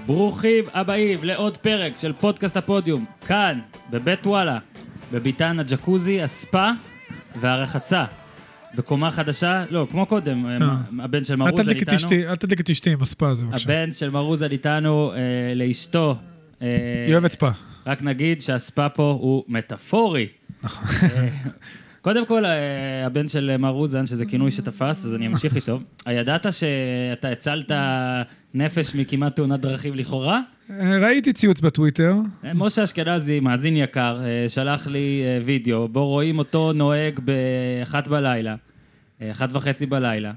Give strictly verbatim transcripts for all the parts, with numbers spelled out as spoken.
ברוכים הבאים לעוד פרק של פודקאסט הפודיום, כאן, בבית וואלה, בביתן הג'קוזי, הספה והרחצה. בקומה חדשה, לא, כמו קודם, הבן של מרוזן איתנו. אל תדליק את אשתי עם הספה הזה, בבקשה. הבן של מרוזן איתנו לאשתו. היא אוהבת ספה. רק נגיד שהספה פה הוא מטאפורי. נכון. קודם כל, הבן של מרוזן, שזה כינוי שתפס, אז אני אמשיך איתו. הידעת שאתה הצלת נפש מכמעט תאונת דרכים לכאורה? ראיתי ציוץ בטוויטר. משה אשכנזי, מאזין יקר, שלח לי וידאו, בו רואים אותו נוהג באחת בלילה, אחת וחצי בלילה,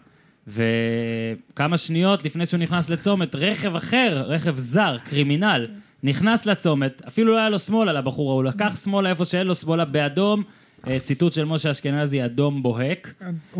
וכמה שניות לפני שהוא נכנס לצומת, רכב אחר, רכב זר, קרימינל, נכנס לצומת, אפילו לא היה לו שמאלה לבחורה, הוא לקח שמאלה איפה שאין לו שמאלה באדום, ציטוט של משה אשכנזי, אדום בוהק,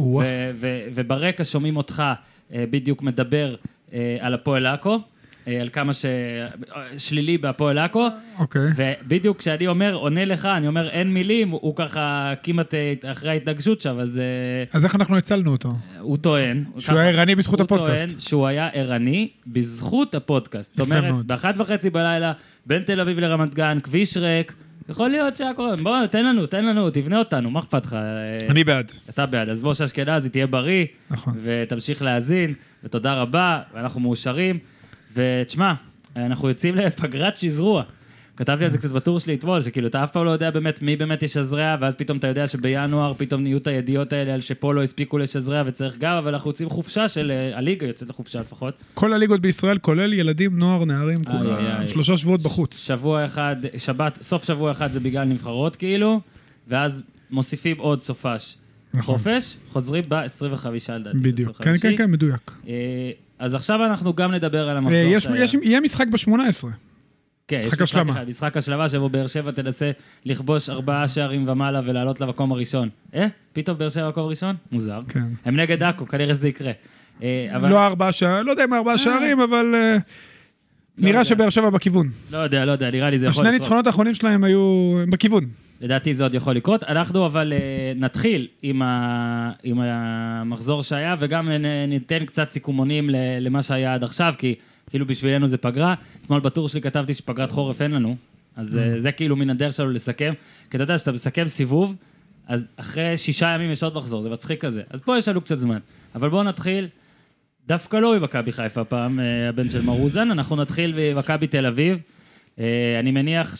וברקע שומעים אותך בדיוק מדבר על הפועל עכו, על כמה ששלילי בהפועל עכו, ובדיוק כשאני אומר, עונה לך, אני אומר, אין מילים, הוא ככה כמעט אחרי ההתנגשות שם, אז... אז איך אנחנו הצלנו אותו? הוא טוען... שהוא היה ערני בזכות הפודקאסט. הוא טוען שהוא היה ערני בזכות הפודקאסט. זאת אומרת, באחת וחצי בלילה, בין תל אביב לרמת גן, כביש ריק, יכול להיות שהיה קורה, בוא, תן לנו, תן לנו, תבנה אותנו, מה אכפת לך? אני בעד. אתה בעד, אז משה אשכנזי, תהיה בריא, ותמשיך להאזין, ותודה רבה, ואנחנו מאושרים, ותשמע, אנחנו יוצאים לפגרת שזרוע. כתבתי על זה קצת בטור שלי אתמול, שכאילו אתה אף פעם לא יודע באמת מי באמת ישזרע, ואז פתאום אתה יודע שבינואר פתאום נהיו את הידיעות האלה על שפה לא הספיקו לשזרע וצריך גב, אבל אנחנו יוצאים חופשה של הליגה, יוצאת לחופשה לפחות. כל הליגות בישראל, כולל ילדים, נוער, נערים, שלושה שבועות בחוץ. שבוע אחד, שבת, סוף שבוע אחד זה בגלל נבחרות כאילו, ואז מוסיפים עוד סופש. חופש, חוזרים ב-עשרים וחמישה לדעתי. בדיוק, כן, כן, כן, מדויק. אז עכשיו אנחנו גם נדבר על המחזור שהיה. יהיה משחק ב-שמונה עשרה. כן, משחק השלמה. משחק השלמה שבו באר שבע תנסה לכבוש ארבעה שערים ומעלה ולעלות למקום הראשון. אה? פתאום באר שבע למקום הראשון? מוזר. כן. הם נגד עכו, כנראה שזה יקרה. לא ארבעה שערים, לא יודע אם ארבעה שערים, אבל נראה שבאר שבע בכיוון. לא יודע, לא יודע, נראה לי זה יכול לקרות. השני ניצחונות האחרונים שלהם היו בכיוון. לדעתי זה עוד יכול לקרות. אנחנו אבל נתחיל עם המחזור שהיה, וגם ניתן קצת סיכומונים למה שהיה עד עכשיו, כי כאילו בשבילנו זה פגרה. אתמול בטור שלי כתבתי שפגרת חורף אין לנו, אז זה כאילו מן הדרך שלנו לסכם. כי אתה יודע שאתה מסכם סיבוב, אז אחרי שישה ימים יש עוד מחזור, זה מצחיק כזה. אז פה יש לנו קצת זמן. אבל בואו נתחיל, דווקא לא ממכבי חיפה פעם, הבן של מרוזן, אנחנו נתחיל ממכבי תל אביב. אני מניח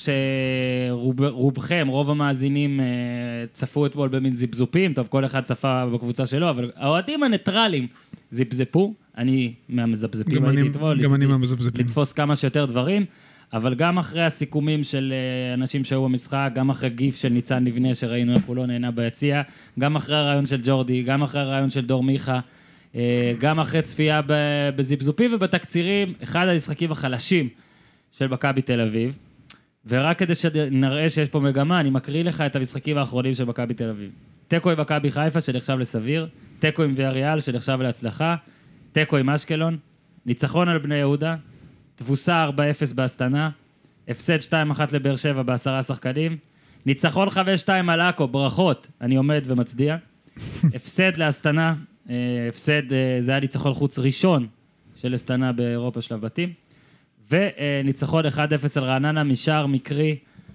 שרובכם, רוב המאזינים צפו אתמול במין זיבזופים, טוב, כל אחד צפה בקבוצה שלו, אבל האוהדים הניטרלים זיבזפו, אני מהמזבזפים הייתי אתמול, גם אני מהמזבזפים. לתפוס כמה שיותר דברים, אבל גם אחרי הסיכומים של אנשים שהיו במשחק, גם אחרי גיף של ניצן לבנה שראינו איך הוא לא נהנה ביציאה, גם אחרי הרעיון של ג'ורדי, גם אחרי הרעיון של דור מיכה, גם אחרי צפייה בזיבזופים ובתקצירים, אחד המשחקים החלשים של מכבי תל אביב, ורק כדי שנראה שיש פה מגמה, אני מקריא לך את המשחקים האחרונים של מכבי תל אביב. תיקו עם מכבי חיפה שנחשב לסביר, תיקו עם ויאריאל שנחשב להצלחה, תיקו עם אשקלון, ניצחון על בני יהודה, תבוסה ארבע אפס בהסתנה, הפסד שתיים אחת לבאר שבע בעשרה שחקנים, ניצחון חמש שתיים על עכו, ברכות, אני עומד ומצדיע, הפסד להסתנה, הפסד, זה היה ניצחון חוץ ראשון של הסתנה באירופה שלב בתים, וניצחון אחד אפס על רעננה משער מקרי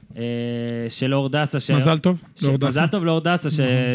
של אור דסה. מזל טוב, לאור דסה. מזל טוב לאור דסה,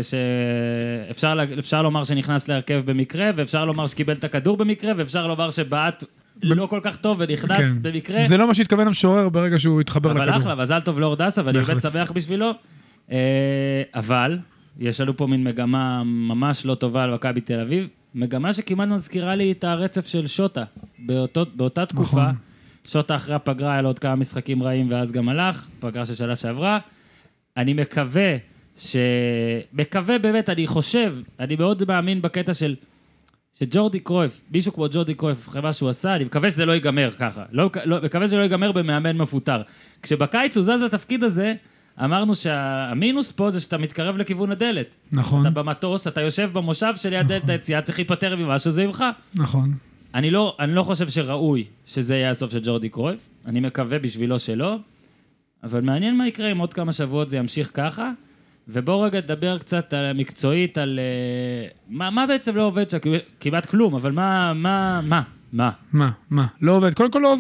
שאפשר לומר שנכנס להרכב במקרה, ואפשר לומר שקיבל את הכדור במקרה, ואפשר לומר שבעט לא כל כך טוב ונכנס במקרה. זה לא מה שהתכוון המשורר ברגע שהוא התחבר לכדור. אבל אחלה, מזל טוב לאור דסה, ואני באמת שמח בשבילו. אבל יש לנו פה מין מגמה ממש לא טובה על מכבי תל אביב, מגמה שכמעט מזכירה לי את הרצף של שוטה, באותה תקופה. שוטה אחרי הפגרה, היה לו עוד כמה משחקים רעים, ואז גם הלך, פגרה של שנה שעברה. אני מקווה, ש... מקווה באמת, אני חושב, אני מאוד מאמין בקטע של, שג'ורדי קרויף, מישהו כמו ג'ורדי קרויף, אחרי מה שהוא עשה, אני מקווה שזה לא ייגמר ככה. לא, לא, מקווה שזה לא ייגמר במאמן מפוטר. כשבקיץ הוא זז לתפקיד הזה, אמרנו שהמינוס פה זה שאתה מתקרב לכיוון הדלת. נכון. אתה במטוס, אתה יושב במושב שליד נכון. דלת היציאה, צריך להיפטר ממשהו, זה ממך. נכון. אני לא, אני לא חושב שראוי שזה יהיה הסוף של ג'ורדי קרויף, אני מקווה בשבילו שלא, אבל מעניין מה יקרה אם עוד כמה שבועות זה ימשיך ככה, ובואו רגע נדבר קצת על מקצועית, על מה, מה בעצם לא עובד שם, כמעט כלום, אבל מה, מה, מה, מה? מה, מה? לא עובד, קודם כל לא עובד.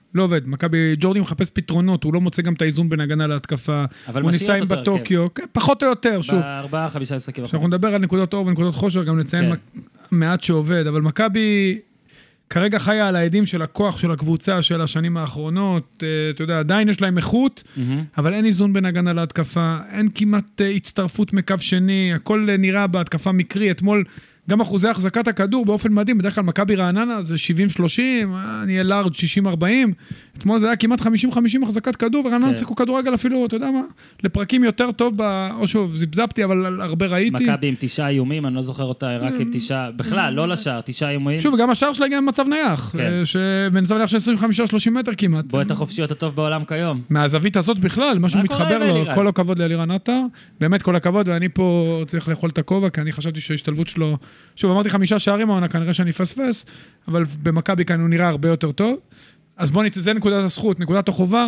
לא עובד. מכבי, ג'ורדי מחפש פתרונות, הוא לא מוצא גם את האיזון בין הגנה להתקפה. הוא ניסה עם בטוקיו, כן, פחות או יותר, שוב. בארבעה, חמישה עשרה. אנחנו נדבר על נקודות אור ונקודות חושר, גם נציין מעט שעובד, אבל מכבי כרגע חיה על העדים של הכוח של הקבוצה של השנים האחרונות, אתה יודע, עדיין יש להם איכות, אבל אין איזון בין הגנה להתקפה, אין כמעט הצטרפות מקו שני, הכל נראה בהתקפה מקרי, אתמול גם אחוזי החזקת הכדור באופן מדהים, בדרך כלל מכבי רעננה זה שבעים שלושים, אני אהיה לארג' שישים ארבעים, אתמול זה היה כמעט חמישים חמישים החזקת כדור, ורעננה שיחקו כדורגל אפילו, אתה יודע מה, לפרקים יותר טוב, או שוב, זיבזבתי, אבל הרבה ראיתי. מכבי עם תשעה איומים, אני לא זוכר אותה, רק עם תשעה, בכלל, לא לשער, תשעה איומים. שוב, גם השער שלה הגיע במצב נייח, במצב נייח של עשרים וחמישה שלושים מטר כמעט. בועט החופשיות הטוב בעולם כיום. מהזווית הזאת בכלל, משהו מתחבר לו, כל הכבוד לאלירן עטר, באמת כל הכבוד, ואני פה צריך לאכול את הכובע, כי אני חשבתי שההשתלבות שלו, שוב, אמרתי חמישה שערים העונה, כנראה שאני פספס, אבל במכבי כאן הוא נראה הרבה יותר טוב. אז בואו נתזה נקודת הזכות, נקודת החובה.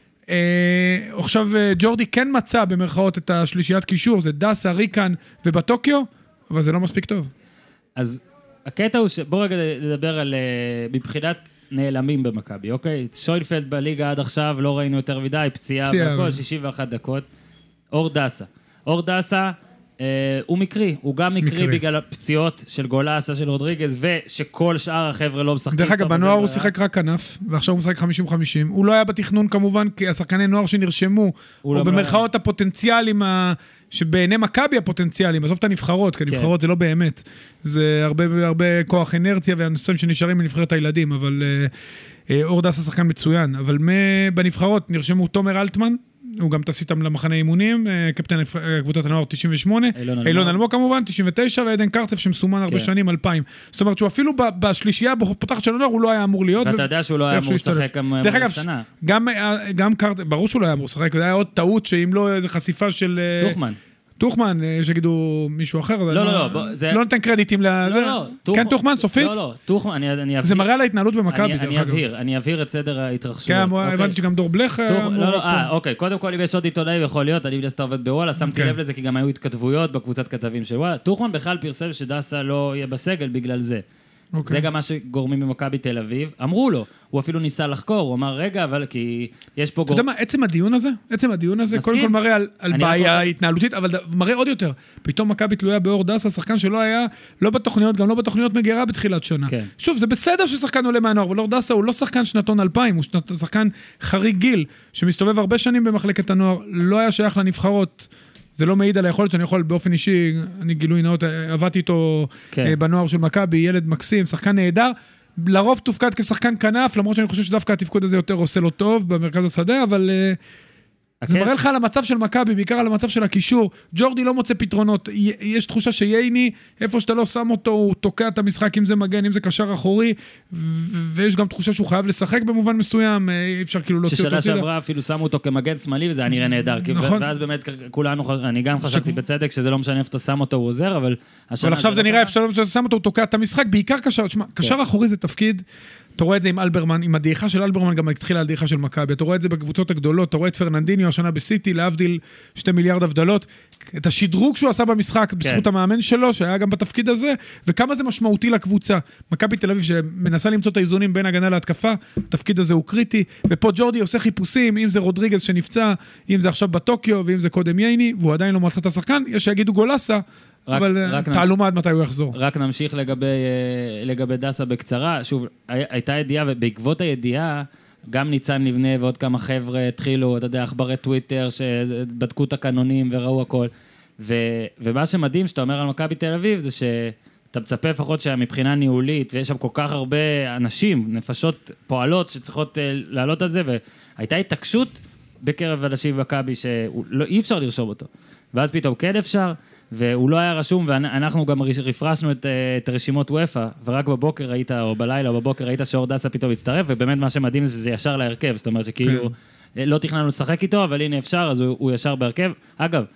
עכשיו ג'ורדי כן מצא במרכאות את השלישיית קישור, זה דסה, ריקן ובטוקיו, אבל זה לא מספיק טוב. אז הקטע הוא שבוא רגע לדבר על מבחינת נעלמים במכבי, אוקיי? שוינפלד בליגה עד עכשיו, לא ראינו יותר מדי, פציעה והכל, שישים ואחת דקות. אור דסה. אור דסה, הוא מקרי, הוא גם מקרי בגלל הפציעות של גולאסה, של רודריגז, ושכל שאר החבר'ה לא משחקים. דרך אגב, בנוער הוא שיחק רק כנף, ועכשיו הוא משחק חמישים חמישים. הוא לא היה בתכנון כמובן, כי השחקני נוער שנרשמו, או במרכאות הפוטנציאלים, שבעיני מכבי הפוטנציאלים, עזוב את הנבחרות, כי הנבחרות זה לא באמת. זה הרבה, הרבה כוח אנרציה, והנושאים שנשארים מנבחרת הילדים, אבל אור דסה שחקן מצוין. אבל בנבחרות נרשמו תומר אלטמן, הוא גם טס איתם למחנה אימונים, קפטן קבוצת הנוער תשעים ושמונה, אילון אלמוג כמובן, תשעים ותשע, ועדן קרצף שמסומן הרבה שנים, אלפיים. זאת אומרת שהוא אפילו בשלישייה, בפותחת של הנוער, הוא לא היה אמור להיות. ואתה יודע שהוא לא היה אמור לשחק גם בסנה. גם קרצף, ברור שהוא לא היה אמור לשחק, זה היה עוד טעות שאם לא איזו חשיפה של... טוחמן. טוחמן, שיגידו מישהו אחר, לא, לא, לא, לא נותן קרדיטים לזה. כן, טוחמן, סופית? לא, לא, טוחמן, אני אבהיר. זה מראה על ההתנהלות במכבי, אני אבהיר, אני אבהיר את סדר ההתרחשויות. כן, הבנתי שגם דור בלך... לא, לא, אה, אוקיי, קודם כל, אם יש עוד עיתונאי, יכול להיות, אני בלסת עובד בוואלה, שמתי לב לזה, כי גם היו התכתבויות בקבוצת כתבים של וואלה. טוחמן בכלל פרסם שדסה לא יהיה בסגל בגלל זה. זה גם מה שגורמים במכבי תל אביב. אמרו לו, הוא אפילו ניסה לחקור, הוא אמר, רגע, אבל כי יש פה... אתה יודע מה, עצם הדיון הזה, עצם הדיון הזה, קודם כל מראה על בעיה התנהלותית, אבל מראה עוד יותר. פתאום מכבי תלויה באור דסה, שחקן שלא היה, לא בתוכניות, גם לא בתוכניות מגירה בתחילת שנה. שוב, זה בסדר ששחקן עולה מהנוער, אבל אור דסה הוא לא שחקן שנתון אלפיים, הוא שחקן חריג גיל, שמסתובב הרבה שנים במחלקת הנוער, לא היה שייך לנבחרות. זה לא מעיד על היכולת שאני יכול באופן אישי, אני גילוי נאות, עבדתי איתו כן. בנוער של מכבי, ילד מקסים, שחקן נהדר, לרוב תופקד כשחקן כנף, למרות שאני חושב שדווקא התפקוד הזה יותר עושה לו טוב במרכז השדה, אבל זה מראה לך על המצב של מכבי, בעיקר על המצב של הקישור, ג'ורדי לא מוצא פתרונות, יש תחושה שייני, איפה שאתה לא שם אותו, הוא תוקע את המשחק, אם זה מגן, אם זה קשר אחורי, ויש גם תחושה שהוא חייב לשחק במובן מסוים, אי אפשר כאילו להוציא אותו. ששאלה שעברה אפילו שמו אותו כמגן שמאלי, וזה היה נראה נהדר, ואז באמת כולנו, אני גם חשבתי בצדק, שזה לא משנה איפה אתה שם אותו, הוא עוזר, אבל... אבל עכשיו זה נראה איפה שאתה שם אותו, הוא תוקע את המשחק, בעיקר קשר, קשר אחורי זה תפקיד, אתה רואה את זה עם אלברמן, עם הדעיכה של אלברמן גם התחילה על דעיכה של מכבי, אתה רואה את זה בקבוצות הגדולות, אתה רואה את פרננדיניו השנה בסיטי, להבדיל שתי מיליארד הבדלות, את השדרוג שהוא עשה במשחק, בזכות המאמן שלו, שהיה גם בתפקיד הזה, וכמה זה משמעותי לקבוצה. מכבי תל אביב שמנסה למצוא את האיזונים בין הגנה להתקפה, התפקיד הזה הוא קריטי, ופה ג'ורדי עושה חיפושים, אם זה רודריגז שנפצע, אם זה עכשיו בטוקיו, ואם זה קודם ייני, והוא עדיין לא מצא את השחקן, יש שיגידו גולאסה, רק, אבל רק תעלומה עד מתי הוא יחזור. רק נמשיך לגבי, לגבי דסה בקצרה. שוב, הייתה ידיעה, ובעקבות הידיעה, גם ניצן לבנה ועוד כמה חבר'ה התחילו, אתה יודע, אחברי טוויטר, שבדקו את הקנונים וראו הכל. ו, ומה שמדהים שאתה אומר על מכבי תל אביב, זה שאתה מצפה לפחות שמבחינה ניהולית, ויש שם כל כך הרבה אנשים, נפשות פועלות, שצריכות לעלות על זה, והייתה התעקשות בקרב אנשים במכבי, שאי אפשר לרשום אותו. ואז פתאום כן אפשר, והוא לא היה רשום, ואנחנו גם רפרשנו את, את רשימות וופא, ורק בבוקר ראית, או בלילה, או בבוקר ראית שאור דסה פתאום הצטרף, ובאמת מה שמדהים זה שזה ישר להרכב, זאת אומרת שכאילו לא תכננו לשחק איתו, אבל הנה אפשר, אז הוא, הוא ישר בהרכב. אגב,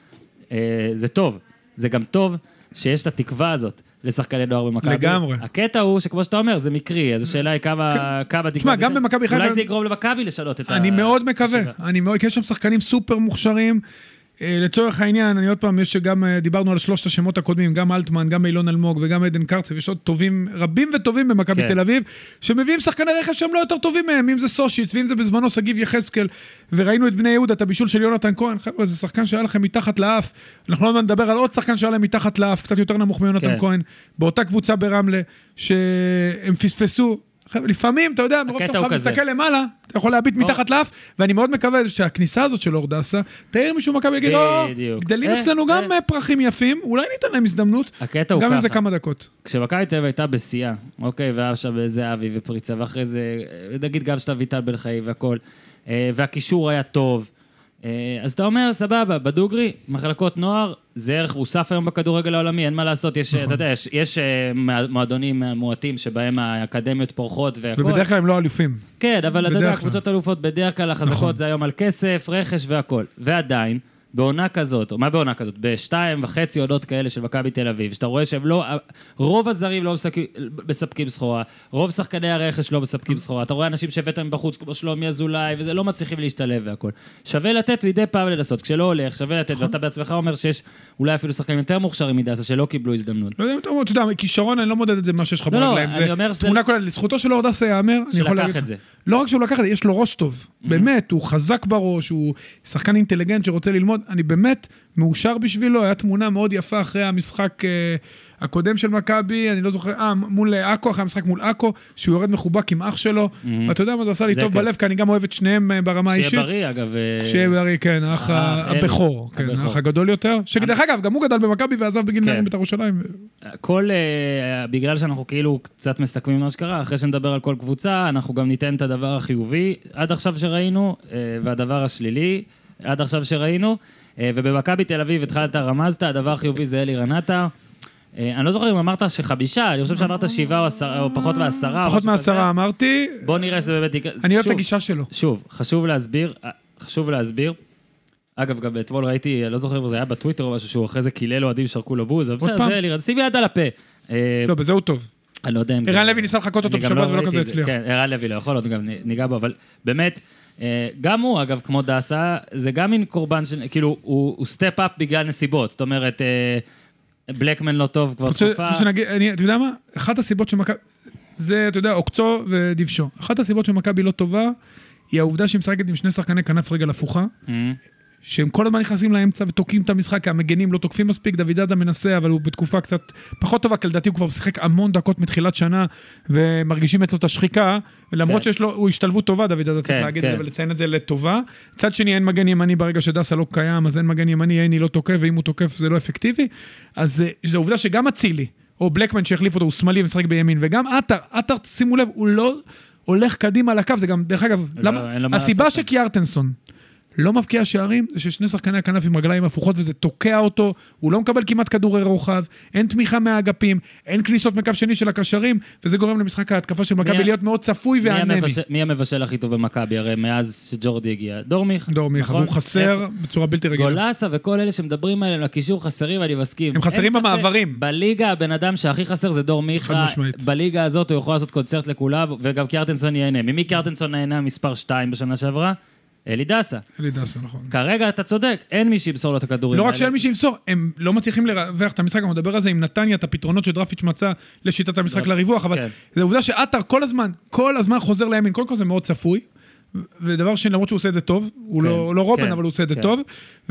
זה טוב, זה גם טוב שיש את התקווה הזאת לשחקני נוער במכבי. לגמרי. הקטע הוא שכמו שאתה אומר, זה מקרי, אז השאלה היא כמה, כמה תקווה. גם במכבי חיפה... אולי זה יגרום למכבי לשנות את ה... אני מאוד מקווה, אני מאוד, יש שם שחקנים סופר מוכשרים, לצורך העניין, אני עוד פעם, יש שגם, דיברנו על שלושת השמות הקודמים, גם אלטמן, גם אילון אלמוג וגם עדן קרצב, יש עוד טובים, רבים וטובים במכבי תל אביב, שמביאים שחקני רכש שהם לא יותר טובים מהם, אם זה סושיץ, ואם זה בזמנו סגיב יחזקאל, וראינו את בני יהודה, את הבישול של יונתן כהן, חבר'ה, זה שחקן שהיה לכם מתחת לאף, אנחנו לא נדבר על עוד שחקן שהיה להם מתחת לאף, קצת יותר נמוך מיונתן כהן, באותה קבוצה ברמלה, שהם פספסו, לפעמים, אתה יודע, מרוב שאתה מסתכל למעלה, אתה יכול להביט מתחת לאף, ואני מאוד מקווה שהכניסה הזאת של אור דסה, תאיר מישהו מכבי להגיד, או, גדלים אצלנו גם פרחים יפים, אולי ניתן להם הזדמנות, גם אם זה כמה דקות. כשמכבי תל אביב הייתה בשיאה, אוקיי, ועכשיו זה אבי ופריצה, ואחרי זה, נגיד גם שאתה ויטל בן חיים והכל, והקישור היה טוב, אז אתה אומר, סבבה, בדוגרי, מחלקות נוער, זה ערך מוסף היום בכדורגל העולמי, אין מה לעשות, יש, אתה יודע, יש, יש מועדונים מועטים שבהם האקדמיות פורחות והכל. ובדרך כלל הם לא אלופים. כן, אבל אתה יודע, קבוצות אלופות בדרך כלל החזקות זה היום על כסף, רכש והכל. ועדיין, בעונה כזאת, או מה בעונה כזאת? בשתיים וחצי עונות כאלה של מכבי תל אביב, שאתה רואה שהם לא, רוב הזרים לא מספקים סחורה, רוב שחקני הרכש לא מספקים סחורה, אתה רואה אנשים שהבאתם בחוץ כמו שלומי אזולאי, וזה לא מצליחים להשתלב והכל. שווה לתת וידי פעם לנסות, כשלא הולך, שווה לתת, ואתה בעצמך אומר שיש אולי אפילו שחקנים יותר מוכשרים מדסה, שלא קיבלו הזדמנות. לא יודע, אתה יודע, כישרון, אני לא מודד את זה מה שיש לך ברגליים. תמונה כוללת, לזכותו של אור דסה ייאמר, אני יכול להגיד. לא רק שהוא לקח את זה, יש לו ראש טוב. באמת, הוא חזק בראש, הוא שחקן אינטליגנט שרוצה ללמוד. אני באמת מאושר בשבילו, היה תמונה מאוד יפה אחרי המשחק uh, הקודם של מכבי, אני לא זוכר, אה, מול אקו, אחרי המשחק מול אקו, שהוא יורד מחובק עם אח שלו, mm-hmm. ואתה יודע מה זה עשה לי טוב בלב, כי אני גם אוהב את שניהם ברמה האישית. שיהיה בריא, אגב. שיהיה בריא, כן, האח הבכור, כן, האח הגדול יותר, שדרך אגב, גם הוא גדל במכבי ועזב בגיל נערים בית"ר ירושלים. כל, בגלל שאנחנו כאילו קצת מסתכמים מה שקרה, אחרי שנדבר על כל קבוצה, אנחנו גם ניתן את הדבר החיובי, עד עכשיו שראינו, והדבר השלילי, עד עכשיו שראינו, ובמכבי תל אביב התחלת רמזת, הדבר החיובי זה אלירן עטר. אני לא זוכר אם אמרת שחמישה, אני חושב שאמרת שבעה או פחות ועשרה. פחות מעשרה אמרתי. בוא נראה שזה באמת... אני אוהב את הגישה שלו. שוב, חשוב להסביר, חשוב להסביר. אגב, גם אתמול ראיתי, אני לא זוכר אם זה היה בטוויטר או משהו, שהוא אחרי זה קילל אוהדים שרקו לו בוז, בסדר, זה אלירן, שימי יד על הפה. לא, בזה הוא טוב. אני לא יודע אם זה... ערן לוי ניסה לחכות אותו בשבת ולא כזה הצליח. כן, ערן לוי לא יכול, עוד גם ניגע בו, אבל באמת, גם הוא, אגב, כמו דסה, זה גם מין קורבן, כאילו, הוא סטפ אפ בגלל נסיבות, זאת אומרת, בלקמן לא טוב כבר תקופה. אתה יודע מה? אחת הסיבות שמכבי, זה, אתה יודע, עוקצו ודיבשו. אחת הסיבות שמכבי לא טובה, היא העובדה שהיא משחקת עם שני שחקני כנף רגל הפוכה, שהם כל הזמן נכנסים לאמצע ותוקעים את המשחק, כי המגנים לא תוקפים מספיק, דוד אדם מנסה, אבל הוא בתקופה קצת פחות טובה, כי לדעתי הוא כבר משחק המון דקות מתחילת שנה, ומרגישים אצלו את השחיקה, ולמרות שיש לו, הוא השתלבות טובה, דוד אדם צריך להגיד, ולציין את זה לטובה. צד שני, אין מגן ימני ברגע שדסה לא קיים, אז אין מגן ימני, אין, היא לא תוקף, ואם הוא תוקף זה לא אפקטיבי. אז זו עובדה שגם אצילי, או בלקמן שהחליף אותו, הוא שמאלי ומשחק בימין, וגם עטר, עטר, שימו לב, הוא לא הולך קדימה לקו, זה גם, דרך אגב, למה? הסיבה שקיארטנסון לא מבקיע שערים, זה ששני שחקני הכנף עם רגליים הפוכות, וזה תוקע אותו, הוא לא מקבל כמעט כדורי רוחב, אין תמיכה מהאגפים, אין כניסות מקו שני של הקשרים, וזה גורם למשחק ההתקפה של מכבי להיות מאוד צפוי ואנמי. מי המבשל הכי טוב במכבי, הרי מאז שג'ורדי הגיע? דורמיך. דורמיך, והוא חסר בצורה בלתי רגילה. גולסה וכל אלה שמדברים עליהם לקישור חסרים, אני מסכים. הם חסרים במעברים. בליגה, הבן אדם שהכי חסר זה דורמיך. בליגה הזאת הוא יכול לעשות קונצרט לכולם, וגם קיארטנסון ייהנה. ממי קיארטנסון נהנה מספר שתיים בשנה שעברה? אלי דסה. אלי דסה, נכון. כרגע אתה צודק, אין מי שימסור לו את הכדורים. לא רק שאין מי שימסור, הם לא מצליחים לרווח את המשחק, אני מדבר על זה עם נתניה, את הפתרונות שדרפיץ' מצא לשיטת המשחק לריווח, אבל זה עובדה שעטר כל הזמן, כל הזמן חוזר לימין, קודם כל זה מאוד צפוי, ודבר שני, למרות שהוא עושה את זה טוב, הוא לא רובן, אבל הוא עושה את זה טוב,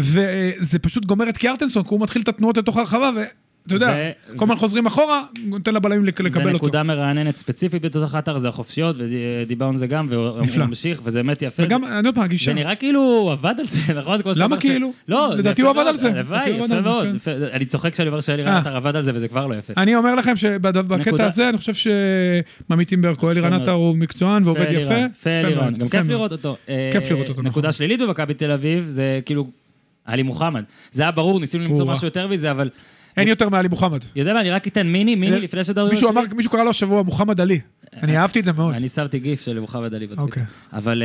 וזה פשוט גומר את קיארטנסון, כי הוא מתחיל את התנועות לתוך הרחבה, אתה יודע, כל הזמן חוזרים אחורה, נותן לבלמים לקבל אותו. ונקודה מרעננת ספציפית בתוך האתר, זה החופשיות, ודיברנו על זה גם, והוא ממשיך, וזה באמת יפה. וגם, אני עוד פעם, הגישה. זה נראה כאילו הוא עבד על זה, נכון? למה כאילו? לא, לדעתי הוא עבד על זה. הלוואי, יפה מאוד. אני צוחק כשאני אומר שאלירן עטר עבד על זה, וזה כבר לא יפה. אני אומר לכם שבקטע הזה, אני חושב שממיתים ברקו, אלירן עטר הוא מקצוען ועובד יפה. יפה אלירן, גם כיף לראות אותו. כיף לראות אותו. נקודה שלילית במכבי תל אביב, זה כאילו עלי מוחמד. זה היה ברור, ניסינו למצוא משהו יותר מזה, אבל אין יותר מעלי מוחמד. יודע מה, אני רק אתן מיני, מיני לפני שדברים מישהו אמר, מישהו קרא לו שבוע מוחמד עלי. אני אהבתי את זה מאוד. אני שמתי גיף של מוחמד עלי בטוויטר. אבל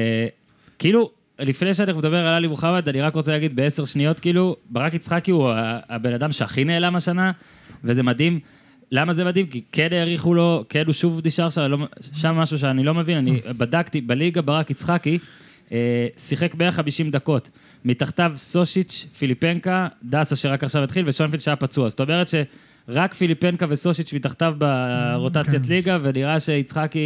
כאילו, לפני שאנחנו מדבר על עלי מוחמד, אני רק רוצה להגיד בעשר שניות, כאילו, ברק יצחקי הוא הבן אדם שהכי נעלם השנה, וזה מדהים. למה זה מדהים? כי כן העריכו לו, כן הוא שוב נשאר שם משהו שאני לא מבין, אני בדקתי, בליגה ברק יצחקי, שיחק בערך חמישים דקות. מתחתיו סושיץ', פיליפנקה, דאסה שרק עכשיו התחיל, ושונפלד שהיה פצוע. זאת אומרת שרק פיליפנקה וסושיץ' מתחתיו ברוטציית ליגה, ונראה שיצחקי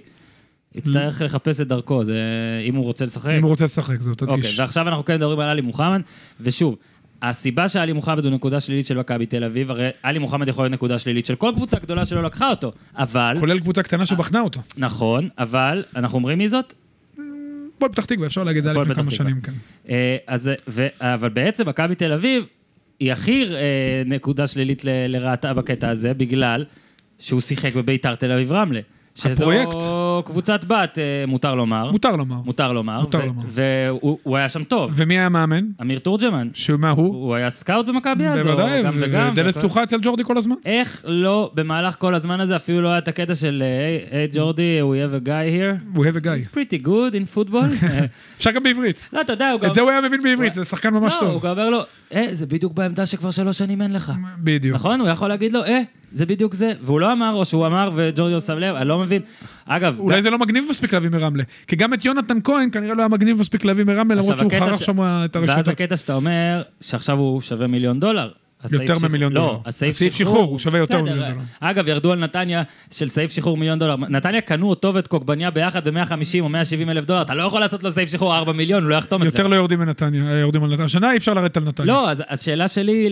יצטרך לחפש את דרכו, זה אם הוא רוצה לשחק. אם הוא רוצה לשחק, זאת תדגיש. אוקיי, ועכשיו אנחנו כן מדברים על עלי מוחמד, ושוב, הסיבה שעלי מוחמד הוא נקודה שלילית של מכבי תל אביב, הרי עלי מוחמד יכול להיות נקודה שלילית של כל קבוצה גדולה שלא לקחה אותו, אבל... כולל קבוצה קטנה שבחנה אותו. נכון, אבל אנחנו אומרים מי זאת? פועל פתח תקווה, אפשר להגיד, זה לפני כמה שנים כאן. אז, אבל בעצם מכבי תל אביב היא הכי נקודה שלילית לרעתה בקטע הזה, בגלל שהוא שיחק בביתר תל אביב רמלה. שזו קבוצת בת, מותר לומר. מותר לומר. מותר לומר. והוא היה שם טוב. ומי היה מאמן? אמיר תורג'מן. שמה הוא? הוא היה סקאוט במכבי הזו. בוודאי, ודלת פתוחה אצל ג'ורדי כל הזמן. איך לא, במהלך כל הזמן הזה, אפילו לא היה את הקטע של, היי ג'ורדי, we have a guy here. We have a guy. It's pretty good in football. אפשר גם בעברית. לא, אתה יודע, הוא גם... את זה הוא היה מבין בעברית, זה שחקן ממש טוב. לא, הוא גם אומר לו, אה, זה בדיוק בעמדה שכבר שלוש שנים אין לך. בדיוק. נכון? הוא יכול להגיד לו, אה, זה בדיוק זה. והוא לא אמר, או שהוא אמר, וג'ורדיו שם לב, אני לא מבין. אגב... אולי זה לא מגניב מספיק להביא מרמלה. כי גם את יונתן כהן כנראה לא היה מגניב מספיק להביא מרמלה, למרות שהוא חרך שם את הרשתות. ואז הקטע שאתה אומר, שעכשיו הוא שווה מיליון דולר. יותר ממיליון דולר. לא, הסעיף שחרור, הוא שווה יותר ממיליון דולר. אגב, ירדו על נתניה של סעיף שחרור מיליון דולר. נתניה קנו אותו ואת קוקבניה ביחד ב-מאה וחמישים או מאה ושבעים אלף דולר. אתה לא יכול לעשות לו סעיף שחרור ארבע מיליון, הוא לא יחתום את זה. יותר לא יורדים מנתניה, יורדים על נתניה. השנה אי אפשר לרדת על נתניה. לא, אז השאלה שלי,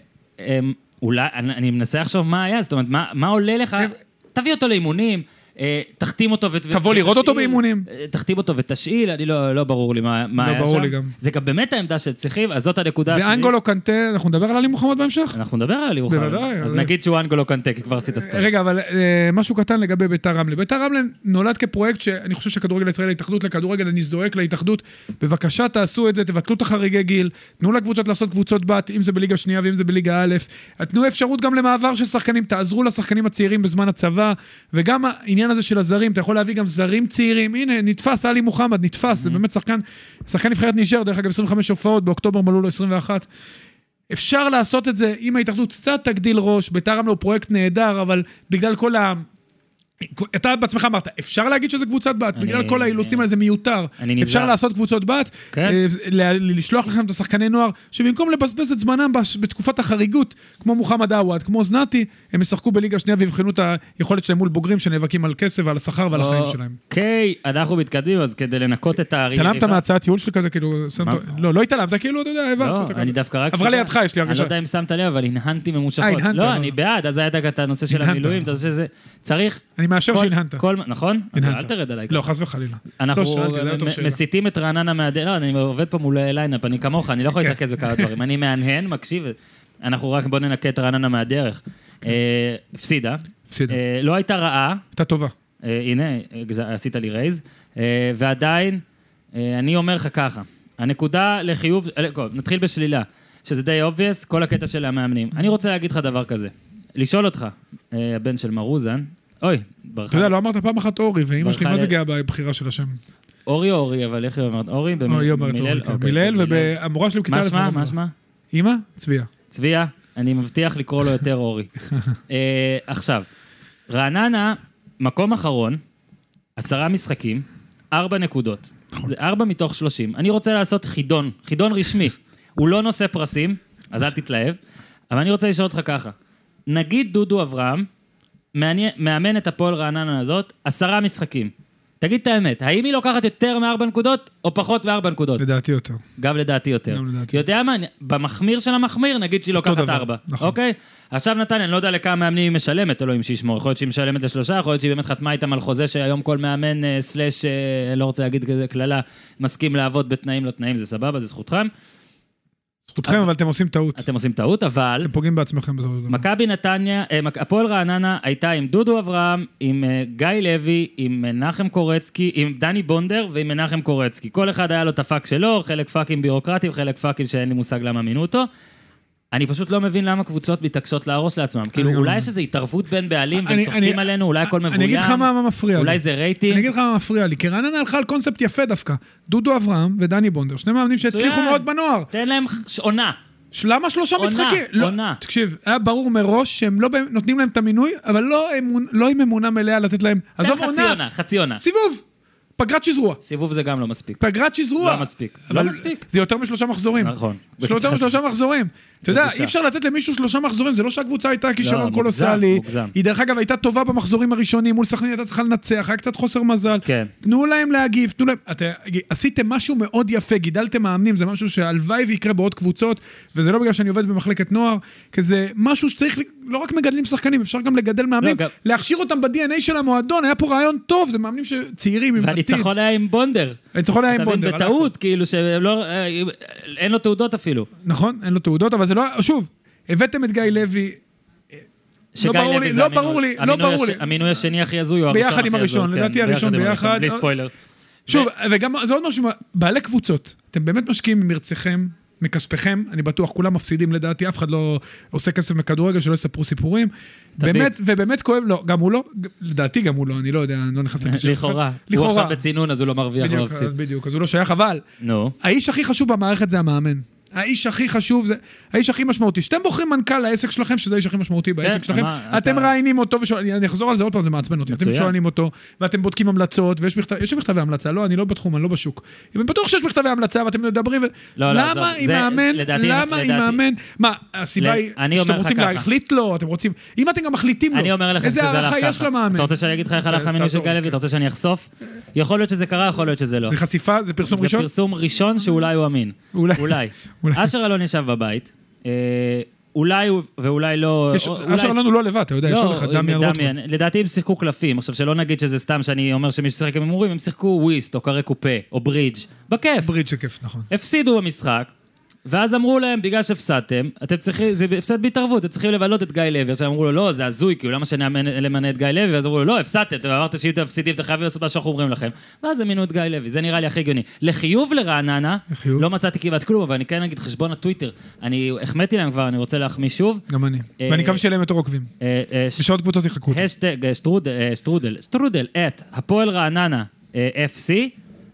אולי, אני מנסה לחשוב מה היה, זאת אומרת, מה עולה לך? תביא אותו לאימונים, תחתים אותו ותשאיל. תבוא לראות אותו באימונים. תחתים אותו ותשאיל, אני לא ברור לי מה היה שם. לא ברור לי גם. זה גם באמת העמדה של צריכים, אז זאת הנקודה שלי. זה אנגולו קנטה, אנחנו נדבר על עלי מוחמד בהמשך? אנחנו נדבר על עלי מוחמד. בוודאי. אז נגיד שהוא אנגולו קנטה, כי כבר עשית ספורט. רגע, אבל משהו קטן לגבי ביתר רמלה. ביתר רמלה נולד כפרויקט שאני חושב שכדורגל ישראל להתאחדות לכדורגל, אני זועק להתאחדות. בבקשה תעשו את זה, תבטלו את החריגי גיל, תנו לקבוצות לעשות קבוצות בת, אם זה בליגה שנייה ואם זה בליגה א', תנו אפשרות גם למעבר של שחקנים, תעזרו לשחקנים הצעירים בזמן הצבא, וגם העניין הזה של הזרים, אתה יכול להביא גם זרים צעירים. הנה, נתפס עלי מוחמד, נתפס, זה באמת שחקן, שחקן נבחרת ניג'ר, דרך אגב עשרים וחמש הופעות, באוקטובר מלאו לו עשרים ואחת. אפשר לעשות את זה, אם ההתאחדות קצת תגדיל ראש, ביתר רמלה הוא פרויקט נהדר, אבל בגלל כל ה... אתה בעצמך אמרת, אפשר להגיד שזה קבוצת בת, בגלל כל האילוצים האלה זה מיותר. אפשר לעשות קבוצות בת, לשלוח לכם את השחקני נוער, שבמקום לבזבז את זמנם בתקופת החריגות, כמו מוחמד עווד, כמו זנתי, הם ישחקו בליגה שנייה ויבחנו את היכולת שלהם מול בוגרים שנאבקים על כסף ועל השכר ועל החיים שלהם. אוקיי, אנחנו מתקדמים, אז כדי לנקות את היריבה... התעלמת מהצעת טיול שלי כזה, כאילו... לא, לא התעלמת, כאילו, אתה יודע, העברת. אני דווקא רק... עברה לידך, יש לי הרגשה. אני לא יודע אם שמת לב, אבל הנהנתי ממושכות. לא, אני בעד, אז היה את הנושא של המילואים, צריך... אני מאשר שהנהנת. נכון? אז אל תרד עליי. לא, חס וחלילה. אנחנו מסיתים את רעננה מהדרך, לא, אני עובד פה מול ליינאפ, אני כמוך, אני לא יכול להתרכז בכמה דברים. אני מהנהן, מקשיב, אנחנו רק בוא ננקה את רעננה מהדרך. הפסידה. הפסידה. לא הייתה רעה. הייתה טובה. הנה, עשית לי רייז. ועדיין, אני אומר לך ככה, הנקודה לחיוב, נתחיל בשלילה, שזה די obvious, כל הקטע של המאמנים. אני רוצה להגיד לך דבר כזה, לשאול אותך, הבן של מרוזן, אוי, ברכה. אתה יודע, לא אמרת פעם אחת אורי, ואמא שלי מה זה גאה בבחירה של השם? אורי או אורי, אבל איך היא אומרת? אורי? היא אומרת אורי, מילל, והמורה שלי הוא כיתה לפעמים. מה שמה? מה שמה? אמא? צביה. צביה, אני מבטיח לקרוא לו יותר אורי. עכשיו, רעננה, מקום אחרון, עשרה משחקים, ארבע נקודות. ארבע מתוך שלושים. אני רוצה לעשות חידון, חידון רשמי. הוא לא נושא פרסים, אז אל תתלהב, אבל אני רוצה לשאול אותך ככה. נגיד דודו אברהם, מאמן את הפועל רעננה הזאת, עשרה משחקים. תגיד את האמת, האם היא לוקחת יותר מארבע נקודות, או פחות מארבע נקודות? לדעתי יותר. גם לדעתי יותר. גם לדעתי. יודע מה, במחמיר של המחמיר, נגיד שהיא לוקחת ארבע. נכון. אוקיי? עכשיו נתן, אני לא יודע לכמה מאמנים היא משלמת, אלוהים שישמור. יכול להיות שהיא משלמת לשלושה, יכול להיות שהיא באמת חתמה איתם על חוזה, שהיום כל מאמן סלש, לא רוצה להגיד כזה כללה, מסכים לעבוד בתנאים לא תנאים, זה סבבה, זה זכותכם. זכותכם, אבל אתם עושים טעות. אתם עושים טעות, אבל... אתם פוגעים בעצמכם בזאת. מכבי נתניה, הפועל רעננה הייתה עם דודו אברהם, עם גיא לוי, עם מנחם קורצקי, עם דני בונדר ועם מנחם קורצקי. כל אחד היה לו את הפאק שלו, חלק פאקים בירוקרטיים, חלק פאקים שאין לי מושג למה מינו אותו. אני פשוט לא מבין למה קבוצות מתעקשות להרוס לעצמם. כאילו, אולי יש איזו התערבות בין בעלים, והם צוחקים עלינו, אולי הכל מבוים. אני אגיד לך מה מפריע לי. אולי זה רייטינג. אני אגיד לך מה מפריע לי, כי רעננה הלכה על קונספט יפה דווקא. דודו אברהם ודני בונדר, שני מאמנים שהצליחו מאוד בנוער. תן להם עונה. למה שלושה משחקים? עונה. תקשיב, היה ברור מראש שהם לא נותנים להם את המינוי, אבל לא עם אמונה מלאה לתת להם. חצי עונה, חצי עונה. סיבוב. פגרת שזרוע. סיבוב זה גם לא מספיק. פגרת שזרוע. לא מספיק. לא מספיק. זה יותר משלושה מחזורים. נכון. יותר משלושה מחזורים. אתה יודע, אי אפשר לתת למישהו שלושה מחזורים, זה לא שהקבוצה הייתה כישלון קולוסלי. היא דרך אגב הייתה טובה במחזורים הראשונים, מול סכנין הייתה צריכה לנצח, היה קצת חוסר מזל. תנו להם להגיב, תנו להם... עשיתם משהו מאוד יפה, גידלתם מאמנים, זה משהו שהלוואי ויקרה בעוד קבוצות, וזה לא בגלל שאני עובד במחלקת נוער, כי זה משהו שצריך, לא רק מגדלים שחקנים, אפשר גם לגדל מאמנים, להכשיר אותם ב-די אן איי של המועדון, היה פה רעיון טוב, זה מאמנים צעירים עם עתיד. והניצחון היה עם בונדר. הניצחון היה עם בונדר. בטעות, כאילו שאין לו תעודות אפילו. נכון, אין לו תעודות, אבל זה לא, שוב, הבאתם את גיא לוי, לא ברור לי, לא ברור לי, לא ברור לי. המינוי השני הכי הזוי, או ביחד עם הראשון, לדעתי הראשון ביחד. בלי ספוילר. שוב, וגם, זה עוד משהו, בעלי קבוצות, אתם באמת משקיעים ממרצכם, מכספכם, אני בטוח, כולם מפסידים לדעתי, אף אחד לא עושה כסף מכדורגל, שלא יספרו סיפורים. באמת, ובאמת כואב, לא, גם הוא לא, לדעתי גם הוא לא, אני לא יודע, אני לא נכנס לקשר. לכאורה. הוא עכשיו בצינון, אז הוא לא מרוויח, לא מפסיד. בדיוק, אז הוא לא שייך, אבל, האיש הכי חשוב במערכת זה המאמן. האיש הכי חשוב, זה האיש הכי משמעותי. שאתם בוחרים מנכ"ל לעסק שלכם, שזה האיש הכי משמעותי בעסק שלכם, אתם ראיינים אותו, אני אחזור על זה עוד פעם, זה מעצבן אותי. אתם שואלים אותו, ואתם בודקים המלצות, ויש מכתבי המלצה, לא, אני לא בתחום, אני לא בשוק. אם בטוח שיש מכתבי המלצה, ואתם מדברים, למה עם מאמן, למה עם מאמן, מה, הסיבה היא שאתם רוצים להחליט לו, אתם רוצים, אם אתם גם מחליטים לו, איזה הערכה יש למאמן? אתה רוצה שאני אגיד לך איך הלך המינוי של גיא לוי? אתה רוצה שאני אחשוף? יכול להיות שזה קרה, יכול להיות שזה לא. זה חשיפה, זה פרסום ראשון? זה פרסום ראשון שאולי הוא אמין. אולי. אשר אלון ישב בבית, אולי ואולי לא... אשר אלון הוא לא לבד, אתה יודע, יש לך דמיין רוטמן. לדעתי הם שיחקו קלפים, עכשיו שלא נגיד שזה סתם שאני אומר שמישהו שיחק עם הימורים, הם שיחקו וויסט או קרי קופה או ברידג' בכיף. ברידג' זה כיף, נכון. הפסידו במשחק, ואז אמרו להם, בגלל שהפסדתם, אתם צריכים, זה הפסד בהתערבות, אתם צריכים לבלות את גיא לוי, עכשיו אמרו לו, לא, זה הזוי, כי למה שנמנה את גיא לוי, ואז אמרו לו, לא, הפסדתם, אתם אמרתם שאם אתם הפסידים, אתם חייבים לעשות מה שאנחנו אומרים לכם, ואז הם מינו את גיא לוי, זה נראה לי הכי הגיוני. לחיוב לרעננה, לא מצאתי כמעט כלום, אבל אני כן אגיד חשבון הטוויטר, אני החמאתי להם כבר, אני רוצה להחמיא שוב. גם אני, ואני מקווה שיהיה להם יותר עוקבים. בשעות קבוצות יחכו. השטג, שטרודל, שטרודל, שטרודל, את, הפועל רעננה, אף סי,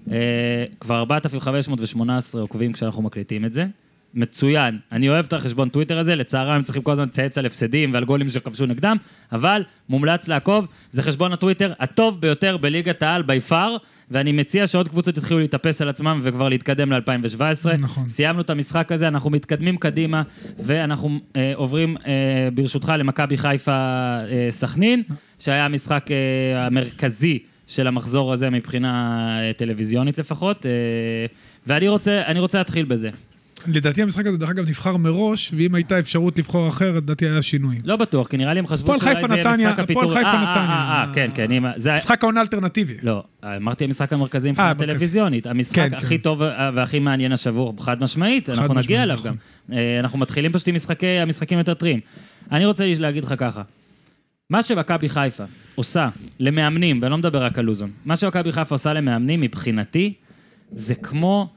כבר ארבעת אלפים חמש מאות ושמונה עשרה עוקבים כשאנחנו מקליטים את זה. מצוין. אני אוהב את החשבון טוויטר הזה, לצערם הם צריכים כל הזמן לצייץ על הפסדים ועל גולים שכבשו נגדם, אבל מומלץ לעקוב, זה חשבון הטוויטר הטוב ביותר בליגת העל ביפר, ואני מציע שעוד קבוצות יתחילו להתאפס על עצמם וכבר להתקדם ל-אלפיים שבע עשרה. נכון. סיימנו את המשחק הזה, אנחנו מתקדמים קדימה, ואנחנו אה, עוברים אה, ברשותך למכבי חיפה אה, סכנין, שהיה המשחק אה, המרכזי של המחזור הזה מבחינה אה, טלוויזיונית לפחות, אה, ואני רוצה, אני רוצה להתחיל בזה. לדעתי המשחק הזה דרך אגב נבחר מראש, ואם הייתה אפשרות לבחור אחר, לדעתי היה שינוי. לא בטוח, כי נראה לי הם חשבו שאולי זה משחק הפיתור. פועל חיפה נתניה. אה, כן, כן. משחק העונה אלטרנטיבי. לא, אמרתי המשחק המרכזי מבחינה טלוויזיונית. המשחק הכי טוב והכי מעניין השבוע, חד משמעית, אנחנו נגיע אליו גם. אנחנו מתחילים פשוט עם המשחקים יותר טריים. אני רוצה להגיד לך ככה, מה שמכבי חיפה עושה למאמנים, ואני לא מדבר רק על לוזון, מה שמכבי חיפה עושה למאמנים מבחינתי, זה כמו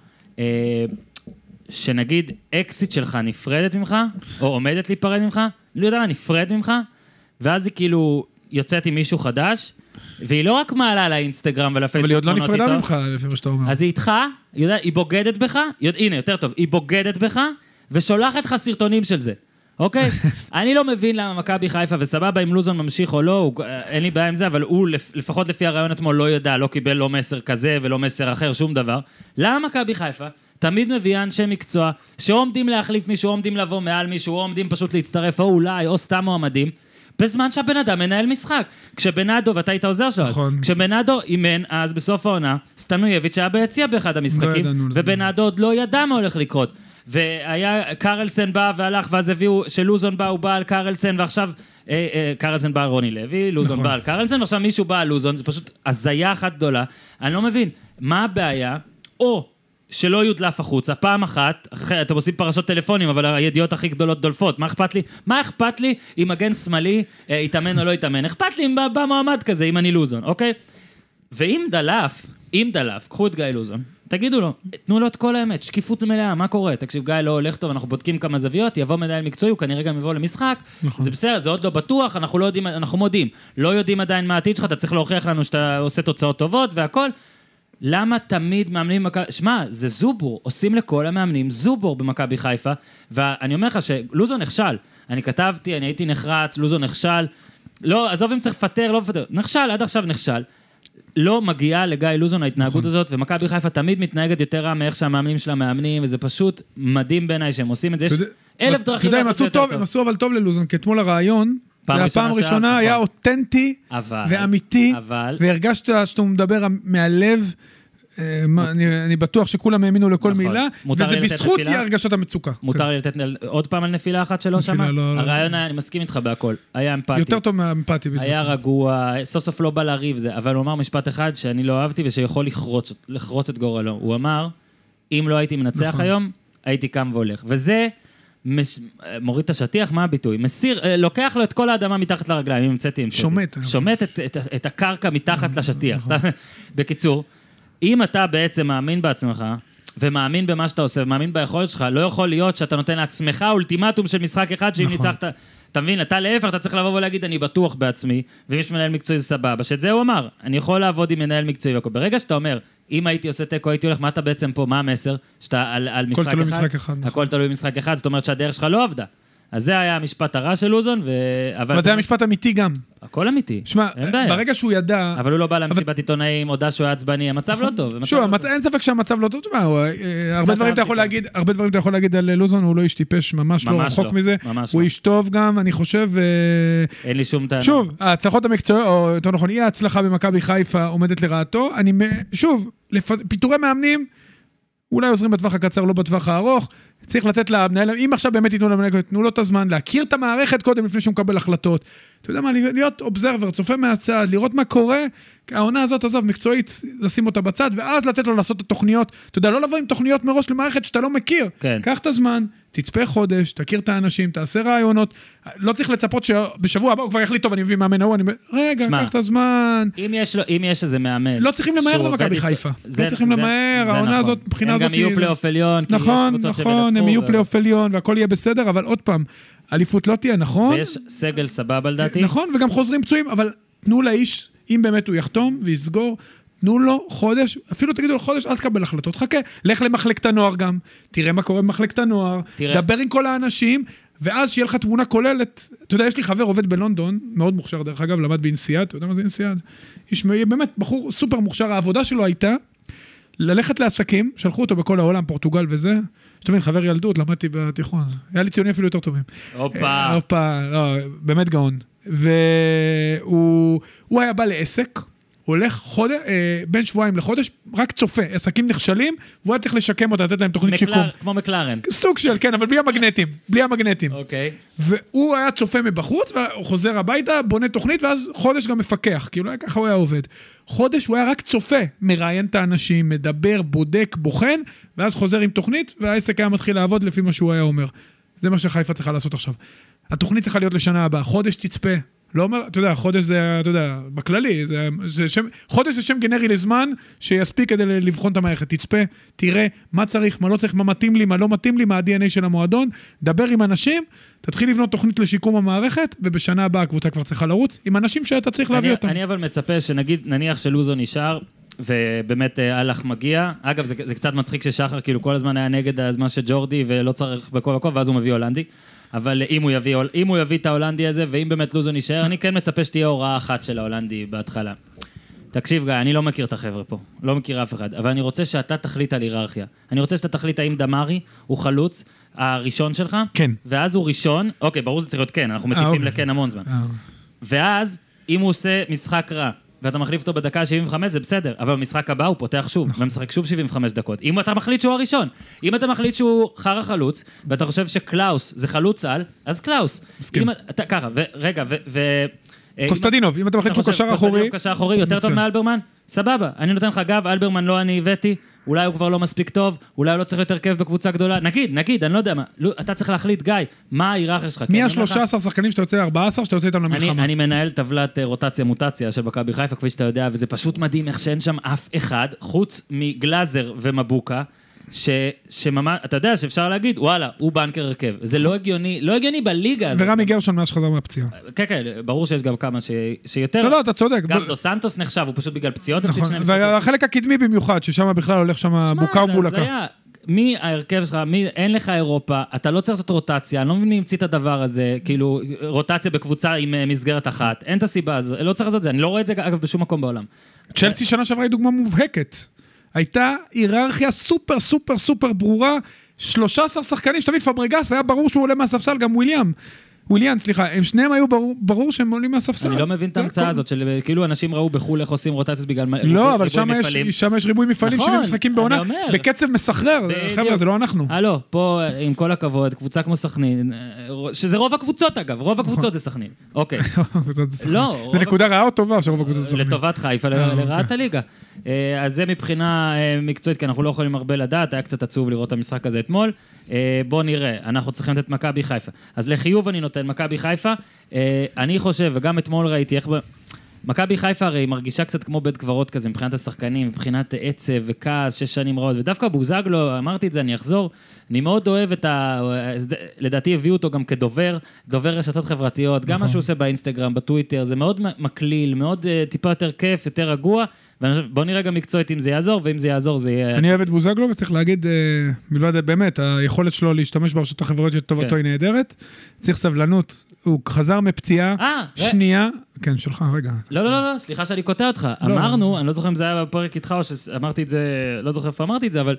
שנגיד אקסיט שלך נפרדת ממך, או עומדת להיפרד ממך, לא יודע מה, נפרד ממך, ואז היא כאילו יוצאת עם מישהו חדש, והיא לא רק מעלה לאינסטגרם ולפייסבוק. אבל היא עוד לא נפרדה ממך, לפי מה שאתה אומר. אז היא איתך, היא, יודע, היא בוגדת בך, היא, הנה, יותר טוב, היא בוגדת בך, ושולחת לך סרטונים של זה. אוקיי? אני לא מבין למה מכבי חיפה, וסבבה אם לוזון ממשיך או לא, הוא, אין לי בעיה עם זה, אבל הוא לפחות לפי הרעיון אתמול לא ידע, לא קיבל לא מסר כזה ולא מסר אחר, שום דבר. למה מכבי חיפה תמיד מביאה אנשי מקצוע, שעומדים להחליף מישהו, עומדים לבוא מעל מישהו, או עומדים פשוט להצטרף, או אולי, או סתם מועמדים, בזמן שהבן אדם מנהל משחק. כשבנאדו, ואתה היית עוזר שלו, נכון. כשבנאדו אימן, אז בסוף העונה, סטנויביץ' היה ביציע באחד המשחקים, לא ובנאדו עוד לא ידע מה הולך לקרות. והיה, קרלסן בא והלך, ואז הביאו, שלוזון בא, הוא בא על קרלסן, ועכשיו, אה, אה, קרלסן בא על רוני לוי, לוזון נכון. בא על קרלסן, ועכשיו מישהו בא על לוזון, זה פשוט הזיה אחת גדולה. אני לא מבין, מה הבעיה? או שלא יודלף החוצה, פעם אחת, אתם עושים פרשות טלפונים, אבל הידיעות הכי גדולות דולפות, מה אכפת לי? מה אכפת לי אם מגן שמאלי יתאמן או לא יתאמן? אכפת לי אם בא מועמד כזה, אם אני לוזון, אוקיי? ואם דלף, אם דלף, קחו את גיא לוזון, תגידו לו, תנו לו את כל האמת, שקיפות מלאה, מה קורה? תקשיב, גיא לא הולך טוב, אנחנו בודקים כמה זוויות, יבוא מנהל מקצועי, הוא כנראה גם יבוא למשחק, זה בסדר, זה עוד לא בטוח, אנחנו לא יודעים, אנחנו מודים, לא יודעים עדיין מה העתיד שלך, אתה צריך להוכיח לנו שאתה עושה תוצאות טובות והכל. למה תמיד מאמנים מכבי... שמע, זה זובור, עושים לכל המאמנים זובור במכבי חיפה, ואני אומר לך שלוזון נכשל, אני כתבתי, אני הייתי נחרץ, לוזון נכשל, לא, עזוב אם צריך לפטר, לא לפטר, נכשל, עד עכשיו נכשל, לא מגיעה לגיא לוזון ההתנהגות הזאת, ומכבי חיפה תמיד מתנהגת יותר רע מאיך שהמאמנים שלה מאמנים, וזה פשוט מדהים בעיניי שהם עושים את זה. יש אלף דרכים לעשות את זה יותר טוב. הם עשו אבל טוב ללוזון, כי אתמול הרעיון, והפעם הראשונה היה אותנטי ואמיתי, והרגשת שאתה מדבר מהלב, אני בטוח שכולם האמינו לכל מילה, וזה בזכות הרגשת המצוקה. מותר לי לתת עוד פעם על נפילה אחת שלו שם? הרעיון היה, אני מסכים איתך בהכל, היה אמפתי. יותר טוב מהאמפתי. היה רגוע, סוף סוף לא בא להריב זה, אבל הוא אמר משפט אחד שאני לא אהבתי ושיכול לחרוץ את גורלו. הוא אמר, אם לא הייתי מנצח היום, הייתי קם והולך. וזה מוריד את השטיח, מה הביטוי? מסיר, לוקח לו את כל האדמה מתחת לרגליים, אם המצאתי. שומט. שומט את הקרקע מתחת לשטיח. בקיצור, אם אתה בעצם מאמין בעצמך, ומאמין במה שאתה עושה, ומאמין ביכולת שלך, לא יכול להיות שאתה נותן לעצמך אולטימטום של משחק אחד, שאם ניצחת, אתה מבין, אתה להפך, אתה צריך לבוא ולהגיד, אני בטוח בעצמי, ואם יש מנהל מקצועי זה סבבה, שאת זה הוא אמר, אני יכול לעבוד עם מנהל מקצועי, ברגע שאתה אומר, אם הייתי עושה טקו, הייתי הולך, מה אתה בעצם פה, מה המסר, שאתה על, על משחק אחד, משחק אחד הכל תלוי במשחק אחד, זאת אומרת שהדרך שלך לא עבדה. אז זה היה המשפט הרע של לוזון, ו... אבל זה היה משפט אמיתי גם. הכל אמיתי. שמע, ברגע שהוא ידע... אבל הוא לא בא למסיבת עיתונאים, הודע שהוא היה עצבני, המצב לא טוב. שוב, אין ספק שהמצב לא טוב, הרבה דברים אתה יכול להגיד, הרבה דברים אתה יכול להגיד על לוזון, הוא לא איש טיפש, ממש לא רחוק מזה. הוא איש טוב גם, אני חושב... אין לי שום טענה. שוב, ההצלחות המקצועיות, או יותר נכון, אי ההצלחה במכבי חיפה עומדת לרעתו. אני, שוב, פיטורי מאמנים, אולי עוזרים בטווח הקצר, לא בטווח הארוך, צריך לתת למנהל, אם עכשיו באמת ייתנו למנהל, תנו לו את הזמן, להכיר את המערכת קודם לפני שהוא מקבל החלטות. אתה יודע מה, להיות אובזרבר, צופה מהצד, לראות מה קורה, העונה הזאת, עזוב, מקצועית, לשים אותה בצד, ואז לתת לו לעשות את התוכניות. אתה יודע, לא לבוא עם תוכניות מראש למערכת שאתה לא מכיר. כן. קח את הזמן, תצפה חודש, תכיר את האנשים, תעשה רעיונות. לא צריך לצפות שבשבוע הבא הוא כבר יחליט טוב, אני מביא מאמן ההוא, אני... רגע, קח את הזמן. אם יש לו, אם יש איזה מאמן. לא צריכים למהר למכבי חיפה. לא צריכים למהר, העונה הזאת, מבחינה הזאת. הם גם יהיו פלייאוף עליון, כי יש קבוצות נכון, הם יהיו פלייאוף עליון, והכל יהיה בסדר, אבל עוד פעם, אליפות לא תהיה, נכון? ויש סגל סבבה לדעתי. נכון, וגם חוזרים פצועים, אבל תנו לאיש, אם באמת הוא יחתום ויסגור, תנו לו חודש, אפילו תגידו לו חודש, אל תקבל החלטות, חכה, לך למחלקת הנוער גם, תראה מה קורה במחלקת הנוער, דבר עם כל האנשים, ואז שיהיה לך תמונה כוללת, אתה יודע, יש לי חבר עובד בלונדון, מאוד מוכשר דרך אגב, למד באינסיאד, אתה יודע מה זה אינסיאד? יש באמת בחור סופר מוכשר, העבודה שלו הייתה, ללכת לעסקים, שלחו אותו בכל העולם, פורטוגל וזה, שאתה מבין, חבר ילדות, למדתי בתיכון, היה לי ציונים אפילו יותר טובים. אופה. אופה, לא, באמת גאון. והוא היה בא לעסק, הולך חודש, בין שבועיים לחודש, רק צופה, עסקים נכשלים, והוא היה צריך לשקם אותה, לתת להם תוכנית שיקום. כמו מקלרן. סוג של, כן, אבל בלי המגנטים, בלי המגנטים. אוקיי. והוא היה צופה מבחוץ, והוא חוזר הביתה, בונה תוכנית, ואז חודש גם מפקח, כי אולי ככה הוא היה עובד. חודש הוא היה רק צופה, מראיין את האנשים, מדבר, בודק, בוחן, ואז חוזר עם תוכנית, והעסק היה מתחיל לעבוד לפי מה שהוא היה אומר. זה מה שחיפה צריכה לעשות עכשיו. התוכנית צריכה להיות לשנה הבאה, חודש תצפה. לא אומר, אתה יודע, חודש זה, אתה יודע, בכללי, זה, זה שם, חודש זה שם גנרי לזמן, שיספיק כדי לבחון את המערכת. תצפה, תראה מה צריך, מה לא צריך, מה מתאים לי, מה לא מתאים לי, מה ה-די אן איי של המועדון, דבר עם אנשים, תתחיל לבנות תוכנית לשיקום המערכת, ובשנה הבאה הקבוצה כבר צריכה לרוץ, עם אנשים שאתה צריך להביא אני, אותם. אני אבל מצפה שנגיד, נניח שלוזו נשאר, ובאמת הלך מגיע, אגב, זה, זה קצת מצחיק ששחר, כאילו כל הזמן היה נגד הזמן של ג'ורדי, ולא צריך בכל הכל, ואז הוא מביא הולנדי. אבל אם הוא יביא, אם הוא יביא את ההולנדי הזה, ואם באמת לוזון יישאר, אני כן מצפה שתהיה הוראה אחת של ההולנדי בהתחלה. תקשיב גיא, אני לא מכיר את החבר'ה פה, לא מכיר אף אחד, אבל אני רוצה שאתה תחליט על היררכיה. אני רוצה שאתה תחליט האם דמרי הוא חלוץ הראשון שלך, כן. ואז הוא ראשון, אוקיי, ברור זה צריך להיות כן, אנחנו מטיפים לכן המון זמן. ואז, אם הוא עושה משחק רע, ואתה מחליף אותו בדקה שבעים וחמש, זה בסדר, אבל במשחק הבא הוא פותח שוב, ומשחק שוב שבעים וחמש דקות. אם אתה מחליט שהוא הראשון, אם אתה מחליט שהוא חר החלוץ, ואתה חושב שקלאוס זה חלוץ על, אז קלאוס. ככה, ורגע, ו... קוסטדינוב, אם אתה מחליט שהוא קשר אחורי... קשר אחורי, יותר טוב מאלברמן? סבבה. אני נותן לך גב, אלברמן לא אני הבאתי, אולי הוא כבר לא מספיק טוב, אולי הוא לא צריך יותר כיף בקבוצה גדולה. נגיד, נגיד, אני לא יודע מה. אתה צריך להחליט, גיא, מה ההיררכיה שלך? מי ה-שלושה עשר שחקנים שאתה יוצא ארבעה עשר, שאתה יוצא איתם למלחמה? אני מנהל טבלת רוטציה-מוטציה של מכבי חיפה, כפי שאתה יודע, וזה פשוט מדהים איך שאין שם אף אחד, חוץ מגלאזר ומבוקה, ש, שממש, אתה יודע שאפשר להגיד, וואלה, הוא בנקר הרכב. זה לא הגיוני, לא הגיוני בליגה הזאת. ורמי גרשון מאז שחזר מהפציעה. כן, כן, ברור שיש גם כמה ש, שיותר. לא, לא, אתה צודק. גם דו סנטוס נחשב, הוא פשוט בגלל פציעות. נכון, והחלק הקדמי במיוחד, ששם בכלל הולך שם בוקה ובולקה. מי ההרכב שלך, מי, אין לך אירופה, אתה לא צריך לעשות רוטציה, אני לא מבין מי המציא את הדבר הזה, כאילו, רוטציה בקבוצה עם מסגרת אחת, אין את הסיבה הזו, לא צריך לעשות את זה, אני לא רואה את זה, אגב, בשום מקום בעולם. צ'לסי שנה שעברה היא דוגמה מובהקת. הייתה היררכיה סופר, סופר, סופר ברורה, שלושה עשר שחקנים, שתמיד פברגס, היה ברור שהוא עולה מהספסל, גם וויליאם. וויליאן, סליחה, הם שניהם היו ברור, ברור שהם עולים מהספסל. אני לא מבין את ההמצאה הזאת, של כאילו אנשים ראו בחו"ל איך עושים רוטציות בגלל ריבוי מפעלים. לא, אבל שם יש ריבוי מפעלים, שבעים משחקים בעונה, בקצב מסחרר, חבר'ה, זה לא אנחנו. הלו, פה, עם כל הכבוד, קבוצה כמו סכנין, שזה רוב הקבוצות אגב, רוב הקבוצות זה סכנין. אוקיי. לא. זה נקודה רעה או טובה שרוב הקבוצות זה סכנין? לטובת חיפה, לרעת הליגה. אז זה מבחינה מקצועית, כי אנחנו לא יכולים הרבה לדעת, היה קצת עצוב לראות את המשחק הזה אתמול. בוא נראה, אנחנו צריכים לתת מכבי חיפה. אז לחיוב אני נותן מכבי חיפה. אני חושב, וגם אתמול ראיתי איך מכבי חיפה הרי מרגישה קצת כמו בית קברות כזה, מבחינת השחקנים, מבחינת עצב וכעס, שש שנים רעות, ודווקא בוזגלו, אמרתי את זה, אני אחזור, אני מאוד אוהב את ה... לדעתי הביאו אותו גם כדובר, דובר רשתות חברתיות, גם מה שהוא עושה באינסטגרם, בטוויטר, זה מאוד מקליל, מאוד טיפה יותר כיף, יותר רגוע, ובוא נראה גם מקצועית אם זה יעזור, ואם זה יעזור זה יהיה... אני אוהב את בוזגלו, וצריך להגיד, מלבד באמת, היכולת שלו להשתמש ברשתות החברות שטובתו היא נהדרת, צריך סבלנות, הוא חזר מפציעה, שנייה, כן, שלך, רגע. לא, לא, לא, סליחה שאני קוטע אותך, אמרנו, אני לא זוכר אם זה היה בפרק איתך, או שאמרתי את זה, לא זוכר איפה אמרתי את זה, אבל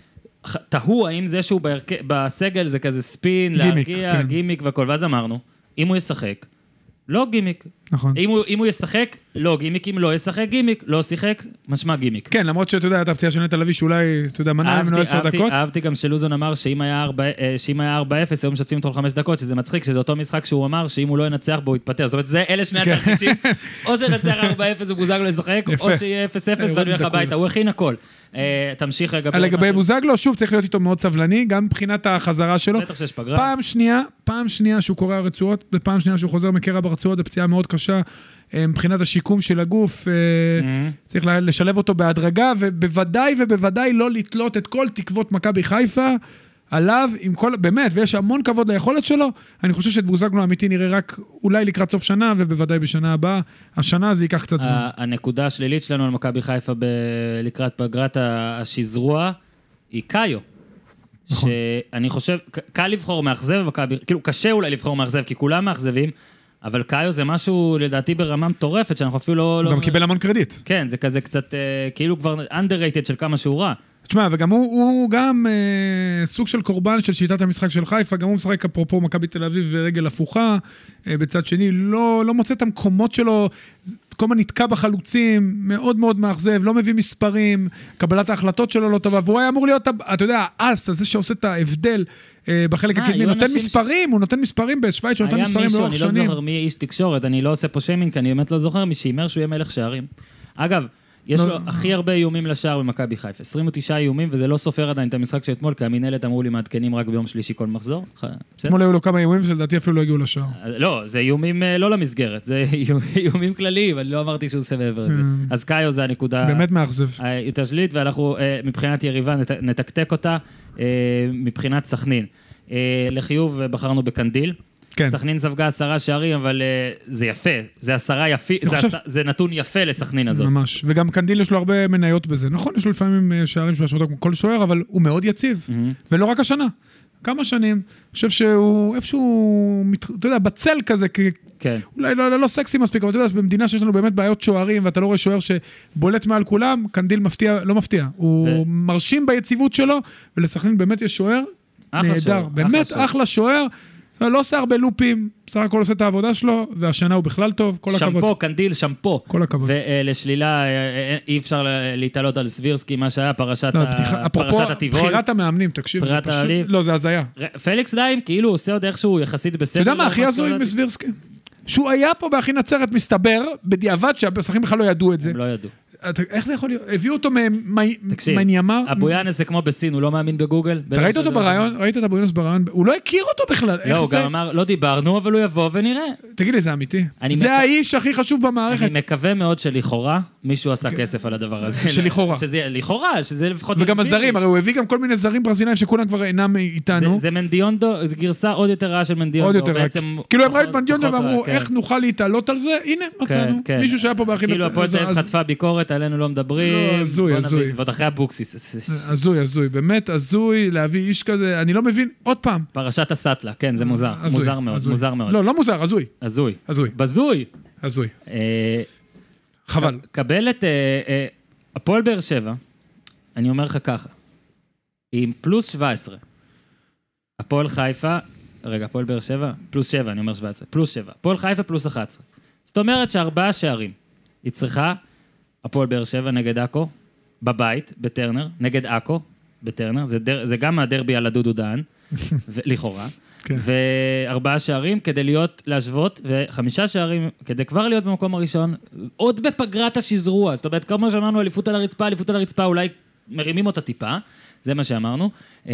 תהו, האם זה שהוא בסגל זה כזה ספין, להרגיע, גימיק וכל, ואז אמרנו, אם הוא ישחק, לא גימיק. נכון. אם הוא, אם הוא ישחק, לא גימיק, אם לא ישחק גימיק, לא שיחק, משמע גימיק. כן, למרות שאתה יודע, אתה פציעה של נטע לביא, שאולי, אתה יודע, מנע ממנו עשר דקות. אהבתי גם שלוזון אמר שאם היה ארבע אפס, היום משתפים אותו לחמש דקות, שזה מצחיק, שזה אותו משחק שהוא אמר, שאם הוא לא ינצח בו, הוא יתפטר. זאת אומרת, זה אלה שני התרחישים, או שנצח ארבע אפס ובוזגלו לשחק, או שיהיה אפס אפס ואני הולך הביתה. הוא הכין הכל. תמשיך לגבי... לגבי בוזגלו, שוב, צריך להיות איתו מאוד סבלני, גם מבחינת החזרה שלו. פעם שנייה, פעם שנייה שהוא קורא הרצועות, ופעם שנייה שהוא חוזר מקרע ברצועות, הפציעה מאוד קשה, מבחינת השיקום של הגוף, צריך לשלב אותו בהדרגה, ובוודאי ובוודאי לא לתלות את כל תקוות מכבי חיפה עליו, עם כל, באמת, ויש המון כבוד ליכולת שלו, אני חושב שאת בוזגלו האמיתי נראה רק אולי לקראת סוף שנה, ובוודאי בשנה הבאה, השנה זה ייקח קצת זמן. הנקודה השלילית שלנו על מכבי חיפה לקראת פגרת השזרוע, היא קאיו. שאני חושב, קל לבחור מאכזב, כאילו קשה אולי לבחור מאכזב, כי כולם מאכזבים, אבל קאיו זה משהו לדעתי ברמה מטורפת, שאנחנו אפילו לא... הוא גם קיבל המון קרדיט. כן, זה כזה קצת, כאילו כבר underrated של כמה שהוא רע. תשמע, וגם הוא, הוא גם אה, סוג של קורבן של שיטת המשחק של חיפה, גם הוא משחק אפרופו מכבי תל אביב ורגל הפוכה, אה, בצד שני, לא, לא מוצא את המקומות שלו, כל הזמן נתקע בחלוצים, מאוד מאוד מאכזב, לא מביא מספרים, קבלת ההחלטות שלו לא טובה, והוא היה אמור להיות, אתה יודע, האס, הזה שעושה את ההבדל אה, בחלק הקדמי, נותן מספרים, ש... הוא נותן מספרים בשוויץ, הוא נותן מספרים לאורך שנים. אני לא זוכר מי איש תקשורת, אני לא עושה פה שיימינג, כי אני באמת לא זוכר מי שאימר שהוא יהיה מלך שערים. אגב, יש לו הכי הרבה איומים לשער במכבי חיפה, עשרים ותשעה איומים, וזה לא סופר עדיין את המשחק שאתמול, כי המנהלת אמרו לי מעדכנים רק ביום שלישי כל מחזור. אתמול היו לו כמה איומים שלדעתי אפילו לא הגיעו לשער. לא, זה איומים לא למסגרת, זה איומים כלליים, אני לא אמרתי שהוא עושה מעבר לזה. אז קאיו זה הנקודה... באמת מאכזב. יותר שלילית, ואנחנו מבחינת יריבה נתקתק אותה, מבחינת סכנין. לחיוב בחרנו בקנדיל. סכנין ספגה עשרה שערים, אבל זה יפה, זה עשרה יפי, זה נתון יפה לסכנין הזאת. ממש, וגם קנדיל יש לו הרבה מניות בזה. נכון, יש לו לפעמים שערים שבאשמתו כמו כל שוער, אבל הוא מאוד יציב, ולא רק השנה. כמה שנים, אני חושב שהוא איפשהו, אתה יודע, בצל כזה, אולי לא סקסי מספיק, אבל אתה יודע, במדינה שיש לנו באמת בעיות שוערים, ואתה לא רואה שוער שבולט מעל כולם, קנדיל מפתיע, לא מפתיע. הוא מרשים ביציבות שלו, ולסכנין באמת יש שוער נהדר. באמת אחלה שוער. לא עושה הרבה לופים, סך הכל עושה את העבודה שלו, והשנה הוא בכלל טוב, כל הכבוד. שמפו, קנדיל, שמפו. כל הכבוד. ולשלילה, אי אפשר להתעלות על סבירסקי, מה שהיה פרשת הטבעול. אפרופו, בחירת המאמנים, תקשיב, זה פשוט, לא, זה הזיה. פליקס דיים, כאילו, עושה עוד איכשהו יחסית בסדר. אתה יודע מה, הכי הזוי עם סבירסקי? שהוא היה פה בהכי נצרת מסתבר, בדיעבד שהשחקנים בכלל לא ידעו את זה. הם לא ידעו. איך זה יכול להיות? הביאו אותו מניימר? אבו יאנס זה כמו בסין, הוא לא מאמין בגוגל. ראית אותו ברעיון? ראית את אבו יאנס ברעיון? הוא לא הכיר אותו בכלל. לא, הוא גם אמר, לא דיברנו, אבל הוא יבוא ונראה. תגיד לי, זה אמיתי. זה האיש הכי חשוב במערכת. אני מקווה מאוד שלכאורה, מישהו עשה כסף על הדבר הזה. שלכאורה. לכאורה, שזה לפחות... וגם הזרים, הרי הוא הביא גם כל מיני זרים ברזילאים שכולם כבר אינם איתנו. זה מנדיונדו, זו גרסה עוד יותר רעה של מנדיונדו. עוד יותר כאילו הם ראו את מנדיונדו ואמרו, איך נוכל להתעלות על זה? הנה, מצאנו. מישהו שהיה פה בהכי כאילו הפועל תל אביב חטפה ביקורת ביקורת, עלינו לא מדברים. לא, הזוי, הזוי. ועוד אחרי הבוקסיס. הזוי, הזוי. באמת הזוי להביא איש כזה, אני לא מבין, עוד פעם. פרשת הסטלה, כן, זה מוזר. מוזר מאוד, מוזר מאוד. לא, לא מוזר, הזוי. הזוי. הזוי. בזוי. הזוי. חבל. קבל את הפועל באר שבע, אני אומר לך ככה, עם פלוס שבע עשרה. הפועל חיפה, רגע, הפועל באר שבע, פלוס שבע, אני אומר שבע עשרה, פלוס שבע. הפועל חיפה פלוס אחת עשרה. זאת אומרת שארבעה שערים. היא צריכה, הפועל באר שבע נגד אקו, בבית, בטרנר, נגד אקו, בטרנר, זה, דר, זה גם הדרבי על הדודו דן, לכאורה, כן. וארבעה שערים כדי להיות, להשוות, וחמישה שערים כדי כבר להיות במקום הראשון, עוד בפגרת השזרוע, זאת אומרת, כמו שאמרנו, אליפות על הרצפה, אליפות על הרצפה, אולי מרימים אותה טיפה, זה מה שאמרנו.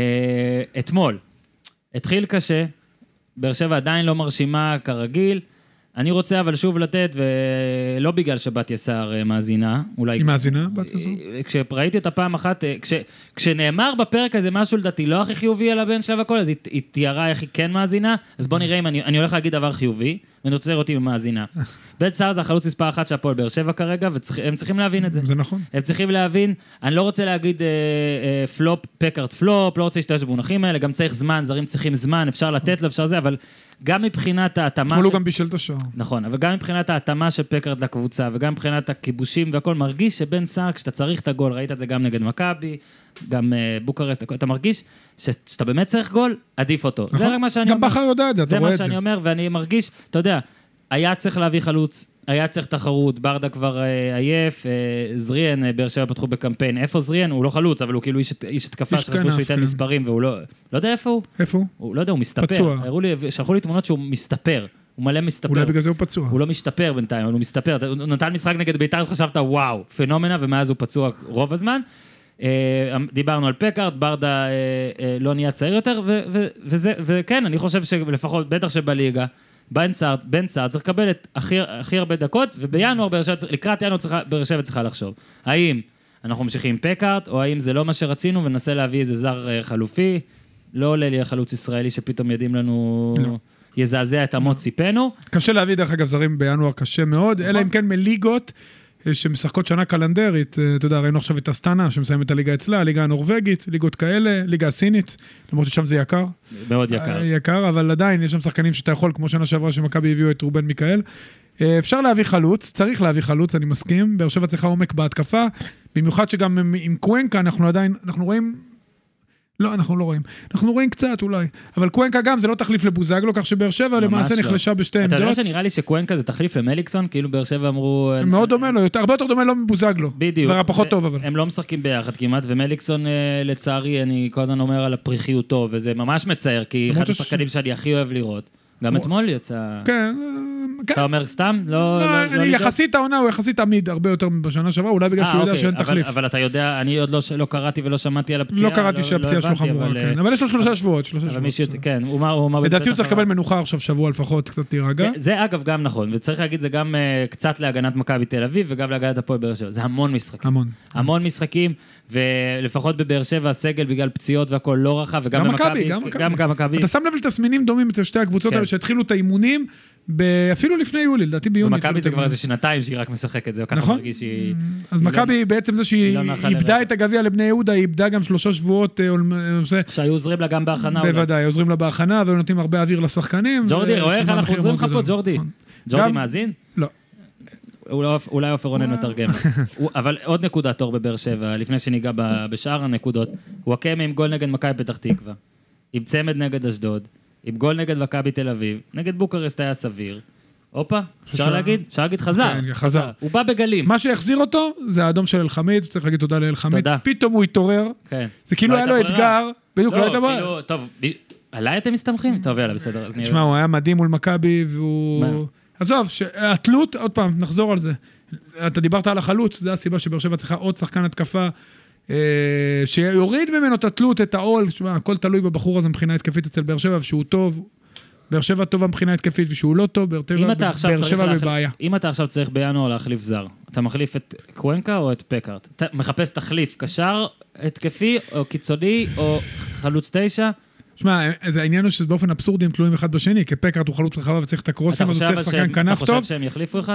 אתמול, התחיל קשה, באר שבע עדיין לא מרשימה כרגיל, אני רוצה אבל שוב לתת, ולא בגלל שבת יסר מאזינה, אולי... היא מאזינה, בת יסר? כשראיתי אותה פעם אחת, כש, כשנאמר בפרק הזה משהו לדעתי לא הכי חיובי על הבן שלה והכל, אז היא, היא תיארה איך היא כן מאזינה, אז בוא נראה אם אני, אני הולך להגיד דבר חיובי, ואני רוצה לראות אם היא מאזינה. בית סער זה החלוץ מספר אחת של הפועל באר שבע כרגע, והם צריכים להבין את זה. זה נכון. הם צריכים להבין, אני לא רוצה להגיד אה, אה, פלופ, פקארט פלופ, לא רוצה להשתמש במונחים האלה, גם צריך זמן, זרים צריכים זמן, אפשר לתת לו, אפשר זה, אבל גם מבחינת ההתאמה... אתמול הוא גם בישל את השער. נכון, אבל גם מבחינת ההתאמה של פקארט לקבוצה, וגם מבחינת הכיבושים והכל, מרגיש שבן סער, כשאתה צריך את הגול, ראית את זה גם נגד מכבי, גם uh, בוקרסט, אתה מרגיש שאתה באמת צריך גול, עדיף אותו. נכון. זה רק מה שאני גם אומר. בכר יודע את זה, אתה רואה את זה. זה מה שאני אומר, ואני מרגיש, אתה יודע, היה צריך להביא חלוץ, היה צריך תחרות, ברדה כבר uh, עייף, uh, זריאן, uh, באר שבע פתחו בקמפיין, איפה זריאן? הוא לא חלוץ, אבל הוא כאילו איש, איש התקפה, שחשבו שהוא ייתן מספרים, והוא לא, לא יודע איפה הוא. איפה הוא? הוא לא יודע, הוא מסתפר. פצוע. לי, שלחו לי תמונות שהוא מסתפר. הוא מלא מסתפר. אולי בגלל זה הוא פצוע. הוא לא משתפר בינתיים, הוא מסתפר. הוא נתן משחק נגד בית"ר, אז חשבת, וואו, פנומנה, ומאז הוא פצוע רוב הזמן. דיברנו על פקארט, ברדה לא נהיה צעיר יותר, וזה, וכן, אני חושב שלפחות, בטח שבליגה, בן סער צריך לקבל את הכי הרבה דקות, ובינואר, לקראת ינואר, באר שבע צריכה לחשוב. האם אנחנו ממשיכים עם פקארט, או האם זה לא מה שרצינו, וננסה להביא איזה זר חלופי, לא עולה לי החלוץ ישראלי, שפתאום יודעים לנו... יזעזע את אמות ציפנו. קשה להביא דרך אגב זרים בינואר, קשה מאוד, אלא אם כן מליגות שמשחקות שנה קלנדרית, אתה יודע, ראינו עכשיו את אסטנה, שמסיים את הליגה אצלה, הליגה הנורווגית, ליגות כאלה, ליגה הסינית, למרות ששם זה יקר. מאוד יקר. יקר, אבל עדיין יש שם שחקנים שאתה יכול, כמו שנה שעברה שמכבי הביאו את רובן מיכאל. אפשר להביא חלוץ, צריך להביא חלוץ, אני מסכים, באר שבע צריכה עומק בהתקפה, במיוחד שגם עם קוונקה אנחנו עדיין, אנחנו רואים לא, אנחנו לא רואים. אנחנו רואים קצת אולי. אבל קוונקה גם זה לא תחליף לבוזגלו, כך שבאר שבע למעשה נחלשה בשתי עמדות. אתה יודע שנראה לי שקוונקה זה תחליף למליקסון, כאילו באר שבע אמרו... מאוד דומה לו, הרבה יותר דומה לו מבוזגלו. בדיוק. ופחות טוב אבל. הם לא משחקים ביחד כמעט, ומליקסון לצערי, אני כל הזמן אומר על הפריחיותו, וזה ממש מצער, כי אחד השחקנים שאני הכי אוהב לראות. גם אתמול יצא... כן. אתה אומר סתם? לא... יחסית העונה הוא יחסית עמיד הרבה יותר בשנה שעברה, אולי בגלל שהוא יודע שאין תחליף. אבל אתה יודע, אני עוד לא קראתי ולא שמעתי על הפציעה. לא קראתי שהפציעה שלו חמורה, כן. אבל יש לו שלושה שבועות. כן, הוא אמר... לדעתי הוא צריך לקבל מנוחה עכשיו שבוע לפחות, קצת תירגע. זה אגב גם נכון, וצריך להגיד, זה גם קצת להגנת מכבי תל אביב, וגם להגנת הפועל באר שבע. זה המון משחקים. המון. המון משחקים, ולפחות בבאר שבע הסגל בגלל פציעות והכל לא רחב, וגם במכבי, גם מכבי. אתה שם לב לתסמינים דומים אצל שתי הקבוצות האלה שהתחילו את האימונים אפילו לפני יולי, לדעתי ביוני. ומכבי זה כבר איזה שנתיים שהיא רק משחקת, זה ככה מרגיש שהיא... אז מכבי בעצם זה שהיא איבדה את הגביע לבני יהודה, היא איבדה גם שלושה שבועות... שהיו עוזרים לה גם בהכנה. בוודאי, עוזרים לה בהכנה, והיו נותנים הרבה אוויר לשחקנים. ג'ורדי, רואה איך אנחנו עוזרים לך פה, ג'ורדי? ג'ורדי מאזין? לא. אולי אופר רונן מתרגם. אבל עוד נקודת אור בבאר שבע, לפני שניגע בשאר הנקודות, הוא הקם עם גול נגד מכבי פתח תקווה, עם צמד נגד אשדוד, עם גול נגד מכבי תל אביב, נגד בוקרסט היה סביר. הופה, אפשר להגיד? אפשר להגיד חזר. כן, חזר. הוא בא בגלים. מה שיחזיר אותו זה האדום של אלחמיד, צריך להגיד תודה לאלחמיד. תודה. פתאום הוא התעורר. כן. זה כאילו היה לו אתגר, בדיוק לא הייתה ברירה. לא, כאילו, טוב, עליי אתם מסתמכים? טוב, יאללה, בסדר. תשמע, הוא היה מדהים מול מכבי, והוא... עזוב, התלות, עוד פעם, נחזור על זה. אתה דיברת על החלוץ, זה הסיבה שבאר שבע צריכה עוד שחקן התקפה, שיוריד ממנו את התלות, את העול, הכל תלוי בבחור הזה מבחינה התקפית אצל באר שבע, ושהוא טוב, באר שבע טובה מבחינה התקפית, ושהוא לא טוב, באר שבע בבעיה. אם אתה עכשיו צריך בינואר להחליף זר, אתה מחליף את קוונקה או את פקארט? אתה מחפש תחליף קשר, התקפי, או קיצוני, או חלוץ תשע? שמע, זה העניין הוא שבאופן אבסורדי הם תלויים אחד בשני, כי פקארט הוא חלוץ רחבה וצריך את הקרוסים, אז הוא צריך שחקן כנף טוב. אתה חושב שהם יחליפו אחד?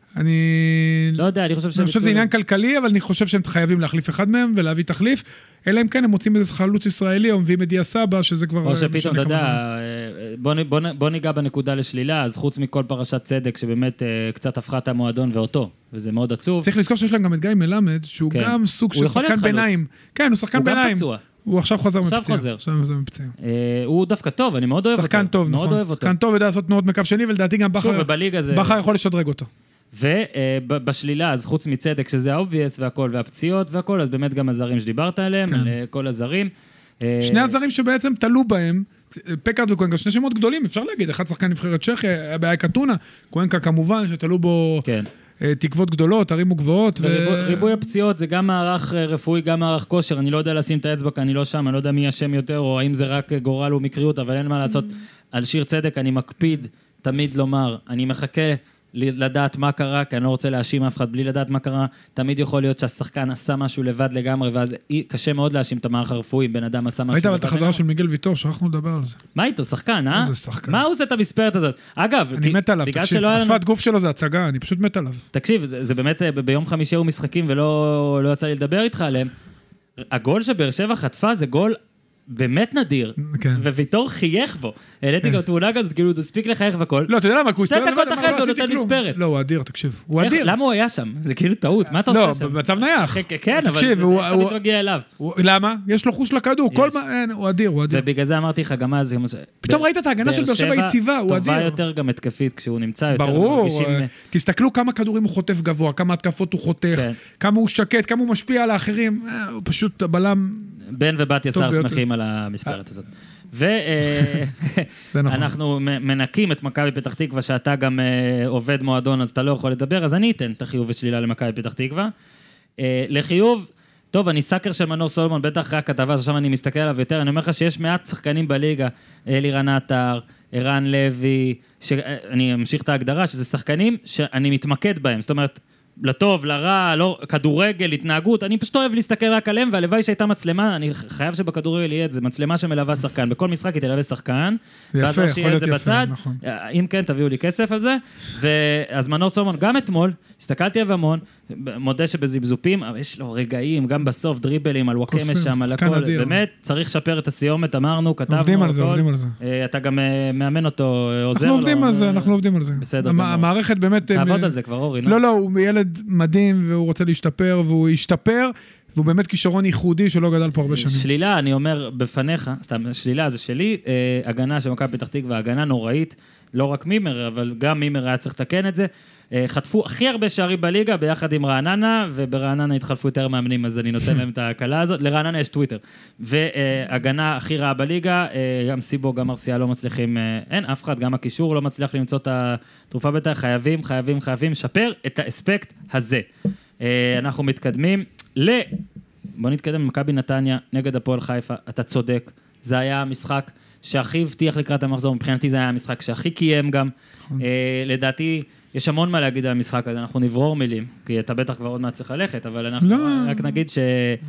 אני... לא יודע, אני חושב אני חושב שזה עניין כלכלי, אבל אני חושב שהם חייבים להחליף אחד מהם ולהביא תחליף, אלא אם כן הם מוצאים איזה חלוץ ישראלי, או מביאים את דיה סבא, שזה כבר... או שפתאום, אתה יודע, בוא ניגע בנקודה לשלילה, אז חוץ מכל פרשת צדק, שבאמת קצת הפכה את המועדון ואותו, וזה מאוד עצוב. צריך לזכור שיש להם גם את גיא מלמד, שהוא גם סוג של שחקן ביניים. כן, הוא שחקן ביניים. הוא עכשיו חוזר מפציע. עכשיו חוזר. עכשיו חוזר מפציע. הוא דווקא טוב, אני מאוד אוהב אותו. שחקן טוב, נכון. שחקן טוב, יודע לעשות תנועות מקו שני, ולדעתי גם בכר יכול לשדרג אותו. ובשלילה, אז חוץ מצדק, שזה האובייס והכל, והפציעות והכל, אז באמת גם הזרים שדיברת עליהם, כל הזרים. שני הזרים שבעצם תלו בהם, פקארד וקוונקה, שני שמות גדולים, אפשר להגיד, אחד שחקן נבחרת צ'כיה, באייקה טונה, קוונקה כמובן, שתלו בו תקוות גדולות, ערים וגבוהות. ריבוי הפציעות זה גם מערך רפואי, גם מערך כושר, אני לא יודע לשים את האצבע, אני לא שם, אני לא יודע מי אשם יותר, או האם זה רק גורל או מקריות, אבל אין מה לעשות. על שיר צדק אני מקפיד תמיד לומר, אני מחכה לדעת מה קרה, כי אני לא רוצה להאשים אף אחד בלי לדעת מה קרה, תמיד יכול להיות שהשחקן עשה משהו לבד לגמרי, ואז קשה מאוד להאשים את המערך הרפואי, בן אדם עשה משהו. ראית אבל את החזרה של מיגל ויטור, שכחנו לדבר על זה. מה איתו, שחקן, אה? איזה שחקן. מה הוא עושה את המספרת הזאת? אגב, אני מת עליו, תקשיב, השפת גוף שלו זה הצגה, אני פשוט מת עליו. תקשיב, זה באמת, ביום חמישי הוא משחקים ולא יצא לי לדבר איתך עליהם. הגול שבאר שבע חטפה זה גול באמת נדיר, וויתור חייך בו. העליתי גם תמונה כזאת, כאילו, הוא ספיק לחייך וכל. לא, אתה יודע למה, שתי דקות אחרי זה הוא נותן מספרת. לא, הוא אדיר, תקשיב. הוא אדיר. למה הוא היה שם? זה כאילו טעות, מה אתה עושה שם? לא, במצב נייח. כן, אבל זה תמיד מגיע אליו. למה? יש לו חוש לכדור, הוא אדיר, הוא אדיר. ובגלל זה אמרתי לך, גם אז... פתאום ראית את ההגנה של באר שבע יציבה, הוא אדיר. טובה יותר גם התקפית כשהוא נמצא יותר. ברור, תסתכלו כמה כדורים הוא חוטף גבוה, כמה התקפות הוא חותך, כמה הוא שקט, כמה הוא משפיע על האחרים. הוא פשוט הבלם בן ובת יסר שמחים על המספרת הזאת. ואנחנו מנקים את מכבי פתח תקווה, שאתה גם עובד מועדון, אז אתה לא יכול לדבר, אז אני אתן את החיוב ושלילה למכבי פתח תקווה. לחיוב, טוב, אני סאקר של מנור סולומון, בטח אחרי הכתבה, ששם אני מסתכל עליו יותר, אני אומר לך שיש מעט שחקנים בליגה, אלירן עטר, ערן לוי, שאני אמשיך את ההגדרה, שזה שחקנים שאני מתמקד בהם, זאת אומרת, לטוב, לרע, לא, כדורגל, התנהגות, אני פשוט אוהב להסתכל רק עליהם, והלוואי שהייתה מצלמה, אני חייב שבכדורגל יהיה את זה, מצלמה שמלווה שחקן, בכל משחק היא תלווה שחקן, ואז לא שיהיה את זה בצד, אם כן, תביאו לי כסף על זה, ואז מנור סולומון, גם אתמול, הסתכלתי עליו המון, מודה שבזבזופים, אבל יש לו רגעים, גם בסוף דריבלים, על וואקמה שם, על הכל, באמת, צריך לשפר את הסיומת, אמרנו, כתבנו, עובדים על זה, עובדים על זה. אתה גם מאמן אותו, עוזר לו. אנחנו עובדים על זה, אנחנו עובדים על זה. בסדר. המערכת באמת... תעבוד על זה כבר, אורי, לא, לא, הוא ילד מדהים, והוא רוצה להשתפר, והוא ישתפר, והוא באמת כישרון ייחודי שלא גדל פה הרבה שנים. שלילה, אני אומר בפניך, סתם, שלילה זה שלי, הגנה של מכבי פתח תקווה, הגנה נוראית, לא רק מימר, אבל גם מימר היה צריך לתקן את זה. חטפו הכי הרבה שערים בליגה ביחד עם רעננה, וברעננה התחלפו יותר מאמנים, אז אני נותן להם את ההקלה הזאת. לרעננה יש טוויטר. והגנה הכי רעה בליגה, גם סיבו, גם ארסיה לא מצליחים, אין אף אחד, גם הקישור לא מצליח למצוא את התרופה ביתה, חייבים, חייבים, חייבים, שפר את האספקט הזה. אנחנו מתקדמים ל... בוא נתקדם, מכבי נתניה, נגד הפועל חיפה, אתה צודק, זה היה המשחק שהכי הבטיח לקראת המחזור, מבחינתי זה היה המשחק שהכי קיים גם, לדעתי, יש המון מה להגיד על המשחק הזה, אנחנו נברור מילים, כי אתה בטח כבר עוד מעט צריך ללכת, אבל אנחנו רק נגיד ש...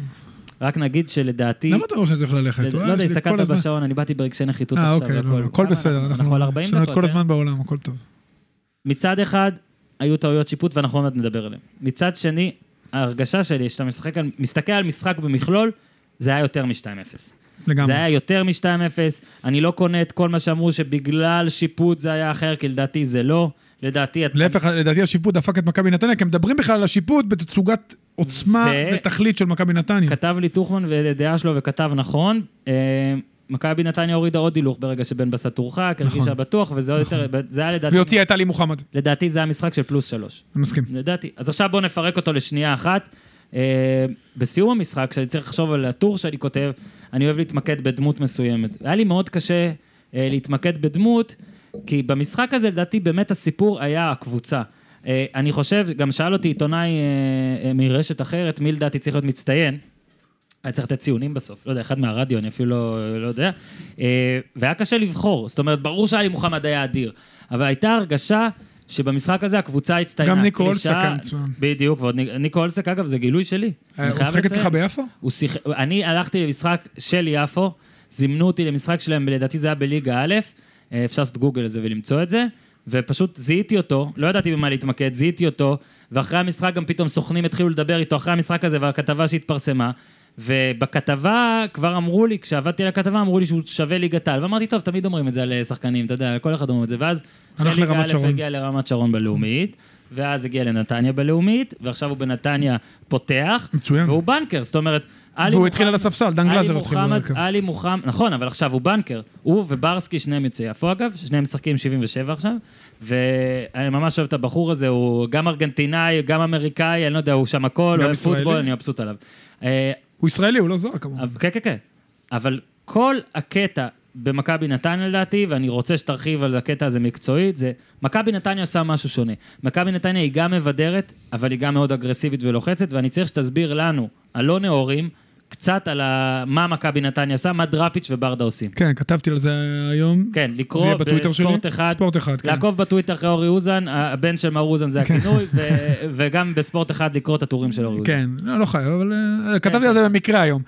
רק נגיד שלדעתי... למה אתה רוצה צריך ללכת? לא יודע, הסתכלת בשעון, אני באתי ברגשי נחיתות עכשיו. אה, אוקיי, הכל בסדר, אנחנו שנו את כל הזמן בעולם, הכל טוב. מצד אחד, היו טעויות שיפוט, ואנחנו עוד נדבר עליהם. מצד שני, ההרגשה שלי, שאתה מסתכל על משחק במכלול, זה היה יותר מ-שתיים אפס. לגמרי. זה היה יותר מ-שתיים אפס, אני לא קונה את כל מה שאמרו שבגלל שיפוט זה היה אחר, כי לדעתי זה לא. לדעתי... להפך, לדעתי השיפוט דפק את מכבי נתניה, כי הם מדברים בכלל על השיפוט בתצוגת עוצמה ותכלית של מכבי נתניה. כתב לי תוכמן ודעה שלו וכתב נכון, מכבי נתניה הורידה עוד הילוך ברגע שבן בסט הורחק, הרגישה בטוח, וזה עוד יותר, זה היה לדעתי... והוציאה את עלי מוחמד. לדעתי זה היה משחק של פלוס שלוש. אני מסכים. לדעתי. אז עכשיו בואו נפרק אותו לשנייה אחת. בסיום המשחק, שאני צריך לחשוב על הטור שאני כותב, אני אוהב להתמקד בדמות מסוימת. היה לי מאוד קשה להתמקד בדמות, כי במשחק הזה, לדעתי, באמת הסיפור היה הקבוצה. אני חושב, גם שאל אותי עיתונאי מרשת אחרת, מי לדעתי צריך להיות מצטיין, היה צריך לתת ציונים בסוף, לא יודע, אחד מהרדיו, אני אפילו לא, לא יודע, והיה קשה לבחור, זאת אומרת, ברור שעלי מוחמד היה אדיר, אבל הייתה הרגשה שבמשחק הזה הקבוצה הצטיינה. גם ניקו אולסק. בדיוק, ועוד ניקו אולסק, אגב, זה גילוי שלי. הוא שחק אצלך ביפו? אני הלכתי למשחק של יפו, זימנו אותי למשחק שלהם, לדעתי זה היה בליגה א', אפשר לעשות גוגל לזה ולמצוא את זה, ופשוט זיהיתי אותו, לא ידעתי במה להתמקד, זיהיתי אותו, ואחרי המשחק גם פתאום סוכנים התחילו לדבר איתו, אחרי המשחק הזה והכתבה שהתפרסמה, ובכתבה כבר אמרו לי, כשעבדתי על הכתבה, אמרו לי שהוא שווה ליגת העל, ואמרתי, טוב, תמיד אומרים את זה על שחקנים, אתה יודע, כל אחד אומרים את זה, ואז ליגה א' הגיע לרמת שרון בלאומית, ואז הגיע לנתניה בלאומית, ועכשיו הוא בנתניה פותח, והוא בנקר, זאת אומרת, והוא התחיל על הספסל, דן גלזר התחיל בהרכב. עלי מוחמד, נכון, אבל עכשיו הוא בנקר. הוא וברסקי, שניהם יוצאי יפו אגב, שניהם משחקים שבעים ושבע עכשיו, ואני ממש אוהב את הבחור הזה, הוא גם ארגנטינאי, גם אמריקאי, אני לא יודע, הוא שם הכל, הוא אוהב פוטבול, אני מבסוט עליו. הוא ישראלי, הוא לא זר כמובן. כן, כן, כן. אבל כל הקטע במכבי נתניה לדעתי, ואני רוצה שתרחיב על הקטע הזה מקצועית, זה, מכבי נתניה עושה משהו שונה. מכבי נתניה היא גם מבדרת, אבל היא גם מאוד אגרסיבית ולוחצת, ואני צריך שתסביר לנו, הלא נאורים, קצת על מה מכבי נתניה עושה, מה דראפיץ' וברדה עושים. כן, כתבתי על זה היום. כן, לקרוא בספורט אחד, ספורט אחד, לעקוב בטוויטר אחרי אורי אוזן, הבן של מר אוזן זה הכינוי, וגם בספורט אחד לקרוא את הטורים של אורי אוזן. כן, לא חייב, אבל כתבתי על זה במקרה היום.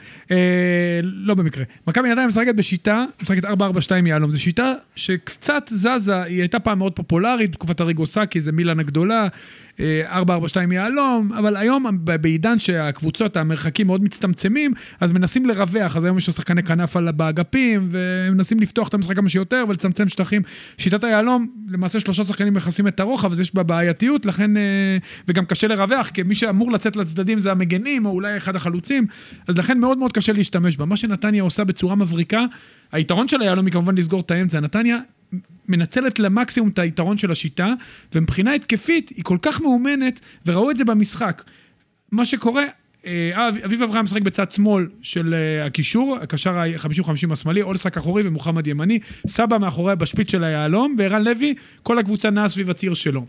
לא במקרה. מכבי נתניה משחקת בשיטה, משחקת ארבע ארבע שתיים יהלום, זו שיטה שקצת זזה, היא הייתה פעם מאוד פופולרית, בתקופת הריגוסקי, זה מילאן הגדולה, ארבע ארבע שתיים יהלום, אבל היום בעידן שהקבוצות, המרחקים מאוד מצטמצמים, אז מנסים לרווח, אז היום יש שחקני כנף על באגפים, ומנסים לפתוח את המשחק כמה שיותר, ולצמצם שטחים. שיטת היהלום, למעשה שלושה שחקנים מכסים את הרוחב, אז יש בה בעייתיות, לכן, וגם קשה לרווח, כי מי שאמור לצאת לצדדים זה המגנים, או אולי אחד החלוצים, אז לכן מאוד מאוד קשה להשתמש בה. מה שנתניה עושה בצורה מבריקה, היתרון של היהלום היא כמובן לסגור את האמצע. נתניה מנצלת למקסימום את היתרון של השיטה, ומבחינה התקפית היא כל כך מאומנת, וראו את זה במשחק. מה שקורה, אביב אברהם משחק בצד שמאל של הקישור, הקשר ה-חמישים חמישים השמאלי, אולסק אחורי ומוחמד ימני, סבא מאחורי בשפיץ של היהלום, וערן לוי, כל הקבוצה נעה סביב הציר שלו.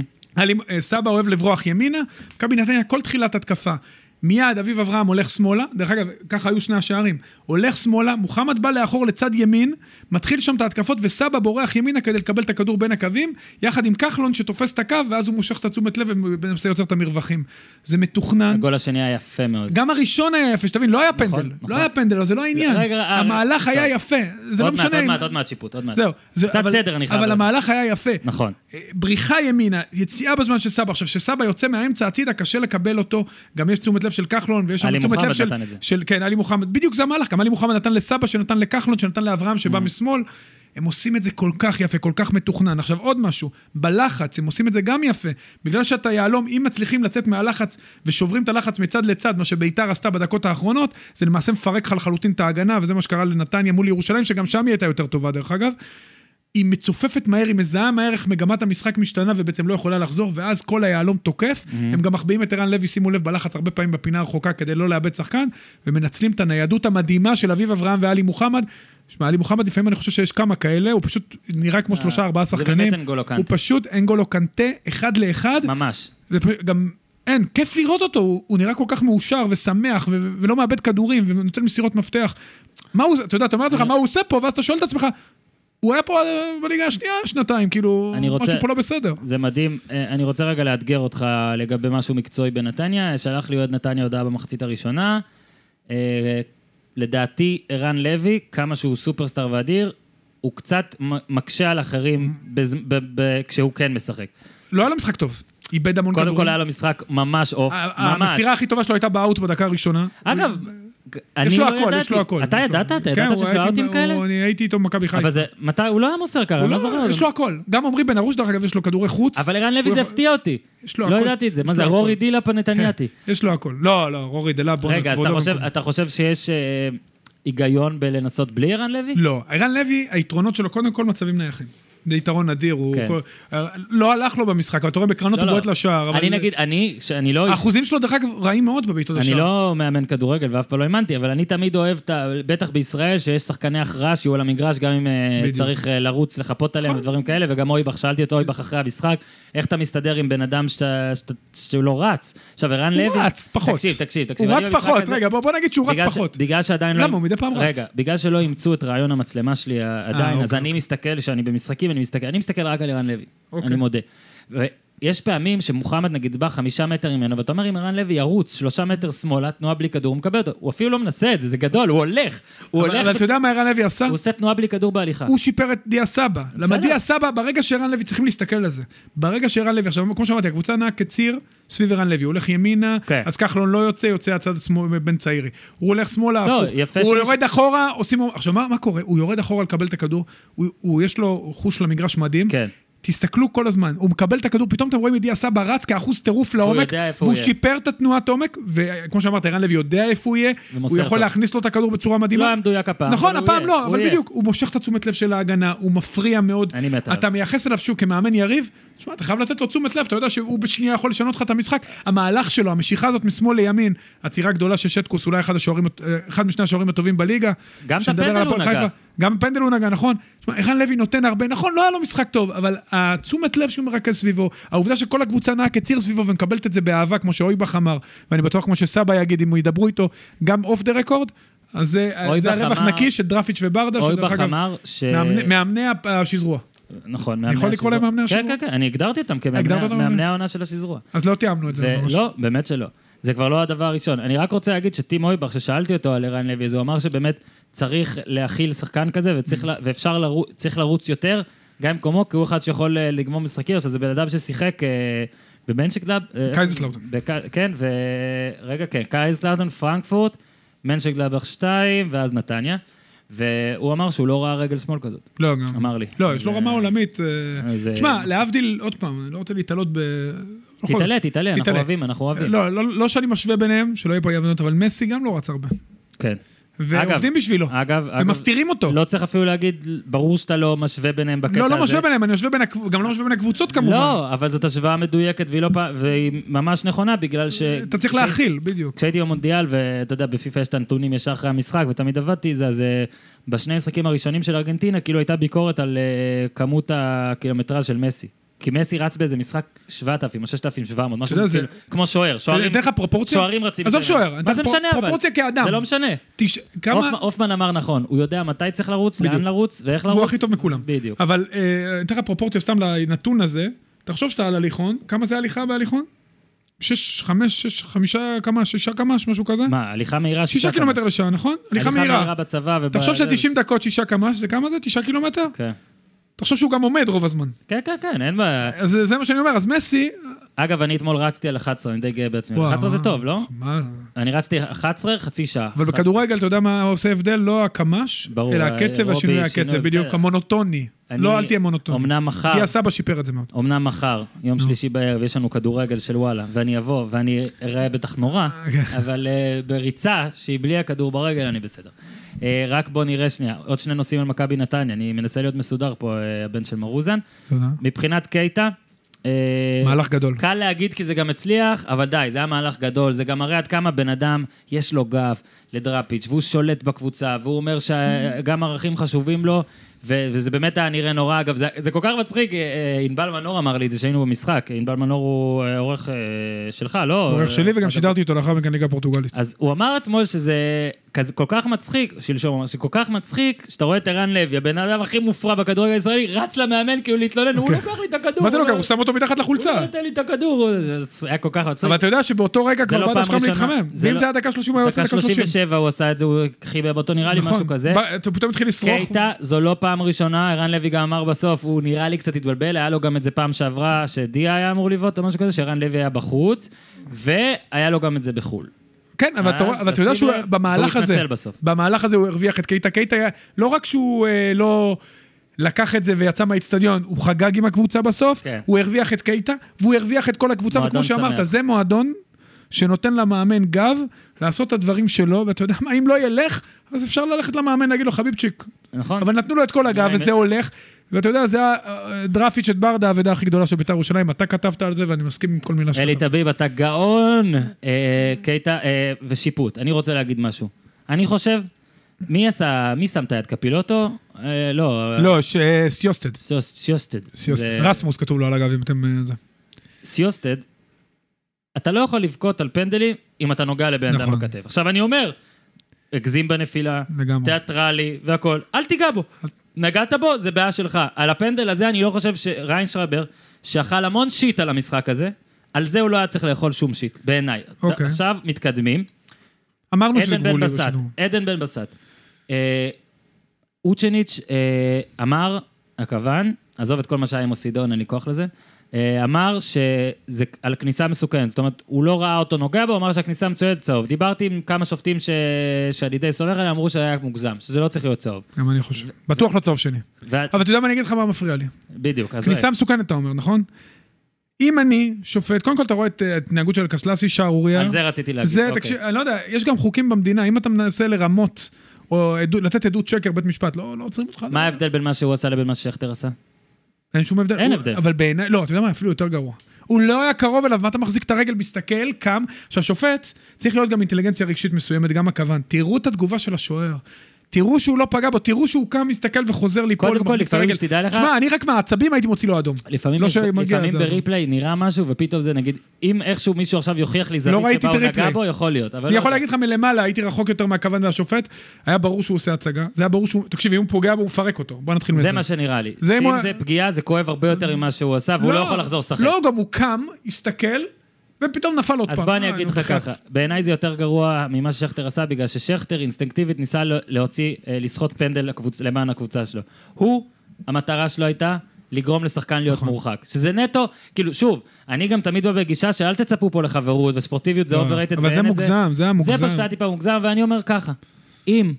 סבא אוהב לברוח ימינה, מכבי נתניה כל תחילת התקפה. מיד אביב אברהם הולך שמאלה, דרך אגב, ככה היו שני השערים, הולך שמאלה, מוחמד בא לאחור לצד ימין, מתחיל שם את ההתקפות, וסבא בורח ימינה כדי לקבל את הכדור בין הקווים, יחד עם כחלון שתופס את הקו, ואז הוא מושך את תשומת לב, ובנפסה יוצר את המרווחים. זה מתוכנן. הגול השני היה יפה מאוד. גם הראשון היה יפה, שתבין, לא היה פנדל. נכון, נכון. לא היה פנדל, זה לא העניין. רגע, המהלך היה יפה. זה לא משנה. עוד מעט, עוד מעט שיפוט, עוד מעט. זהו. קצת סדר אני חייב. אבל המהלך היה יפה. נכון. בריחה ימינה, יציאה בזמן של סבא. עכשיו, שסבא יוצא מהאמצע הצידה, קשה לקבל אותו. גם יש תשומת לב של כחלון, ויש שם תשומת לב של, של, כן, עלי מוחמד. בדיוק זה המהלך. גם עלי מוחמד נתן לסבא, שנתן לכחלון, שנתן לאברהם, שבא משמאל. הם עושים את זה כל כך יפה, כל כך מתוכנן. עכשיו עוד משהו, בלחץ, הם עושים את זה גם יפה. בגלל שאתה יעלום, אם מצליחים לצאת מהלחץ ושוברים את הלחץ מצד לצד, מה שביתר עשתה בדקות האחרונות, זה למעשה מפרק לחלוטין את ההגנה, וזה מה שקרה לנתניה מול ירושלים, שגם שם היא הייתה יותר טובה דרך אגב. היא מצופפת מהר, היא מזהה מהר איך מגמת המשחק משתנה, ובעצם לא יכולה לחזור, ואז כל היעלום תוקף, mm-hmm. הם גם מחביאים את ערן לוי, שימו לב בלחץ הרבה פעמים בפינה הרחוקה, כדי לא לאבד שחקן, ומנצלים את הניידות המדהימה של אביב אברהם ועלי מוחמד. שמע, עלי מוחמד, לפעמים אני חושב שיש כמה כאלה, הוא פשוט נראה כמו שלושה, ארבעה שחקנים. זה באמת אנגולו קנטה. הוא פשוט אנגולו קנטה, אחד לאחד. ממש. וגם, אין, כיף לראות אותו, הוא, הוא נראה כל כך מאושר ושמח, ו- ולא מאבד כדורים, ונותן מסירות מפתח. מה הוא, אתה יודע, אתה אומר לך, מה הוא עושה פה, ואז אתה שואל את עצמך, הוא היה פה בליגה השנייה שנתיים, כאילו, משהו פה לא בסדר. זה מדהים. אני רוצה רגע לאתגר אותך לגבי משהו מקצועי בנתניה. שלח לי עוד נתניה הודעה במחצית הראשונה. לדעתי, ערן לוי, כמה שהוא סופרסטאר ואדיר, הוא קצת מקשה על אחרים כשהוא כן משחק. לא היה לו משחק טוב. איבד המון כדורים. קודם כל היה לו משחק ממש אוף. ממש. המסירה הכי טובה שלו הייתה באוט בדקה הראשונה. אגב, יש לו הכל, יש לו הכל. אתה ידעת? אתה ידעת שיש לו אאוטים כאלה? אני הייתי איתו במכבי חיפה. אבל זה, מתי, הוא לא היה מוסר ככה, אני לא זוכר. יש לו הכל. גם עמרי בן ארוש, דרך אגב, יש לו כדורי חוץ. אבל ערן לוי זה הפתיע אותי. לא ידעתי את זה. מה זה, רורי דילאפ הנתניאתי? יש לו הכל. לא, לא, רורי דילאפ. רגע, אז אתה חושב שיש היגיון בלנסות בלי ערן לוי? לא. ערן לוי, היתרונות שלו קודם כל מצבים נייחים. זה יתרון נדיר, הוא לא הלך לו במשחק, אבל אתה רואה בקרנות הוא בועט לשער. אני נגיד, אני, שאני לא... האחוזים שלו דרך אגב רעים מאוד בבעיטות לשער. אני לא מאמן כדורגל ואף פעם לא האמנתי, אבל אני תמיד אוהב, בטח בישראל, שיש שחקני הכרעה שיהיו על המגרש, גם אם צריך לרוץ, לחפות עליהם ודברים כאלה, וגם אויבך, שאלתי אותו אויבך אחרי המשחק, איך אתה מסתדר עם בן אדם שהוא לא רץ? עכשיו, ערן לוי... הוא רץ פחות. תקשיב, תקשיב, תקשיב. הוא רץ פחות, רגע, בוא נגיד שהוא רץ פחות. בגלל שעדיין לא... למה? הוא מדי פעם רץ. רגע, בגלל שלא אימצו את רעיון המצלמה שלי עדיין, אז אני מסתכל, שאני במשחקים, אני מסתכל, אני מסתכל רק על ערן לוי, אני מודה. יש פעמים שמוחמד נגיד בא חמישה מטר ממנו, ואתה אומר אם ערן לוי ירוץ שלושה מטר שמאלה, תנועה בלי כדור, הוא מקבל אותו. הוא אפילו לא מנסה את זה, זה גדול, הוא הולך. הוא אבל, הולך אבל ב... אתה יודע מה ערן לוי עשה? הוא עושה תנועה בלי כדור בהליכה. הוא שיפר את דיה סבא. למה דיה סבא, ברגע שערן לוי, צריכים להסתכל על זה. ברגע שערן לוי, עכשיו, כמו שאמרתי, הקבוצה נעה כציר סביב ערן לוי, הוא הולך ימינה, okay. אז כחלון לא יוצא, יוצא הצד בן צעירי. הוא הולך שמאלה, לא, הוא יורד אחורה, עושים... עכשיו, מה, מה קורה? הוא יורד אחורה לקבל את הכדור, הוא, הוא, יש לו חוש למגרש מדהים. כן. תסתכלו כל הזמן, הוא מקבל את הכדור, פתאום אתם רואים את דיה סבא רץ כאחוז טירוף לעומק, והוא שיפר את התנועת עומק, וכמו שאמרת, ערן לוי יודע איפה הוא יהיה, הוא יכול להכניס לו את הכדור בצורה מדהימה. לא המדויק הפעם. נכון, הפעם לא, אבל בדיוק, הוא מושך את התשומת לב של ההגנה, הוא מפריע מאוד, אתה מייחס אליו שהוא כמאמן יריב, תשמע, אתה חייב לתת לו תשומת לב, אתה יודע שהוא בשנייה יכול לשנות לך את המשחק, המהלך שלו, המשיכה הזאת משמאל לימין, עצירה גדולה של שטקוס, אולי אחד השוערים, אחד משני השוערים הטובים בליגה. גם את הפנדל הוא נגע. גם פנדל הוא נגע, נכון? תשמע, ערן לוי נותן הרבה, נכון, לא היה לו משחק טוב, אבל התשומת לב שהוא מרכז סביבו, העובדה שכל הקבוצה נעה כציר סביבו ומקבלת את זה באהבה, כמו שאויבך אמר, ואני בטוח כמו שסבא יגיד, אם הוא ידברו איתו, גם אוף דה רקורד, אז זה הרווח נקי של דרפיץ' וברדה, אויבך אמר ש... מאמני השזרוע. נכון, מאמני השזרוע. אני יכול לקרוא להם מאמני השזרוע? כן, כן, כן, אני הגדרתי אותם כמאמני העונה של השזרוע. אז לא תיאמנו את זה. לא, באמת שלא. זה כבר לא הדבר הראשון. אני רק רוצה להגיד שטים אויבך, ששאלתי אותו על ערן לוי, הוא אמר שבאמת צריך להכיל שחקן כזה, ואפשר לרוץ, צריך לרוץ יותר, גם קומו, כי הוא אחד שיכול לגמור משחקי, שזה בן אדם ששיחק במנשקלאב. קייזרסלאוטן. כן, ורגע, כן, קייזרסלאוטן, פרנקפורט, מנשקלאב שתיים, ואז נתניה. והוא אמר שהוא לא ראה רגל שמאל כזאת. לא, גם. אמר לי. לא, יש לו רמה עולמית. תשמע, להבדיל, עוד פעם, אני לא רוצה להתעלות ב... תתעלה, תתעלה, אנחנו אוהבים, אנחנו אוהבים. לא, לא שאני משווה ביניהם, שלא יהיה פה יבנות, אבל מסי גם לא רץ הרבה. כן. ועובדים בשבילו. אגב, ומסתירים אותו. לא צריך אפילו להגיד, ברור שאתה לא משווה ביניהם בקטע הזה. לא, לא משווה ביניהם, אני משווה בין, גם לא משווה בין הקבוצות כמובן. לא, אבל זאת השוואה מדויקת והיא ממש נכונה, בגלל ש... אתה צריך להכיל, בדיוק. כשהייתי במונדיאל, ואתה יודע, בפיפה יש את הנתונים ישר אחרי המשחק, ותמיד עבדתי זה, אז בשני משחקים הראשונים של ארגנטינה, כאילו הייתה ביקורת על כמות הקילומטרז של מסי. כי מסי רץ באיזה משחק שבעת אלפים או ששת אלפים שבע מאות, משהו כאילו, כמו שוער, שוערים רצים. עזוב שוער, מה זה משנה אבל? פרופורציה כאדם. זה לא משנה. אופמן אמר נכון, הוא יודע מתי צריך לרוץ, לאן לרוץ ואיך לרוץ. הוא הכי טוב מכולם. בדיוק. אבל נתן לך פרופורציה סתם לנתון הזה, תחשוב שאתה על הליכון, כמה זה הליכה בהליכון? שש, חמש, שש, חמישה, כמה, שישה קמ"ש, משהו כזה? מה, הליכה מהירה, שישה קילומטר לשעה, נכון? הליכה מהירה. תחשוב ש-תשעים דקות, שישה קמ"ש, זה כמה זה? תשעה קילומטר? כן. תחשוב שהוא גם עומד רוב הזמן. כן, כן, כן, אין בעיה. אז זה מה שאני אומר, אז מסי... אגב, אני אתמול רצתי על אחת עשרה, אני די גאה בעצמי. אחת עשרה זה טוב, לא? מה? אני רצתי אחת עשרה, חצי שעה. אבל בכדורגל, אתה יודע מה עושה הבדל? לא הקמ"ש, אלא הקצב והשינוי הקצב, בדיוק, המונוטוני. לא, אל תהיה מונוטוני. אמנם מחר... דיה סבא שיפר את זה מאוד. אמנם מחר, יום שלישי בערב, יש לנו כדורגל של וואלה, ואני אבוא, ואני אראה בטח נורא, אבל בריצה, שהיא בלי הכדור ברגל, אני בסדר. רק בוא נראה שנייה, עוד שני נושאים על מכבי נתניה, אני מנסה להיות מסודר פה, הבן של מרוזן. תודה. מבחינת קייטה, מהלך גדול. קל להגיד כי זה גם הצליח, אבל די, זה היה מהלך גדול, זה גם מראה עד כמה בן אדם יש לו גב לדראפיץ', והוא שולט בקבוצה, והוא אומר שגם ערכים חשובים לו, וזה באמת היה נראה נורא, אגב, זה, זה כל כך מצחיק, אינבל מנור אמר לי את זה שהיינו במשחק, אינבל מנור הוא עורך שלך, לא? עורך שלי וגם שידרתי אותו לאחר מכן ליגה פורטוגלית. אז הוא אמר אתמול שזה כל כך מצחיק, שלשום אמר, שכל כך מצחיק, שאתה רואה את ערן לוי, הבן אדם הכי מופרע בכדורגל הישראלי, רץ למאמן כאילו להתלונן, הוא לוקח לי את הכדור. מה זה לוקח? הוא שם אותו מתחת לחולצה. הוא נותן לי את הכדור, זה היה כל כך מצחיק. אבל אתה יודע שבאותו רגע כבר בא דשכם להתחמם. ואם זה היה דקה שלושים, הוא היה יוצא דקה שלושים. דקה שלושים ושבע הוא עשה את זה, הוא חיבב אותו, נראה לי משהו כזה. פתאום התחיל לשרוך. קייטה, זו לא פעם ראשונה, ערן לוי גם אמר בסוף, הוא נראה לי קצת התבלבל, היה לו גם את זה פעם שעברה, שדיה היה אמור לבעוט או משהו כזה, שערן לוי היה בחוץ, והיה לו גם את זה בחו"ל. כן, אבל אתה יודע שהוא במהלך הזה, במהלך הזה הוא הרוויח את קייטה, קייטה, לא רק שהוא לא לקח את זה ויצא מהאצטדיון, הוא חגג עם הקבוצה בסוף, הוא הרוויח את קייטה, והוא הרוויח את כל הקבוצה, וכמו שאמרת, זה מועדון שנותן למאמן גב, לעשות את הדברים שלו, ואתה יודע מה, אם לא ילך, אז אפשר ללכת למאמן, להגיד לו, חביבצ'יק. נכון. אבל נתנו לו את כל הגב, וזה הולך, ואתה יודע, זה הדרפיץ' את ברדה, העבודה הכי גדולה של בית"ר ירושלים, אתה כתבת על זה, ואני מסכים עם כל מילה שאתה. אלי טביב, אתה גאון, קייטה, ושיפוט. אני רוצה להגיד משהו. אני חושב, מי עשה, מי שם את היד קפילוטו? לא. לא, סיוסטד. סיוסטד. רסמוס כתוב לו על הגב, אם אתם... סיוסטד. אתה לא יכול לבכות על פנדלים אם אתה נוגע לבן אדם בכתף. עכשיו אני אומר, הגזים בנפילה, תיאטרלי והכל, אל תיגע בו. נגעת בו, זה בעיה שלך. על הפנדל הזה אני לא חושב שריינשרייבר, שאכל המון שיט על המשחק הזה, על זה הוא לא היה צריך לאכול שום שיט, בעיניי. עכשיו מתקדמים. אמרנו שזה גבולי. עדן בן בסט. אוצ'ניץ' אמר, הכוון, עזוב את כל מה שהיה עם אוסידון, אין לי כוח לזה, אמר שזה על כניסה מסוכנת, זאת אומרת, הוא לא ראה אותו נוגע בו, הוא אמר שהכניסה מצוינת צהוב. דיברתי עם כמה שופטים שעל ידי סומך, הם אמרו שהיה מוגזם, שזה לא צריך להיות צהוב. גם אני חושב. בטוח לא צהוב שני. אבל אתה יודע מה אני אגיד לך מה מפריע לי? בדיוק. כניסה מסוכנת, אתה אומר, נכון? אם אני שופט, קודם כל אתה רואה את התנהגות של קסלסי, שערוריה. על זה רציתי להגיד. אני לא יודע, יש גם חוקים במדינה, אם אתה מנסה לרמות, או לתת עדות שקר בית משפט, לא עוצרים אותך. מה ההבדל בין מה שהוא עשה לבין מה ששכטר עשה? אין שום הבדל. אין הבדל. אבל בעיניי, לא, אתה יודע מה, אפילו יותר גרוע. הוא לא היה קרוב אליו, מה אתה מחזיק את הרגל, מסתכל, קם, שהשופט צריך להיות גם אינטליגנציה רגשית מסוימת, גם הכוון. תראו את התגובה של השוער. תראו שהוא לא פגע בו, תראו שהוא קם, מסתכל וחוזר ליפול. קודם כל, לפעמים שתדע לך... שמע, אני רק מהעצבים הייתי מוציא לו אדום. לפעמים בריפליי נראה משהו, ופתאום זה נגיד, אם איכשהו מישהו עכשיו יוכיח לי זווית שבא הוא נגע בו, יכול להיות. אני יכול להגיד לך מלמעלה, הייתי רחוק יותר מהכוון והשופט, היה ברור שהוא עושה הצגה, זה היה ברור שהוא, תקשיב, אם הוא פוגע בו, הוא מפרק אותו. בוא נתחיל מזה. זה מה שנראה לי. שאם זה פגיעה, זה כואב הרבה יותר ממה שהוא עשה, והוא לא יכול לחזור לשחק. לא, גם הוא קם, הסתכל, ופתאום נפל עוד פעם. אז בוא אני אגיד לך ככה, בעיניי זה יותר גרוע ממה ששכטר עשה, בגלל ששכטר אינסטינקטיבית ניסה להוציא, לסחוט פנדל למען הקבוצה שלו. הוא, המטרה שלו הייתה לגרום לשחקן להיות מורחק. שזה נטו, כאילו, שוב, אני גם תמיד בא בגישה שאל תצפו פה לחברות, וספורטיביות זה overrated, אבל זה מוגזם, זה המוגזם. זה פשוט טיפה מוגזם, ואני אומר ככה, אם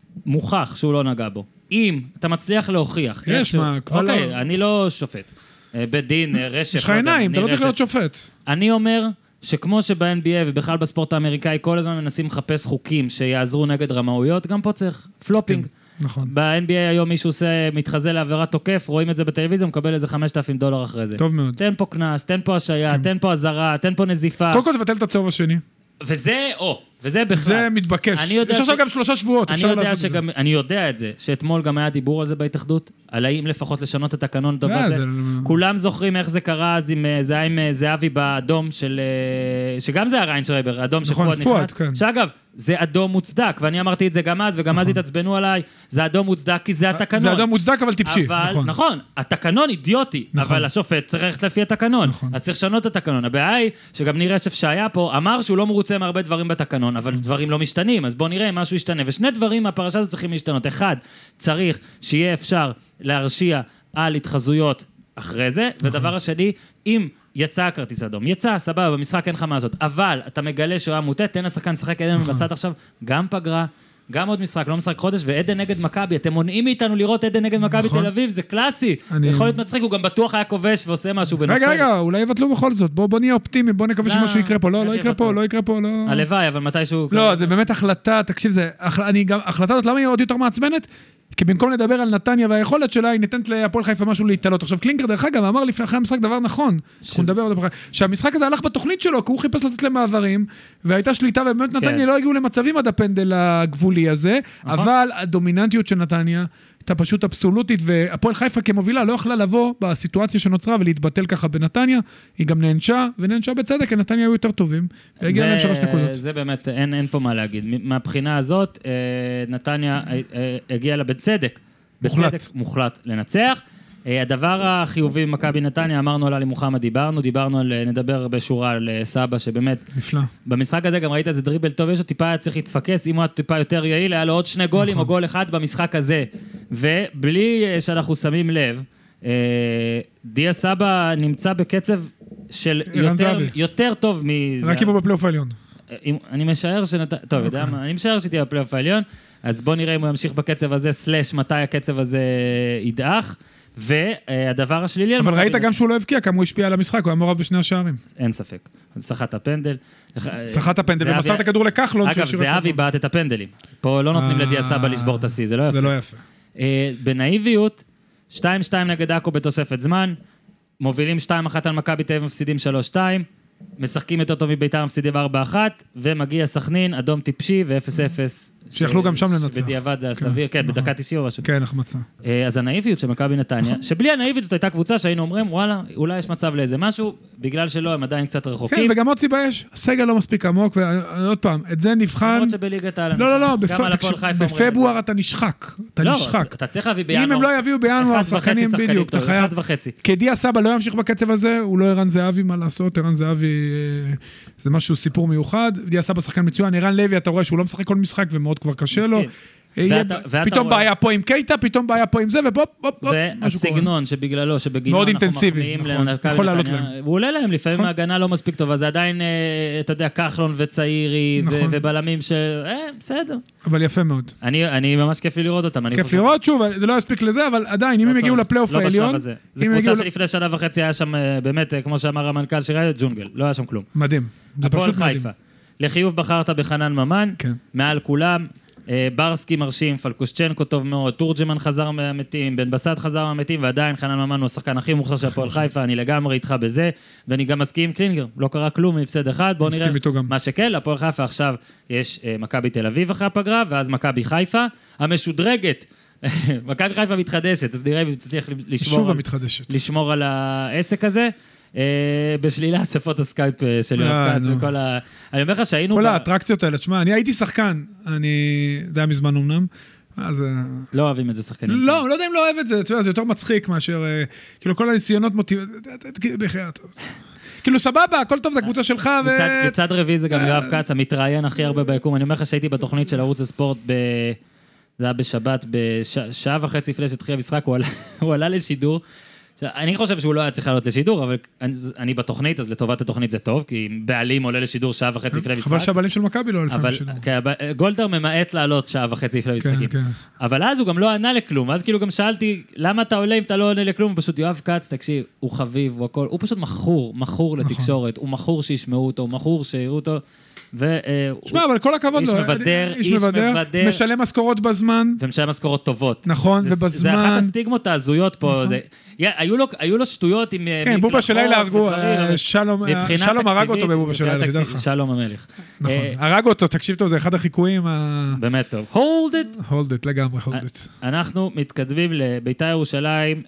מוכח שהוא לא נגע בו, אם אתה מצליח להוכיח, יש מה, כבר לא... אוקיי, אני לא שופט. בית דין, רשת. יש לך עיניים, אתה לא צריך להיות שופט. אני אומר שכמו שב-אן בי איי ובכלל בספורט האמריקאי, כל הזמן מנסים לחפש חוקים שיעזרו נגד רמאויות, גם פה צריך פלופינג. נכון. ב-אן בי איי היום מישהו עושה, מתחזה לעבירת תוקף, רואים את זה בטלוויזיה, מקבל איזה חמשת אלפים דולר אחרי זה. טוב מאוד. תן פה כנס, תן פה השעיה, תן פה עזרה, תן פה נזיפה. קודם כל תבטל את הצהוב השני. וזה, או, וזה בכלל. זה מתבקש. יש עכשיו גם שלושה שבועות, אפשר לעשות את זה. אני יודע את זה, שאתמול גם היה דיבור על זה בהתאחדות, על האם לפחות לשנות את התקנון דבר הזה. כולם זוכרים איך זה קרה, אז זה היה עם זהבי באדום של, שגם זה היה ריינשרייבר, האדום שפואד נכנס. שאגב, זה אדום מוצדק, ואני אמרתי את זה גם אז, וגם אז התעצבנו עליי, זה אדום מוצדק כי זה התקנון. זה אדום מוצדק אבל טיפשי. נכון, התקנון אידיוטי, אבל השופט צריך ללכת לפי התקנון. אז צריך לשנות את התקנון. הבעיה היא שגם נראה שהיה פה, אמר שהוא לא מרוצה מהרבה דברים בתקנון, אבל דברים לא משתנים, אז בואו נראה אם משהו ישתנה. ושני דברים מהפרשה הזאת צריכים להשתנות. אחד, צריך שיהיה אפשר להרשיע על התחזויות אחרי זה, ודבר השני, אם יצא הכרטיס אדום, יצא, סבבה, במשחק אין לך מה לעשות, אבל אתה מגלה שהוא היה מוטה, תן לשחקן לשחק עדן מבסט עכשיו, גם פגרה, גם עוד משחק, לא משחק חודש, ועדן נגד מכבי, אתם מונעים מאיתנו לראות עדן נגד מכבי תל אביב, זה קלאסי, יכול להיות מצחיק, הוא גם בטוח היה כובש ועושה משהו ונופל. רגע, רגע, אולי יבטלו בכל זאת, בוא נהיה אופטימי, בוא נקווה שמשהו יקרה פה, לא, לא יקרה פה, לא יקרה פה, לא... הלוואי, אבל מתישהו... לא, זה באמת החלטה, תקשיב, זה, אני גם, החלטה הזאת, למה היא עוד יותר מעצבנת? כי במקום לדבר על נתניה והיכולת שלה, היא ניתנת להפועל חיפה משהו להתעלות. עכשיו, קלינקר, דרך אגב, אמר לפני אחרי המשחק דבר נכון. אנחנו נדבר עוד פעם. שהמשחק הזה הלך בתוכנית שלו, כי הוא חיפש לתת למעברים, והייתה שליטה, ובאמת נתניה לא הגיעו למצבים עד הפנדל הגבולי הזה, אבל הדומיננטיות של נתניה הייתה פשוט אבסולוטית, והפועל חיפה כמובילה לא יכלה לבוא בסיטואציה שנוצרה ולהתבטל ככה בנתניה, היא גם נענשה, ונענשה בצדק, כי נתניה היו יותר טובים, והגיע להם שלוש נקודות. זה באמת, אין, אין פה מה להגיד. מהבחינה הזאת, נתניה הגיעה לה בצדק, בצדק מוחלט לנצח. הדבר החיובי במכבי נתניה, אמרנו על עלי מוחמד, דיברנו, דיברנו על, נדבר בשורה על סבא, שבאמת, נפלא. במשחק הזה גם ראית איזה דריבל טוב, יש לו טיפה היה צריך להתפקס, אם הוא היה טיפה יותר יעיל, היה לו עוד שני גולים או גול אחד במשחק הזה, ובלי שאנחנו שמים לב, דיה סבא נמצא בקצב של יותר, יותר טוב מזה. רק אם הוא בפלייאוף העליון. אני משער שנת... טוב, יודע מה, אני משער שתהיה בפלייאוף העליון, אז בוא נראה אם הוא ימשיך בקצב הזה, סלש מתי הקצב הזה ידעך, והדבר השלילי... אבל ראית גם שהוא לא הבקיע, כמה הוא השפיע על המשחק, הוא היה מעורב בשני השערים. אין ספק. שחט הפנדל. שחט הפנדל, ומסר את הכדור לכחלון. אגב, זהבי בעט את הפנדלים. פה לא נותנים לדיה סבא לשבור את השיא, זה לא יפה. זה לא יפה. בנאיביות, שתיים שתיים נגד עכו בתוספת זמן, מובילים שתיים אחת על מכבי תל אביב, מפסידים שלוש שתיים, משחקים יותר טוב מביתר, מפסידים ארבע אחת, ומגיע סכנין, אדום טיפשי ו-אפס אפס שיכלו גם שם לנצח. בדיעבד זה הסביר, כן, בדקה תשעים או משהו. כן, החמצה. אז הנאיביות של מכבי נתניה, שבלי הנאיביות זאת הייתה קבוצה שהיינו אומרים, וואלה, אולי יש מצב לאיזה משהו, בגלל שלא, הם עדיין קצת רחוקים. כן, וגם עוד סיבה יש, הסגל לא מספיק עמוק, ועוד פעם, את זה נבחן... למרות שבליגת העל... לא, לא, לא, בפברואר אתה נשחק, אתה נשחק. אתה צריך להביא בינואר. אם הם לא יביאו בינואר, שחקנים בדיוק, אתה חייב. כדיה סבא לא ימשיך בקצב הזה, הוא לא ערן זהבי, מה לעשות, ערן זהבי זה משהו סיפור מיוחד, דיה סבא שחקן מצוין, ערן לוי, אתה רואה שהוא לא משחק כל משחק ומאוד כבר קשה לו. פתאום בעיה פה עם קייטה, פתאום בעיה פה עם זה, ובופ, בופ, בופ. והסגנון שבגללו, שבגינו אנחנו מחמיאים למכבי נתניה, והוא עולה להם, לפעמים ההגנה לא מספיק טובה, זה עדיין, אתה יודע, כחלון וצעירי, ובלמים ש... אה, בסדר. אבל יפה מאוד. אני ממש כיף לי לראות אותם. כיף לראות, שוב, זה לא יספיק לזה, אבל עדיין, אם הם הגיעו לפלייאוף העליון... זו קבוצה שלפני שנה וחצי היה שם, באמת, כמו שאמר המנכ"ל שירה, ג'ונגל, לא היה שם כלום. מדהים. הפועל חיפה. לחיוב בחרת בחנן ממן, מעל כולם, ברסקי מרשים, פלקושצ'נקו טוב מאוד, תורג'מן חזר מהמתים, בן בסט חזר מהמתים, ועדיין חנן ממן הוא השחקן הכי מוכשר של הפועל חיפה, אני לגמרי איתך בזה, ואני גם מסכים עם קלינגר, לא קרה כלום מהפסד אחד, בואו נראה מה שכן, הפועל חיפה עכשיו יש מכבי תל אביב אחרי הפגרה, ואז מכבי חיפה, המשודרגת, מכבי חיפה מתחדשת, אז נראה אם תצליח לשמור על העסק הזה, בשלילה אספות הסקייפ של יואב כץ וכל ה... אני אומר לך שהיינו... כל האטרקציות האלה, תשמע, אני הייתי שחקן, אני... זה היה מזמן אומנם, אז... לא אוהבים את זה שחקנים. לא, לא יודע אם לא אוהב את זה, זה יותר מצחיק מאשר... כאילו כל הניסיונות מוטיב... בחיית. כאילו סבבה, הכל טוב, זה הקבוצה שלך ו... מצד רביעי זה גם יואב כץ, המתראיין הכי הרבה ביקום. אני אומר לך שהייתי בתוכנית של ערוץ הספורט ב... זה היה בשבת, בשעה וחצי לפני שהתחיל המשחק, הוא עלה לשידור. אני חושב שהוא לא היה צריך לעלות לשידור, אבל אני בתוכנית, אז לטובת התוכנית זה טוב, כי בעלים עולה לשידור שעה וחצי לפני משחק. חבל שהבעלים של מכבי לא לפני לשידור. גולדר ממעט לעלות שעה וחצי לפני משחקים. אבל אז הוא גם לא ענה לכלום, אז כאילו גם שאלתי, למה אתה עולה אם אתה לא עונה לכלום? פשוט יואב כץ, תקשיב, הוא חביב, הוא הכל, הוא פשוט מכור, מכור לתקשורת, הוא מכור שישמעו אותו, הוא מכור שיראו אותו, שמע, אבל כל הכבוד לו, איש מבדר, איש מבדר, משלם משכורות בזמן. ומשלם משכורות טובות. נכון, ובזמן. זה אחת הסטיגמות ההזויות פה. היו לו שטויות עם... כן, בובה של לילה הרגו, שלום הרג אותו בבובה של לילה, תדע לך. שלום המלך. נכון, הרג אותו, תקשיב טוב, זה אחד החיקויים. באמת טוב. hold it. hold it, לגמרי, hold it. אנחנו מתכתבים לבית"ר ירושלים,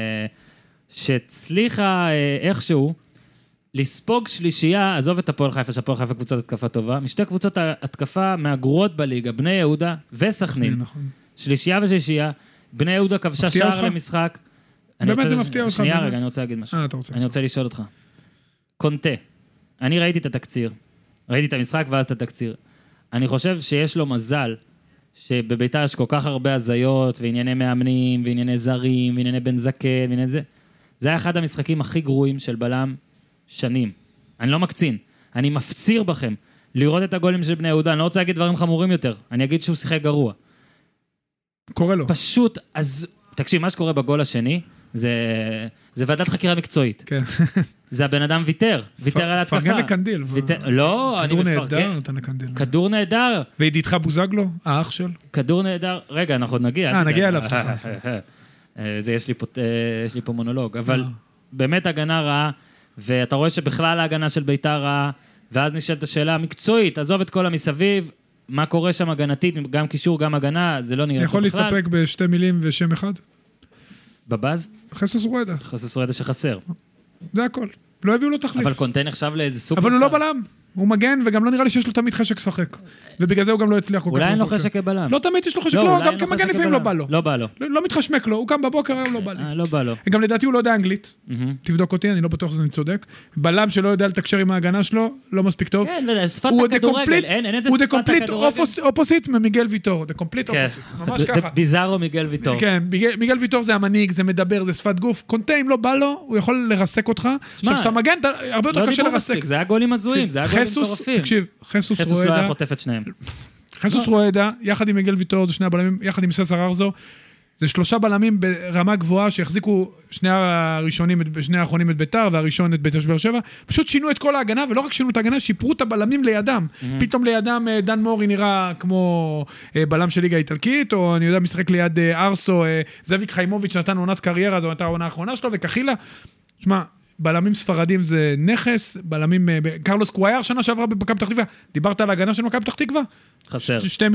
שהצליחה איכשהו, לספוג שלישייה, עזוב את הפועל חיפה, שהפועל חיפה קבוצת התקפה טובה, משתי קבוצות התקפה מהגרועות בליגה, בני יהודה וסכנין. שלישייה ושלישייה, בני יהודה כבשה שער למשחק. באמת זה מפתיע אותך. שנייה רגע, אני רוצה להגיד משהו. אני רוצה לשאול אותך. קונטה, אני ראיתי את התקציר, ראיתי את המשחק ואז את התקציר. אני חושב שיש לו מזל, שבבית"ר יש כל כך הרבה הזיות, וענייני מאמנים, וענייני זרים, וענייני בן זקן, וענייני זה. זה היה אחד המשחקים הכי גרועים של בלם שנים. אני לא מקצין. אני מפציר בכם לראות את הגולים של בני יהודה. אני לא רוצה להגיד דברים חמורים יותר. אני אגיד שהוא שיחק גרוע. קורה לו. פשוט, אז... תקשיב, מה שקורה בגול השני, זה, זה ועדת חקירה מקצועית. כן. זה הבן אדם ויתר. ויתר על התקפה. פרגן לקנדיל. ויתר... לא, אני מפרגן. כדור נהדר, נתן לקנדיל. כדור נהדר. וידידך בוזגלו, האח של. כדור נהדר. רגע, אנחנו נגיע. אה, נגיע אליו. זה, יש לי פה, יש לי פה מונולוג. אבל באמת הגנה רעה. ואתה רואה שבכלל ההגנה של בית"ר רעה, ואז נשאלת השאלה המקצועית, עזוב את כל המסביב, מה קורה שם הגנתית, גם קישור, גם הגנה, זה לא נראה פה בכלל. יכול להסתפק בשתי מילים ושם אחד? בבאז? חסוס רואדה. חסוס רואדה שחסר. זה הכל. לא הביאו לו תחליף. אבל קונטה נחשב לאיזה סופרסטאר. אבל הוא לא בלם. הוא מגן, וגם לא נראה לי שיש לו תמיד חשק שחק. ובגלל זה הוא גם לא הצליח כל כך. אולי אין לו חשק כבלם. לא תמיד יש לו חשק, לא, גם כמגן לפעמים לא בא לו. לא בא לו. לא מתחשמק לו, הוא קם בבוקר, היום לא בא לי. לא בא לו. גם לדעתי הוא לא יודע אנגלית. תבדוק אותי, אני לא בטוח שזה צודק. בלם שלא יודע לתקשר עם ההגנה שלו, לא מספיק טוב. כן, שפת הכדורגל. אין את זה שפת הכדורגל. הוא the complete opposite ממיגל ויטור. the complete opposite. ממש ככה. ביזארו מיגל ויטור. כן, מיגל ויטור זה המנהיג, זה מדבר, זה שפת גוף. קונטה, אם לא בא לו, הוא יכול לרסק אותך. עכשיו, שאתה מגן, הרבה יותר קשה לרסק. זה היה גולים הזויים, זה היה גולים מטורפים. תקשיב, חסוס רואדה. חסוס לא היה חוטף את שניהם. חסוס רואדה, יחד עם מיגל ויטור, זה שני הבלמים, יחד עם ססר ארזו, זה שלושה בלמים ברמה גבוהה שהחזיקו שני הראשונים, שני האחרונים את ביתר, והראשון את ביתר באר שבע, פשוט שינו את כל ההגנה, ולא רק שינו את ההגנה, שיפרו את הבלמים לידם. פתאום לידם דן מורי נראה כמו בלם של ליגה האיטלקית, או אני יודע, משחק ליד ארסו, זאביק חיימוביץ' נתן עונת קריירה, זו הייתה העונה האחרונה שלו, וכחילה. שמע, בלמים ספרדים זה נכס, בלמים, קרלוס קווייר, שנה שעברה במכבי פתח תקווה, דיברת על ההגנה של מכבי פתח תקווה? חסר. שתי מילים,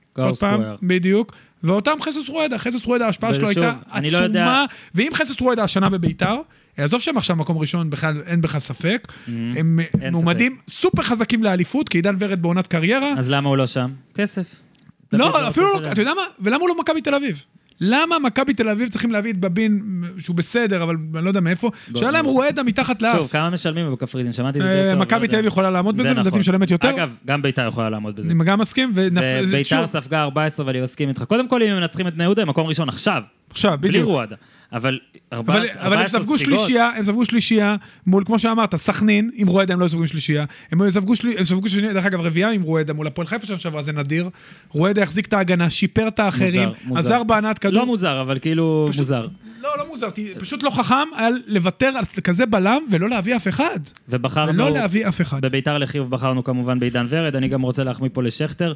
עוד פעם, בדיוק. ואותם חסוס רואדה, חסוס רואדה, ההשפעה שלו הייתה עצומה, ואם חסוס רואדה השנה בביתר, עזוב שהם עכשיו מקום ראשון, בכלל אין בכלל ספק, הם מועמדים סופר חזקים לאליפות, כי עידן ורד בעונת קריירה. אז למה הוא לא שם? כסף. לא, אפילו לא, אתה יודע מה? ולמה הוא לא מכבי תל אביב? למה מכבי תל אביב צריכים להביא את בבין, שהוא בסדר, אבל אני לא יודע מאיפה, שהיה להם רואדה מתחת לאף. שוב, כמה משלמים בקפריזין, שמעתי את זה. מכבי תל אביב יכולה לעמוד בזה, לדעתי משלמת יותר. אגב, גם ביתר יכולה לעמוד בזה. אני גם מסכים. וביתר ספגה ארבע עשרה, ואני מסכים איתך. קודם כל, אם הם מנצחים את בני יהודה, הם מקום ראשון עכשיו. עכשיו, בדיוק. בלי רואדה. אבל ארבע עשרה ספיגות. הם ספגו שלישייה, מול, כמו שאמרת, סכנין, עם רואדה הם לא ספגו שלישייה. הם ספגו שלישייה, דרך אגב, רביעייה עם רואדה, מול הפועל חיפה שעבר, זה נדיר. רואדה החזיק את ההגנה, שיפר את האחרים, עזר בהנעת כדור. לא מוזר, אבל כאילו מוזר. לא, לא מוזר, פשוט לא חכם היה לוותר על כזה בלם ולא להביא אף אחד. ובחרנו, ולא להביא אף אחד. בביתר לחיוב בחרנו כמובן בעידן ורד, אני גם רוצה להחמיא פה לשכתר,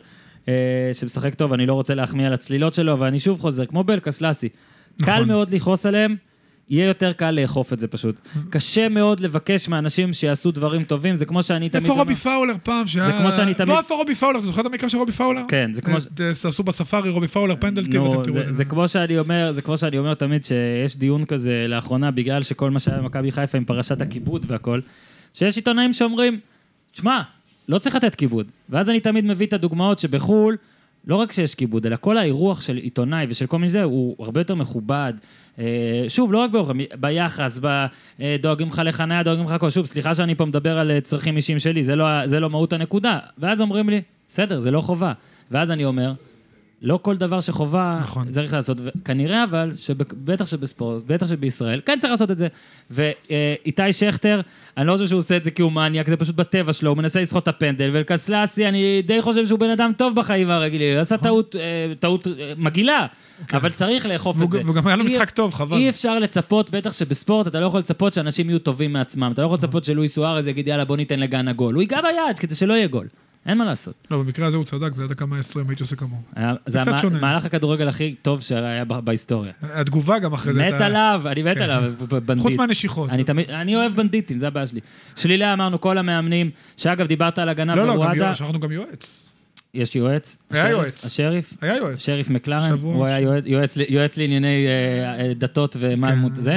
שמשחק טוב, אני לא רוצה להחמיא על הצלילות שלו, ואני שוב חוזר, כמו בלקס לסי. קל מאוד לכעוס עליהם, יהיה יותר קל לאכוף את זה פשוט. קשה מאוד לבקש מאנשים שיעשו דברים טובים, זה כמו שאני תמיד... איפה רובי פאולר פעם? זה כמו שאני תמיד... לא איפה רובי פאולר, אתה זוכר את המקרה של רובי פאולר? כן, זה כמו... תעשו בספארי רובי פאולר, פנדלטי, ואתם תראו את זה. זה כמו שאני אומר, זה כמו שאני אומר תמיד שיש דיון כזה לאחרונה, בגלל שכל מה שהיה במכבי חיפה עם פרשת הכיבוד והכל, שיש עיתונאים שאומרים, שמע, לא צריך לתת כיבוד. ואז אני תמיד מביא את הדוגמאות שבחול, לא רק שיש כיבוד, אלא כל האירוח של עיתונאי ושל כל מיני זה, הוא הרבה יותר מכובד. שוב, לא רק באוכל, ביחס, דואגים לך לחניה, דואגים לך הכל. שוב, סליחה שאני פה מדבר על צרכים אישיים שלי, זה לא, זה לא מהות הנקודה. ואז אומרים לי, בסדר, זה לא חובה. ואז אני אומר, לא כל דבר שחובה נכון. צריך לעשות. כנראה אבל, בטח שבספורט, בטח שבישראל, כן צריך לעשות את זה. ואיתי שכתר, אני לא חושב שהוא עושה את זה כי הוא מניאק, זה פשוט בטבע שלו, הוא מנסה לסחוט את הפנדל, ולקס לסי, אני די חושב שהוא בן אדם טוב בחיים הרגילים, הוא עשה טעות, טעות מגילה, אבל צריך לאכוף את זה. וגם היה לו משחק טוב, חבל. אי אפשר לצפות, בטח שבספורט, אתה לא יכול לצפות שאנשים יהיו טובים מעצמם, אתה לא יכול לצפות שלואי סוארז יגיד, יאללה, בוא ניתן לגן הגול. הוא ייגע ביד כדי שלא יהיה גול. אין מה לעשות. לא, במקרה הזה הוא צדק, זה עד כמה עשרים, הייתי עושה כמוהו. זה המהלך הכדורגל הכי טוב שהיה בהיסטוריה. התגובה גם אחרי זה. מת עליו, אני מת עליו, בנדיט. חוץ מהנשיכות. אני אוהב בנדיטים, זה הבעיה שלי. שלילה אמרנו כל המאמנים, שאגב דיברת על הגנה ורואדה. לא, לא, שכחנו גם יועץ. יש יועץ. היה יועץ. השריף. היה יועץ. שריף מקלרן, הוא היה יועץ לענייני דתות ומה זה.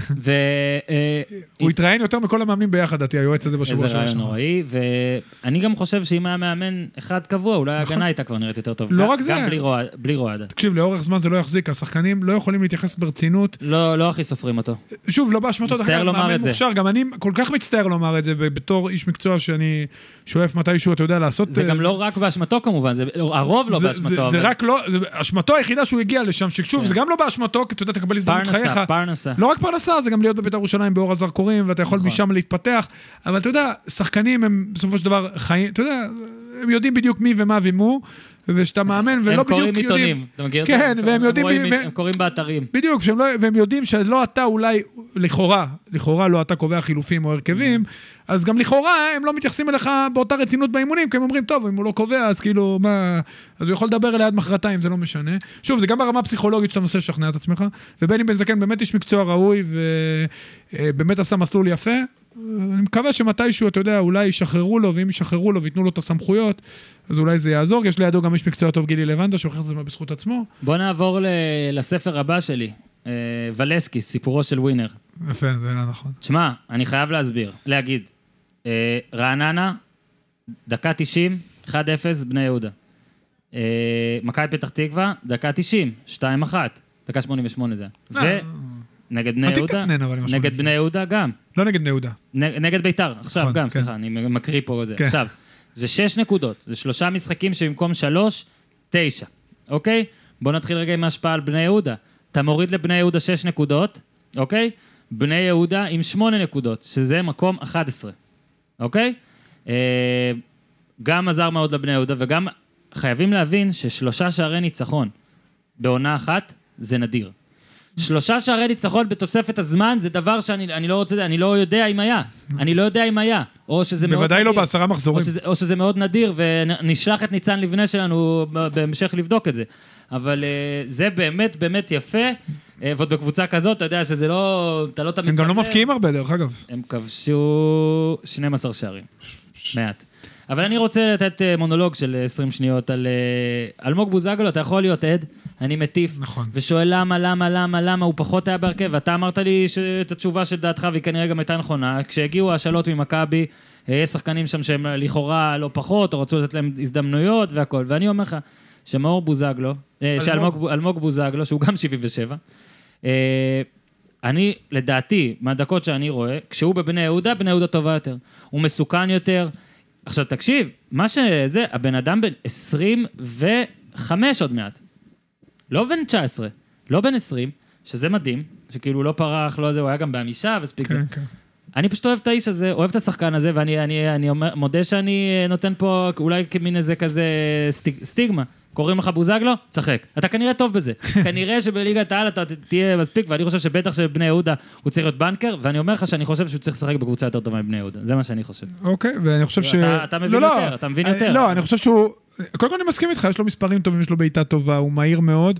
הוא התראיין יותר מכל המאמנים ביחד, דתי, היועץ הזה בשבוע איזה רעיון נוראי, ואני גם חושב שאם היה מאמן אחד קבוע, אולי ההגנה הייתה כבר נראית יותר טוב. לא רק זה. גם בלי רועדה. תקשיב, לאורך זמן זה לא יחזיק, השחקנים לא יכולים להתייחס ברצינות. לא, לא הכי סופרים אותו. שוב, לא באשמתו, מצטער לומר את זה. גם אני כל כך מצטער לומר את זה, בתור איש מקצוע שאני שואף מתישהו, אתה יודע, לעשות... זה גם לא רק באשמתו כמובן, זה הרוב לא באשמתו. זה רק לא, אשמתו היחידה שהוא הגיע לשם, ששוב, זה גם לא באשמתו, כי אתה יודע, תקבל הזדמנות חייך. פרנסה. לא רק פרנסה, זה גם להיות בבית"ר ירושלים באור הזרקורים, ואתה יכול משם להתפתח, אבל אתה יודע, שחקנים הם בסופו של דבר חיים, אתה יודע, הם יודעים בדיוק מי ומה ומו, ושאתה מאמן, ולא בדיוק יודעים... הם קוראים עיתונים, אתה מכיר? כן, והם יודעים... הם קוראים באתרים. בדיוק, והם יודעים שלא אתה אולי, לכאורה, לכאורה לא אתה קובע חילופים או הרכבים, אז גם לכאורה הם לא מתייחסים אליך באותה רצינות באימונים, כי הם אומרים, טוב, אם הוא לא קובע, אז כאילו, מה... אז הוא יכול לדבר אליי עד מחרתיים, זה לא משנה. שוב, זה גם ברמה הפסיכולוגית שאתה מנסה לשכנע את עצמך, ובני בן זקן באמת איש מקצוע ראוי, ובאמת עשה מסלול יפה. אני מקווה שמתישהו, אתה יודע, אולי ישחררו לו, ואם ישחררו לו ויתנו לו את הסמכויות, אז אולי זה יעזור. יש לידו גם איש מקצוע טוב גילי לבנדה, שהוכיח את זה בזכות עצמו. בוא נעבור לספר הבא שלי, ולסקי, סיפורו של ווינר. יפה, זה היה נכון. תשמע, אני חייב להסביר, להגיד, רעננה, דקה תשעים, אחד אפס, בני יהודה. מכבי פתח תקווה, דקה תשעים, שתיים אחת, דקה שמונים ושמונה זה. ונגד בני יהודה, נגד בני יהודה גם. לא נגד בני יהודה. נגד ביתר, עכשיו גם, סליחה, אני מקריא פה זה. עכשיו, זה שש נקודות, זה שלושה משחקים שבמקום שלוש, תשע, אוקיי? בואו נתחיל רגע עם ההשפעה על בני יהודה. אתה מוריד לבני יהודה שש נקודות, אוקיי? בני יהודה עם שמונה נקודות, שזה מקום אחת עשרה, אוקיי? גם עזר מאוד לבני יהודה, וגם חייבים להבין ששלושה שערי ניצחון בעונה אחת, זה נדיר. שלושה שערי ניצחון בתוספת הזמן, זה דבר שאני אני לא רוצה, אני לא יודע אם היה. אני לא יודע אם היה. או שזה מאוד בוודאי נדיר. לא בעשרה מחזורים. או שזה, או שזה מאוד נדיר, ונשלח את ניצן לבנה שלנו בהמשך לבדוק את זה. אבל זה באמת, באמת יפה. ועוד בקבוצה כזאת, אתה יודע שזה לא... אתה לא תמיד... הם גם לא מפקיעים הרבה, דרך אגב. הם כבשו שנים עשר שערים. מעט. אבל אני רוצה לתת מונולוג של עשרים שניות על אלמוג בוזגלו, אתה יכול להיות עד, אני מטיף, נכון. ושואל למה, למה, למה, למה, הוא פחות היה בהרכב, ואתה אמרת לי את התשובה של דעתך, והיא כנראה גם הייתה נכונה, כשהגיעו השאלות ממכבי, יש שחקנים שם שהם לכאורה לא פחות, או רצו לתת להם הזדמנויות והכל, ואני אומר לך, שמאור בוזגלו, שאלמוג בוזגלו, שהוא גם שבעים ושבע, אני, לדעתי, מהדקות שאני רואה, כשהוא בבני יהודה, בני יהודה טובה יותר. הוא מסוכן יותר. עכשיו, תקשיב, מה שזה, הבן אדם בן עשרים וחמש עוד מעט. לא בן תשע עשרה, לא בן עשרים, שזה מדהים, שכאילו לא פרח, לא זה, הוא היה גם בעמישה וספיק זה. כן. אני פשוט אוהב את האיש הזה, אוהב את השחקן הזה, ואני אני, אני אומר, מודה שאני נותן פה אולי כמין איזה כזה סטיג, סטיגמה. קוראים לך בוזגלו? צחק. אתה כנראה טוב בזה. כנראה שבליגת העל אתה תהיה מספיק, ואני חושב שבטח שבבני יהודה הוא צריך להיות בנקר, ואני אומר לך שאני חושב שהוא צריך לשחק בקבוצה יותר טובה מבני יהודה. זה מה שאני חושב. אוקיי, ואני חושב ש... אתה מבין יותר, אתה מבין יותר. לא, אני חושב שהוא... קודם כל אני מסכים איתך, יש לו מספרים טובים, יש לו בעיטה טובה, הוא מהיר מאוד,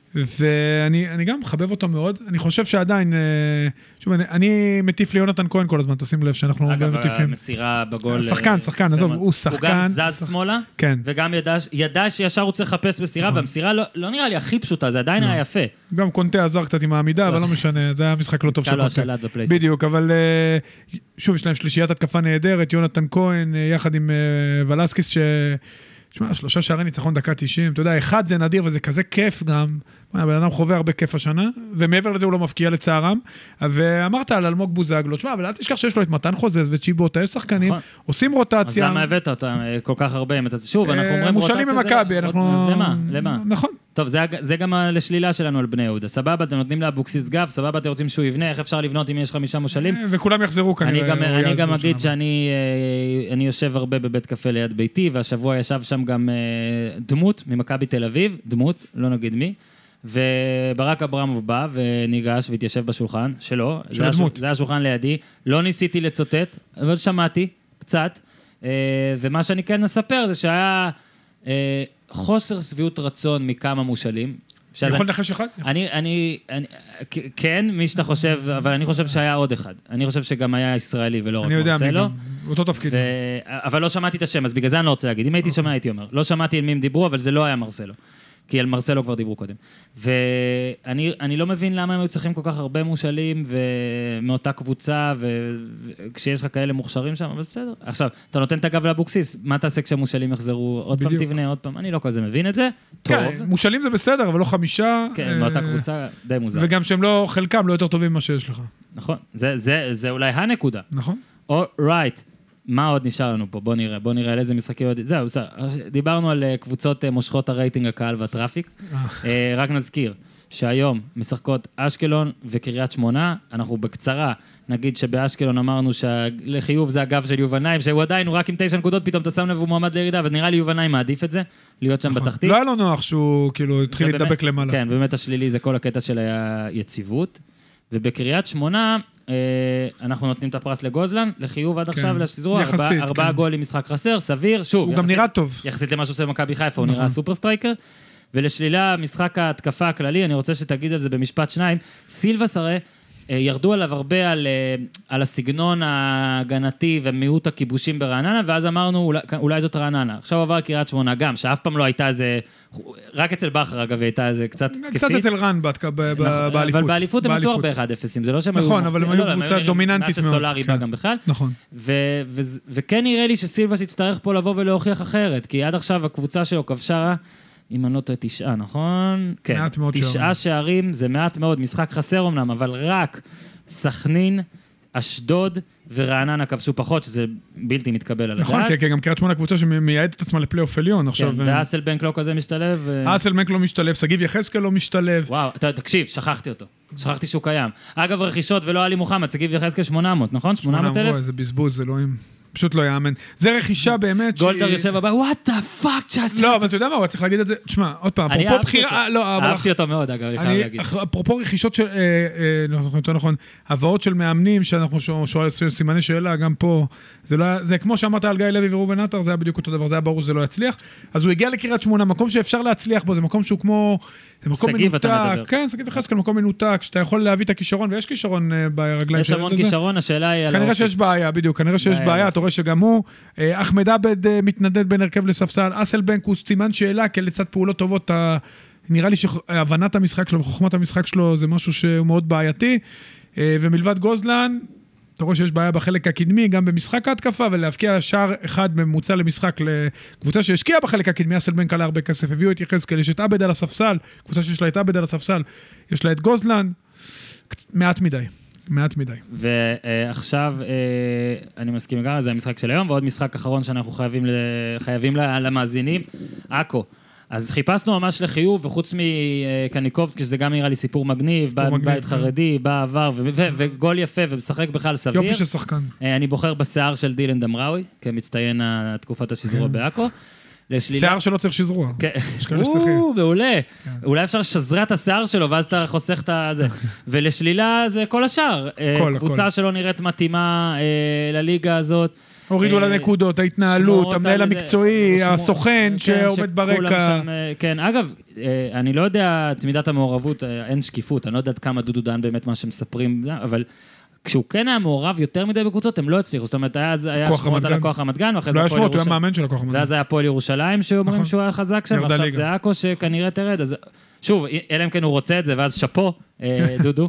ואני גם מחבב אותו מאוד. אני חושב שעדיין, שוב, אני, אני מטיף ליונתן כהן כל הזמן, תשים לב שאנחנו גם מטיפים. אגב, המסירה בגול... שחקן, שחקן, עזוב, הוא שחקן. הוא גם זז שמאלה, כן. וגם ידע, ידע שישר הוא צריך לחפש מסירה, והמסירה לא, לא נראה לי הכי פשוטה, זה עדיין היה יפה. גם קונטה עזר קצת עם העמידה, אבל לא משנה, זה היה משחק לא טוב של קונטה. בדיוק, אבל שוב, יש להם שלישיית התקפה נהדרת, יונתן כהן, יחד עם ולסקיס, ש... תשמע, שלושה שערי ניצחון דקה תשעים, אתה יודע, אחד זה נדיר וזה כזה כיף גם, בן אדם חווה הרבה כיף השנה, ומעבר לזה הוא לא מפקיע לצערם, ואמרת על אלמוג בוזגלו, תשמע, אבל אל תשכח שיש לו את מתן חוזז וצ'יבוטה, יש שחקנים, עושים רוטציה. אז למה הבאת אותם כל כך הרבה? שוב, אנחנו אומרים רוטציה זה... מושלים ממכבי, אנחנו... אז למה? למה? נכון. טוב, זה גם לשלילה שלנו על בני יהודה. סבבה, אתם נותנים לאבוקסיס גב, סבבה, אתם רוצים שהוא יבנה, איך אפשר לבנות אם יש חמישה מושלים? וכולם יחזרו כנראה. אני גם אגיד שאני יושב הרבה בבית קפה ליד ביתי, והשבוע ישב שם גם דמות ממכבי תל אביב, דמות, לא נגיד מי, וברק אברמוב בא וניגש והתיישב בשולחן שלו, זה היה שולחן לידי, לא ניסיתי לצוטט, אבל שמעתי קצת, ומה שאני כן אספר זה שהיה חוסר סביעות רצון מכמה מושלים. יכול לנחש אחד? אני, אני, כן, מי שאתה חושב, אבל אני חושב שהיה עוד אחד. אני חושב שגם היה ישראלי ולא רק מרסלו. אני יודע מי, אותו תפקיד. אבל לא שמעתי את השם, אז בגלל זה אני לא רוצה להגיד. אם הייתי שומע, הייתי אומר. לא שמעתי על מי הם דיברו, אבל זה לא היה מרסלו. כי על מרסלו כבר דיברו קודם. ואני אני לא מבין למה הם היו צריכים כל כך הרבה מושלים ומאותה קבוצה, וכשיש לך כאלה מוכשרים שם, אבל בסדר. עכשיו, אתה נותן את הגב לאבוקסיס, מה תעשה כשהמושלים יחזרו? עוד פעם תבנה, עוד פעם. אני לא כזה מבין את זה. טוב. מושלים זה בסדר, אבל לא חמישה. כן, מאותה קבוצה די מוזר. וגם שהם לא, חלקם לא יותר טובים ממה שיש לך. נכון. זה, זה, זה אולי הנקודה. נכון. Alright. מה עוד נשאר לנו פה? בוא נראה, בוא נראה על איזה משחקים עוד... זהו, דיברנו על קבוצות מושכות הרייטינג, הקהל והטראפיק. רק נזכיר שהיום משחקות אשקלון וקריית שמונה, אנחנו בקצרה נגיד שבאשקלון אמרנו שלחיוב זה הגב של יובניים, שהוא עדיין הוא רק עם תשע נקודות, פתאום אתה שם לב הוא מועמד לירידה, ונראה לי יובניים מעדיף את זה, להיות שם בתחתית. לא היה לו נוח שהוא כאילו התחיל להתדבק למעלה. כן, באמת השלילי זה כל הקטע של היציבות, ובקריית שמונה אנחנו נותנים את הפרס לגוזלן, לחיוב עד עכשיו, לשזרוע, ארבעה גולים משחק חסר, סביר, שוב, הוא גם נראה טוב. יחסית למה שעושה במכבי חיפה, הוא נראה סופר סטרייקר, ולשלילה, משחק ההתקפה הכללי, אני רוצה שתגיד על זה במשפט שניים, סילבס הרי ירדו עליו הרבה על, על הסגנון ההגנתי ומיעוט הכיבושים ברעננה, ואז אמרנו, אולי, אולי זאת רעננה. עכשיו עבר קריית שמונה גם, שאף פעם לא הייתה איזה, רק אצל בחר אגב הייתה איזה קצת תקפית. קצת אצל רן באליפות. אבל באליפות הם עשו הרבה אחד אפסים, זה לא שהם נכון, אבל הם היו קבוצה דומיננטית מאוד. סולארי בא גם בכלל. נכון. וכן נראה לי שסילבס יצטרך פה לבוא ולהוכיח אחרת, כי עד עכשיו הקבוצה שלו כבשה אם אני לא טועה תשעה, נכון? כן. מעט מאוד תשעה שערים. שערים, זה מעט מאוד, משחק חסר אמנם, אבל רק סכנין, אשדוד ורעננה כבשו פחות, שזה בלתי מתקבל על הדעת. נכון, כי גם קריית שמונה קבוצה שמייעדת את עצמה לפלייאוף עליון עכשיו. כן, ואסלבנק לא כזה משתלב. אסלבנק לא משתלב, סגיב יחזקאל לא משתלב. וואו, תקשיב, שכחתי אותו. שכחתי שהוא קיים. אגב, רכישות ולא עלי מוחמד, סגיב יחזקאל שמונה מאות, נכון? שמונה מאות אלף? זה בזבוז, זה לא עם... פשוט לא יאמן. זה רכישה באמת גולדהר יושב הבא, what the fuck just... לא, אבל אתה יודע מה, הוא צריך להגיד את זה, תשמע, עוד פעם, אפרופו בחירה... אהבתי אותו מאוד, אגב, אני חייב להגיד. אפרופו רכישות של, יותר נכון, הבאות של מאמנים, שאנחנו שואלים סימני שאלה, גם פה, זה כמו שאמרת על גיא לוי ורובן עטר, זה היה בדיוק אותו דבר, זה היה ברור שזה לא יצליח, אז הוא הגיע לקריית שמונה, מקום שאפשר להצליח בו, זה מקום שהוא כמו... זה מקום מנותק, כן, סגיב יחזקאל, מקום מנותק, שאתה יכול להביא את הכישרון, ויש כישרון ברגליים של הילד הזה. יש המון כישרון, השאלה היא על כנראה שיש בעיה, בדיוק, כנראה שיש בעיה, אתה רואה שגם הוא, אחמד עבד מתנדד בין הרכב לספסל, אסלבנק הוא סימן שאלה, כי לצד פעולות טובות, נראה לי שהבנת המשחק שלו וחוכמת המשחק שלו, זה משהו שהוא מאוד בעייתי, ומלבד גוזלן, אתה רואה שיש בעיה בחלק הקדמי, גם במשחק ההתקפה, ולהבקיע שער אחד ממוצע למשחק לקבוצה שהשקיעה בחלק הקדמי, אסלבנק עלה הרבה כסף, הביאו את יחזקאל, יש את עבד על הספסל, קבוצה שיש לה את עבד על הספסל, יש לה את גוזלן, מעט מדי, מעט מדי. ועכשיו, אני מסכים גם, זה המשחק של היום, ועוד משחק אחרון שאנחנו חייבים, חייבים למאזינים, אקו. אז חיפשנו ממש לחיוב, וחוץ מקניקובסקי, שזה גם נראה לי סיפור מגניב, בא מבית חרדי, בא עבר, וגול יפה, ומשחק בכלל סביר. יופי של שחקן. אני בוחר בשיער של דילן דמראוי, כמצטיין תקופת השזרוע בעכו. שיער שלא צריך שזרוע. או, מעולה. אולי אפשר לשזרע את השיער שלו, ואז אתה חוסך את זה. ולשלילה זה כל השאר. קבוצה שלא נראית מתאימה לליגה הזאת. הורידו לנקודות, ההתנהלות, המנהל המקצועי, הסוכן שעומד ברקע. כן, אגב, אני לא יודע, תמידת המעורבות, אין שקיפות, אני לא יודע כמה דודו דן באמת מה שמספרים, אבל כשהוא כן היה מעורב יותר מדי בקבוצות, הם לא הצליחו, זאת אומרת, היה שמות על הכוח המדגן, לא היה שמות, הוא היה מאמן של הכוח המדגן. ואז היה פועל ירושלים, שאומרים שהוא היה חזק שם, ועכשיו זה אקו שכנראה תרד, אז שוב, אלא אם כן הוא רוצה את זה, ואז שפו, דודו,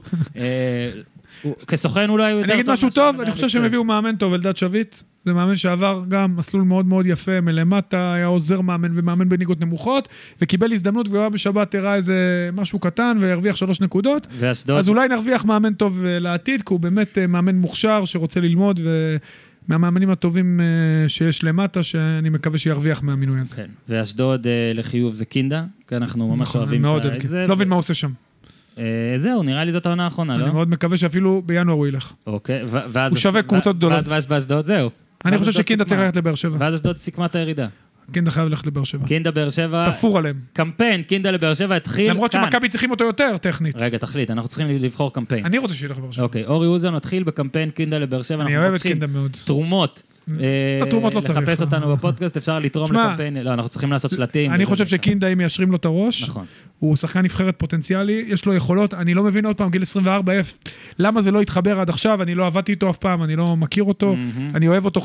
כסוכן אולי יותר טוב. אני אגיד משהו טוב, אני חושב שהם הביאו מאמן טוב, אלדד שביט, זה מאמן שעבר גם מסלול מאוד מאוד יפה, מלמטה, היה עוזר מאמן ומאמן בניגות נמוכות, וקיבל הזדמנות וכבר בשבת הראה איזה משהו קטן, והרוויח שלוש נקודות. אז אולי נרוויח מאמן טוב לעתיד, כי הוא באמת מאמן מוכשר שרוצה ללמוד, ומהמאמנים הטובים שיש למטה, שאני מקווה שירוויח מהמינוי הזה. כן, ואשדוד לחיוב זה קינדה, כי אנחנו ממש אוהבים את זה. לא מבין מה עושה שם. זהו, נראה לי זאת העונה האחרונה, לא? אני מאוד מקווה שאפילו בינואר הוא ילך. אוקיי, הוא שווה קבוצות גדולות. ואז באשדוד זהו. אני חושב שקינדה תראה ללכת לבאר שבע. ואז אשדוד סיכמה את הירידה. קינדה חייב ללכת לבאר שבע. קינדה באר שבע. תפור עליהם. קמפיין, קינדה לבאר שבע התחיל כאן. למרות שמכבי צריכים אותו יותר, טכנית. רגע, תחליט, אנחנו צריכים לבחור קמפיין. אני רוצה שילך לבאר שבע. אוקיי, אורי אוזן מתחיל בקמפיין קינדה לבאר שבע. אני אוהב את קינדה מאוד. תרומות. התרומות לא צריך. לחפש אותנו בפודקאסט, אפשר לתרום לקמפיין. לא, אנחנו צריכים לעשות שלטים. אני חושב שקינדה, אם ישרים לו את הראש, הוא שחקן נבחרת פוטנציאלי, יש לו יכולות, אני לא מבין עוד פעם, גיל עשרים וארבע, למה זה לא התחבר עד עכשיו, אני לא עבדתי איתו אף פעם, אני לא מכיר אותו, אני אוהב אותו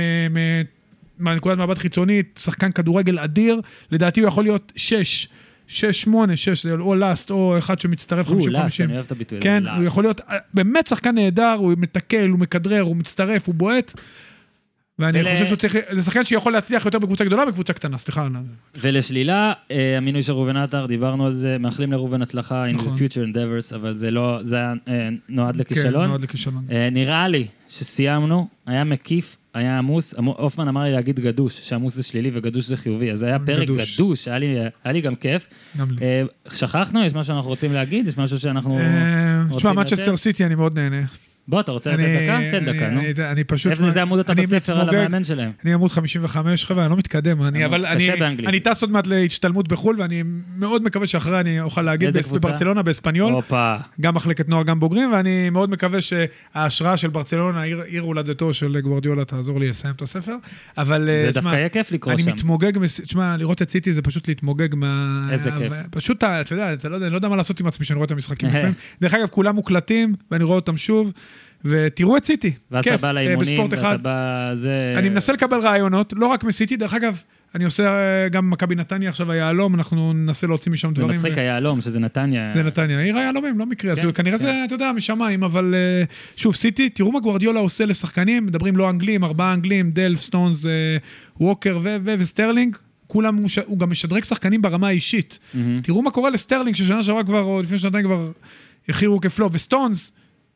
מהנקודת מבט חיצונית, שחקן כדורגל אדיר, לדעתי הוא יכול להיות שש, שש, שמונה, שש, או לאסט, או אחד שמצטרף חמישים חמישים. אני אוהב את הביטוי. כן, הוא יכול להיות באמת שחקן נהדר, הוא מתקל, הוא מכדרר, הוא מצטרף, הוא בועט. ואני ול... חושב שהוא צריך, זה שחקן שיכול להצליח יותר בקבוצה גדולה, בקבוצה קטנה, סליחה. ולשלילה, המינוי של רובן עטר, דיברנו על זה, מאחלים לרובן הצלחה, in the future endeavors, אבל זה לא, זה נועד לכישלון. כן, נועד לכישלון. נראה לי שסיימנו, היה מקיף, היה עמוס, אופמן אמר לי להגיד גדוש, שעמוס זה שלילי וגדוש זה חיובי, אז היה פרק גדוש, גדוש היה, לי, היה לי גם כיף. גם לי. שכחנו, יש משהו שאנחנו רוצים להגיד, יש משהו שאנחנו רוצים תשמע, מנצ'סטר סיטי, אני מאוד נהנה. בוא, אתה רוצה לתת דקה? תן דקה, נו. אני פשוט... איפה זה עמוד אתה בספר על המאמן שלהם? אני עמוד חמישים וחמש, חבר'ה, אני לא מתקדם, אבל אני טס עוד מעט להשתלמות בחול, ואני מאוד מקווה שאחרי אני אוכל להגיד בברצלונה, באספניול, גם מחלקת נוער, גם בוגרים, ואני מאוד מקווה שההשראה של ברצלונה, עיר הולדתו של גוורדיולה, תעזור לי לסיים את הספר, אבל... זה דווקא יהיה כיף לקרוא שם. אני מתמוגג, תשמע, לראות את סיטי זה פשוט להתמוגג מה... איזה כיף. פשוט, אתה יודע, אני לא יודע מה לעשות עם עצמי שאני רואה את המשחקים. דרך אגב, כולם מוקלטים, ואני רואה אותם שוב, ותראו את סיטי. ואז אתה בא לאימונים, ואתה בא... אני מנסה לקבל רעיונות, לא רק מסיטי, דרך אגב, אני עושה גם מכבי נתניה עכשיו היעלום, אנחנו ננסה להוציא משם דברים. ומצחיק היעלום, שזה נתניה. זה נתניה, עיר היעלומים, לא מקרה, כנראה זה, אתה יודע, משמיים, אבל שוב, סיטי, תראו מה גוורדיולה עושה לשחקנים, מדברים לא אנגלים, ארבעה אנגלים, דלף, סטונס, ווקר וסטרלינג, כולם, הוא גם משדרג שחקנים ברמה האישית. תראו מה קורה לסטרלינג, ששנה שעברה כבר, או לפני שנתיים כבר הכירו כפלו, וסטונס,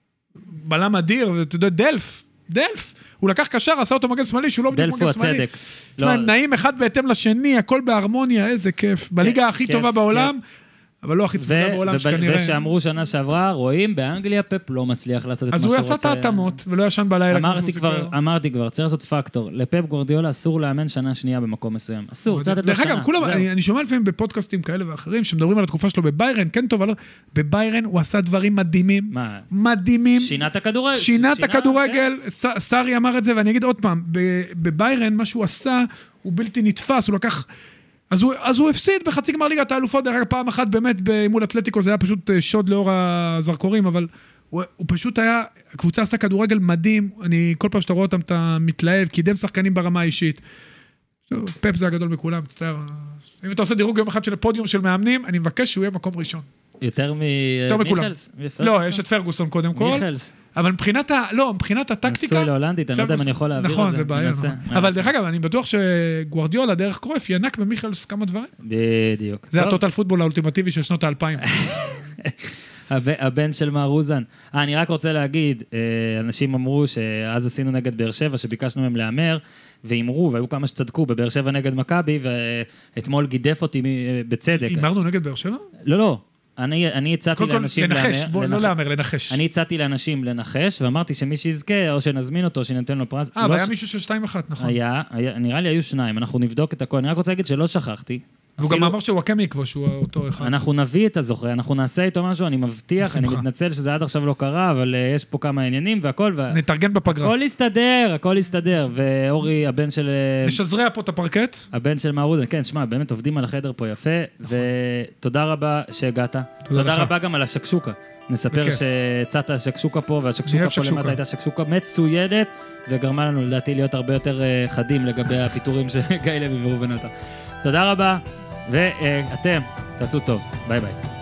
בלם אדיר, ואתה יודע, דלף, דלף, הוא לקח קשר, עשה אותו מגן שמאלי, שהוא לא בדיוק מגן שמאלי. דלף הוא הצדק. נעים אחד בהתאם לשני, הכל בהרמוניה, איזה כיף. בליגה הכי טובה בעולם, אבל לא הכי צפודה בעולם שכנראה... ושאמרו שנה שעברה, רואים, באנגליה פפ לא מצליח לעשות את מה שהוא רוצה. אז הוא עשה את ההתאמות, ולא ישן בלילה. אמרתי כבר, אמרתי כבר, צריך לעשות פקטור. לפפ גוורדיולה אסור לאמן שנה שנייה במקום מסוים. אסור, צריך לתת לו שנה. דרך אגב, כולם, אני שומע לפעמים בפודקאסטים כאלה ואחרים, שמדברים על התקופה שלו בביירן, כן טוב, אבל בביירן הוא עשה דברים מדהימים. מדהימים. שינת הכדורגל. שינת הכדורגל. סארי אמר את זה, ואני אגיד עוד פעם, בביירן, מה שהוא עשה, הוא בלתי נתפס, הוא לקח אז הוא, אז הוא הפסיד בחצי גמר ליגת האלופות, דרך פעם אחת באמת מול אתלטיקו, זה היה פשוט שוד לאור הזרקורים, אבל הוא, הוא פשוט היה, הקבוצה עשתה כדורגל מדהים, אני כל פעם שאתה רואה אותם, אתה מתלהב, קידם שחקנים ברמה האישית. פפ זה הגדול מכולם, מצטער. אם אתה עושה דירוג יום אחד של הפודיום של מאמנים, אני מבקש שהוא יהיה מקום ראשון. יותר ממיכלס? לא, יש את פרגוסון קודם כל. מיכלס. אבל מבחינת ה... לא, מבחינת הטקטיקה... נסוי להולנדית, אני לא יודע אם אני יכול להעביר את זה. נכון, זה בעיה. אבל דרך אגב, אני בטוח שגוארדיולה, דרך קרויף, ינק במיכלס כמה דברים. בדיוק. זה הטוטל פוטבול האולטימטיבי של שנות האלפיים. הבן של מר רוזן. אני רק רוצה להגיד, אנשים אמרו שאז עשינו נגד באר שבע, שביקשנו מהם לאמר, ואמרו, והיו כמה שצדקו, בבאר שבע נגד מכבי, ואתמול גידף אותי בצדק. אמרנו נגד באר שבע? לא, לא. אני, אני הצעתי לאנשים... לנחש, בוא, לא לאמר, לנחש. אני הצעתי לאנשים לנחש, ואמרתי שמי שיזכה, או שנזמין אותו, שנתן לו פרס. אה, והיה מישהו של שתיים אחת, נכון. היה, נראה לי היו שניים, אנחנו נבדוק את הכל. אני רק רוצה להגיד שלא שכחתי. והוא גם אמר שהוא הקם יקבו, שהוא אותו אחד. אנחנו נביא את הזוכה, אנחנו נעשה איתו משהו, אני מבטיח, אני מתנצל שזה עד עכשיו לא קרה, אבל יש פה כמה עניינים והכל. נתארגן בפגרה. הכל יסתדר, הכל יסתדר. ואורי, הבן של... נשזרע פה את הפרקט. הבן של מערוזן, כן, שמע, באמת עובדים על החדר פה יפה, ותודה רבה שהגעת. תודה רבה גם על השקשוקה. נספר שהצעת השקשוקה פה, והשקשוקה פה למטה הייתה שקשוקה מצוינת, וגרמה לנו לדעתי להיות הרבה יותר חדים לגבי הפיתורים של גיא לוי וראובן עטר. תודה רבה, ואתם תעשו טוב. ביי ביי.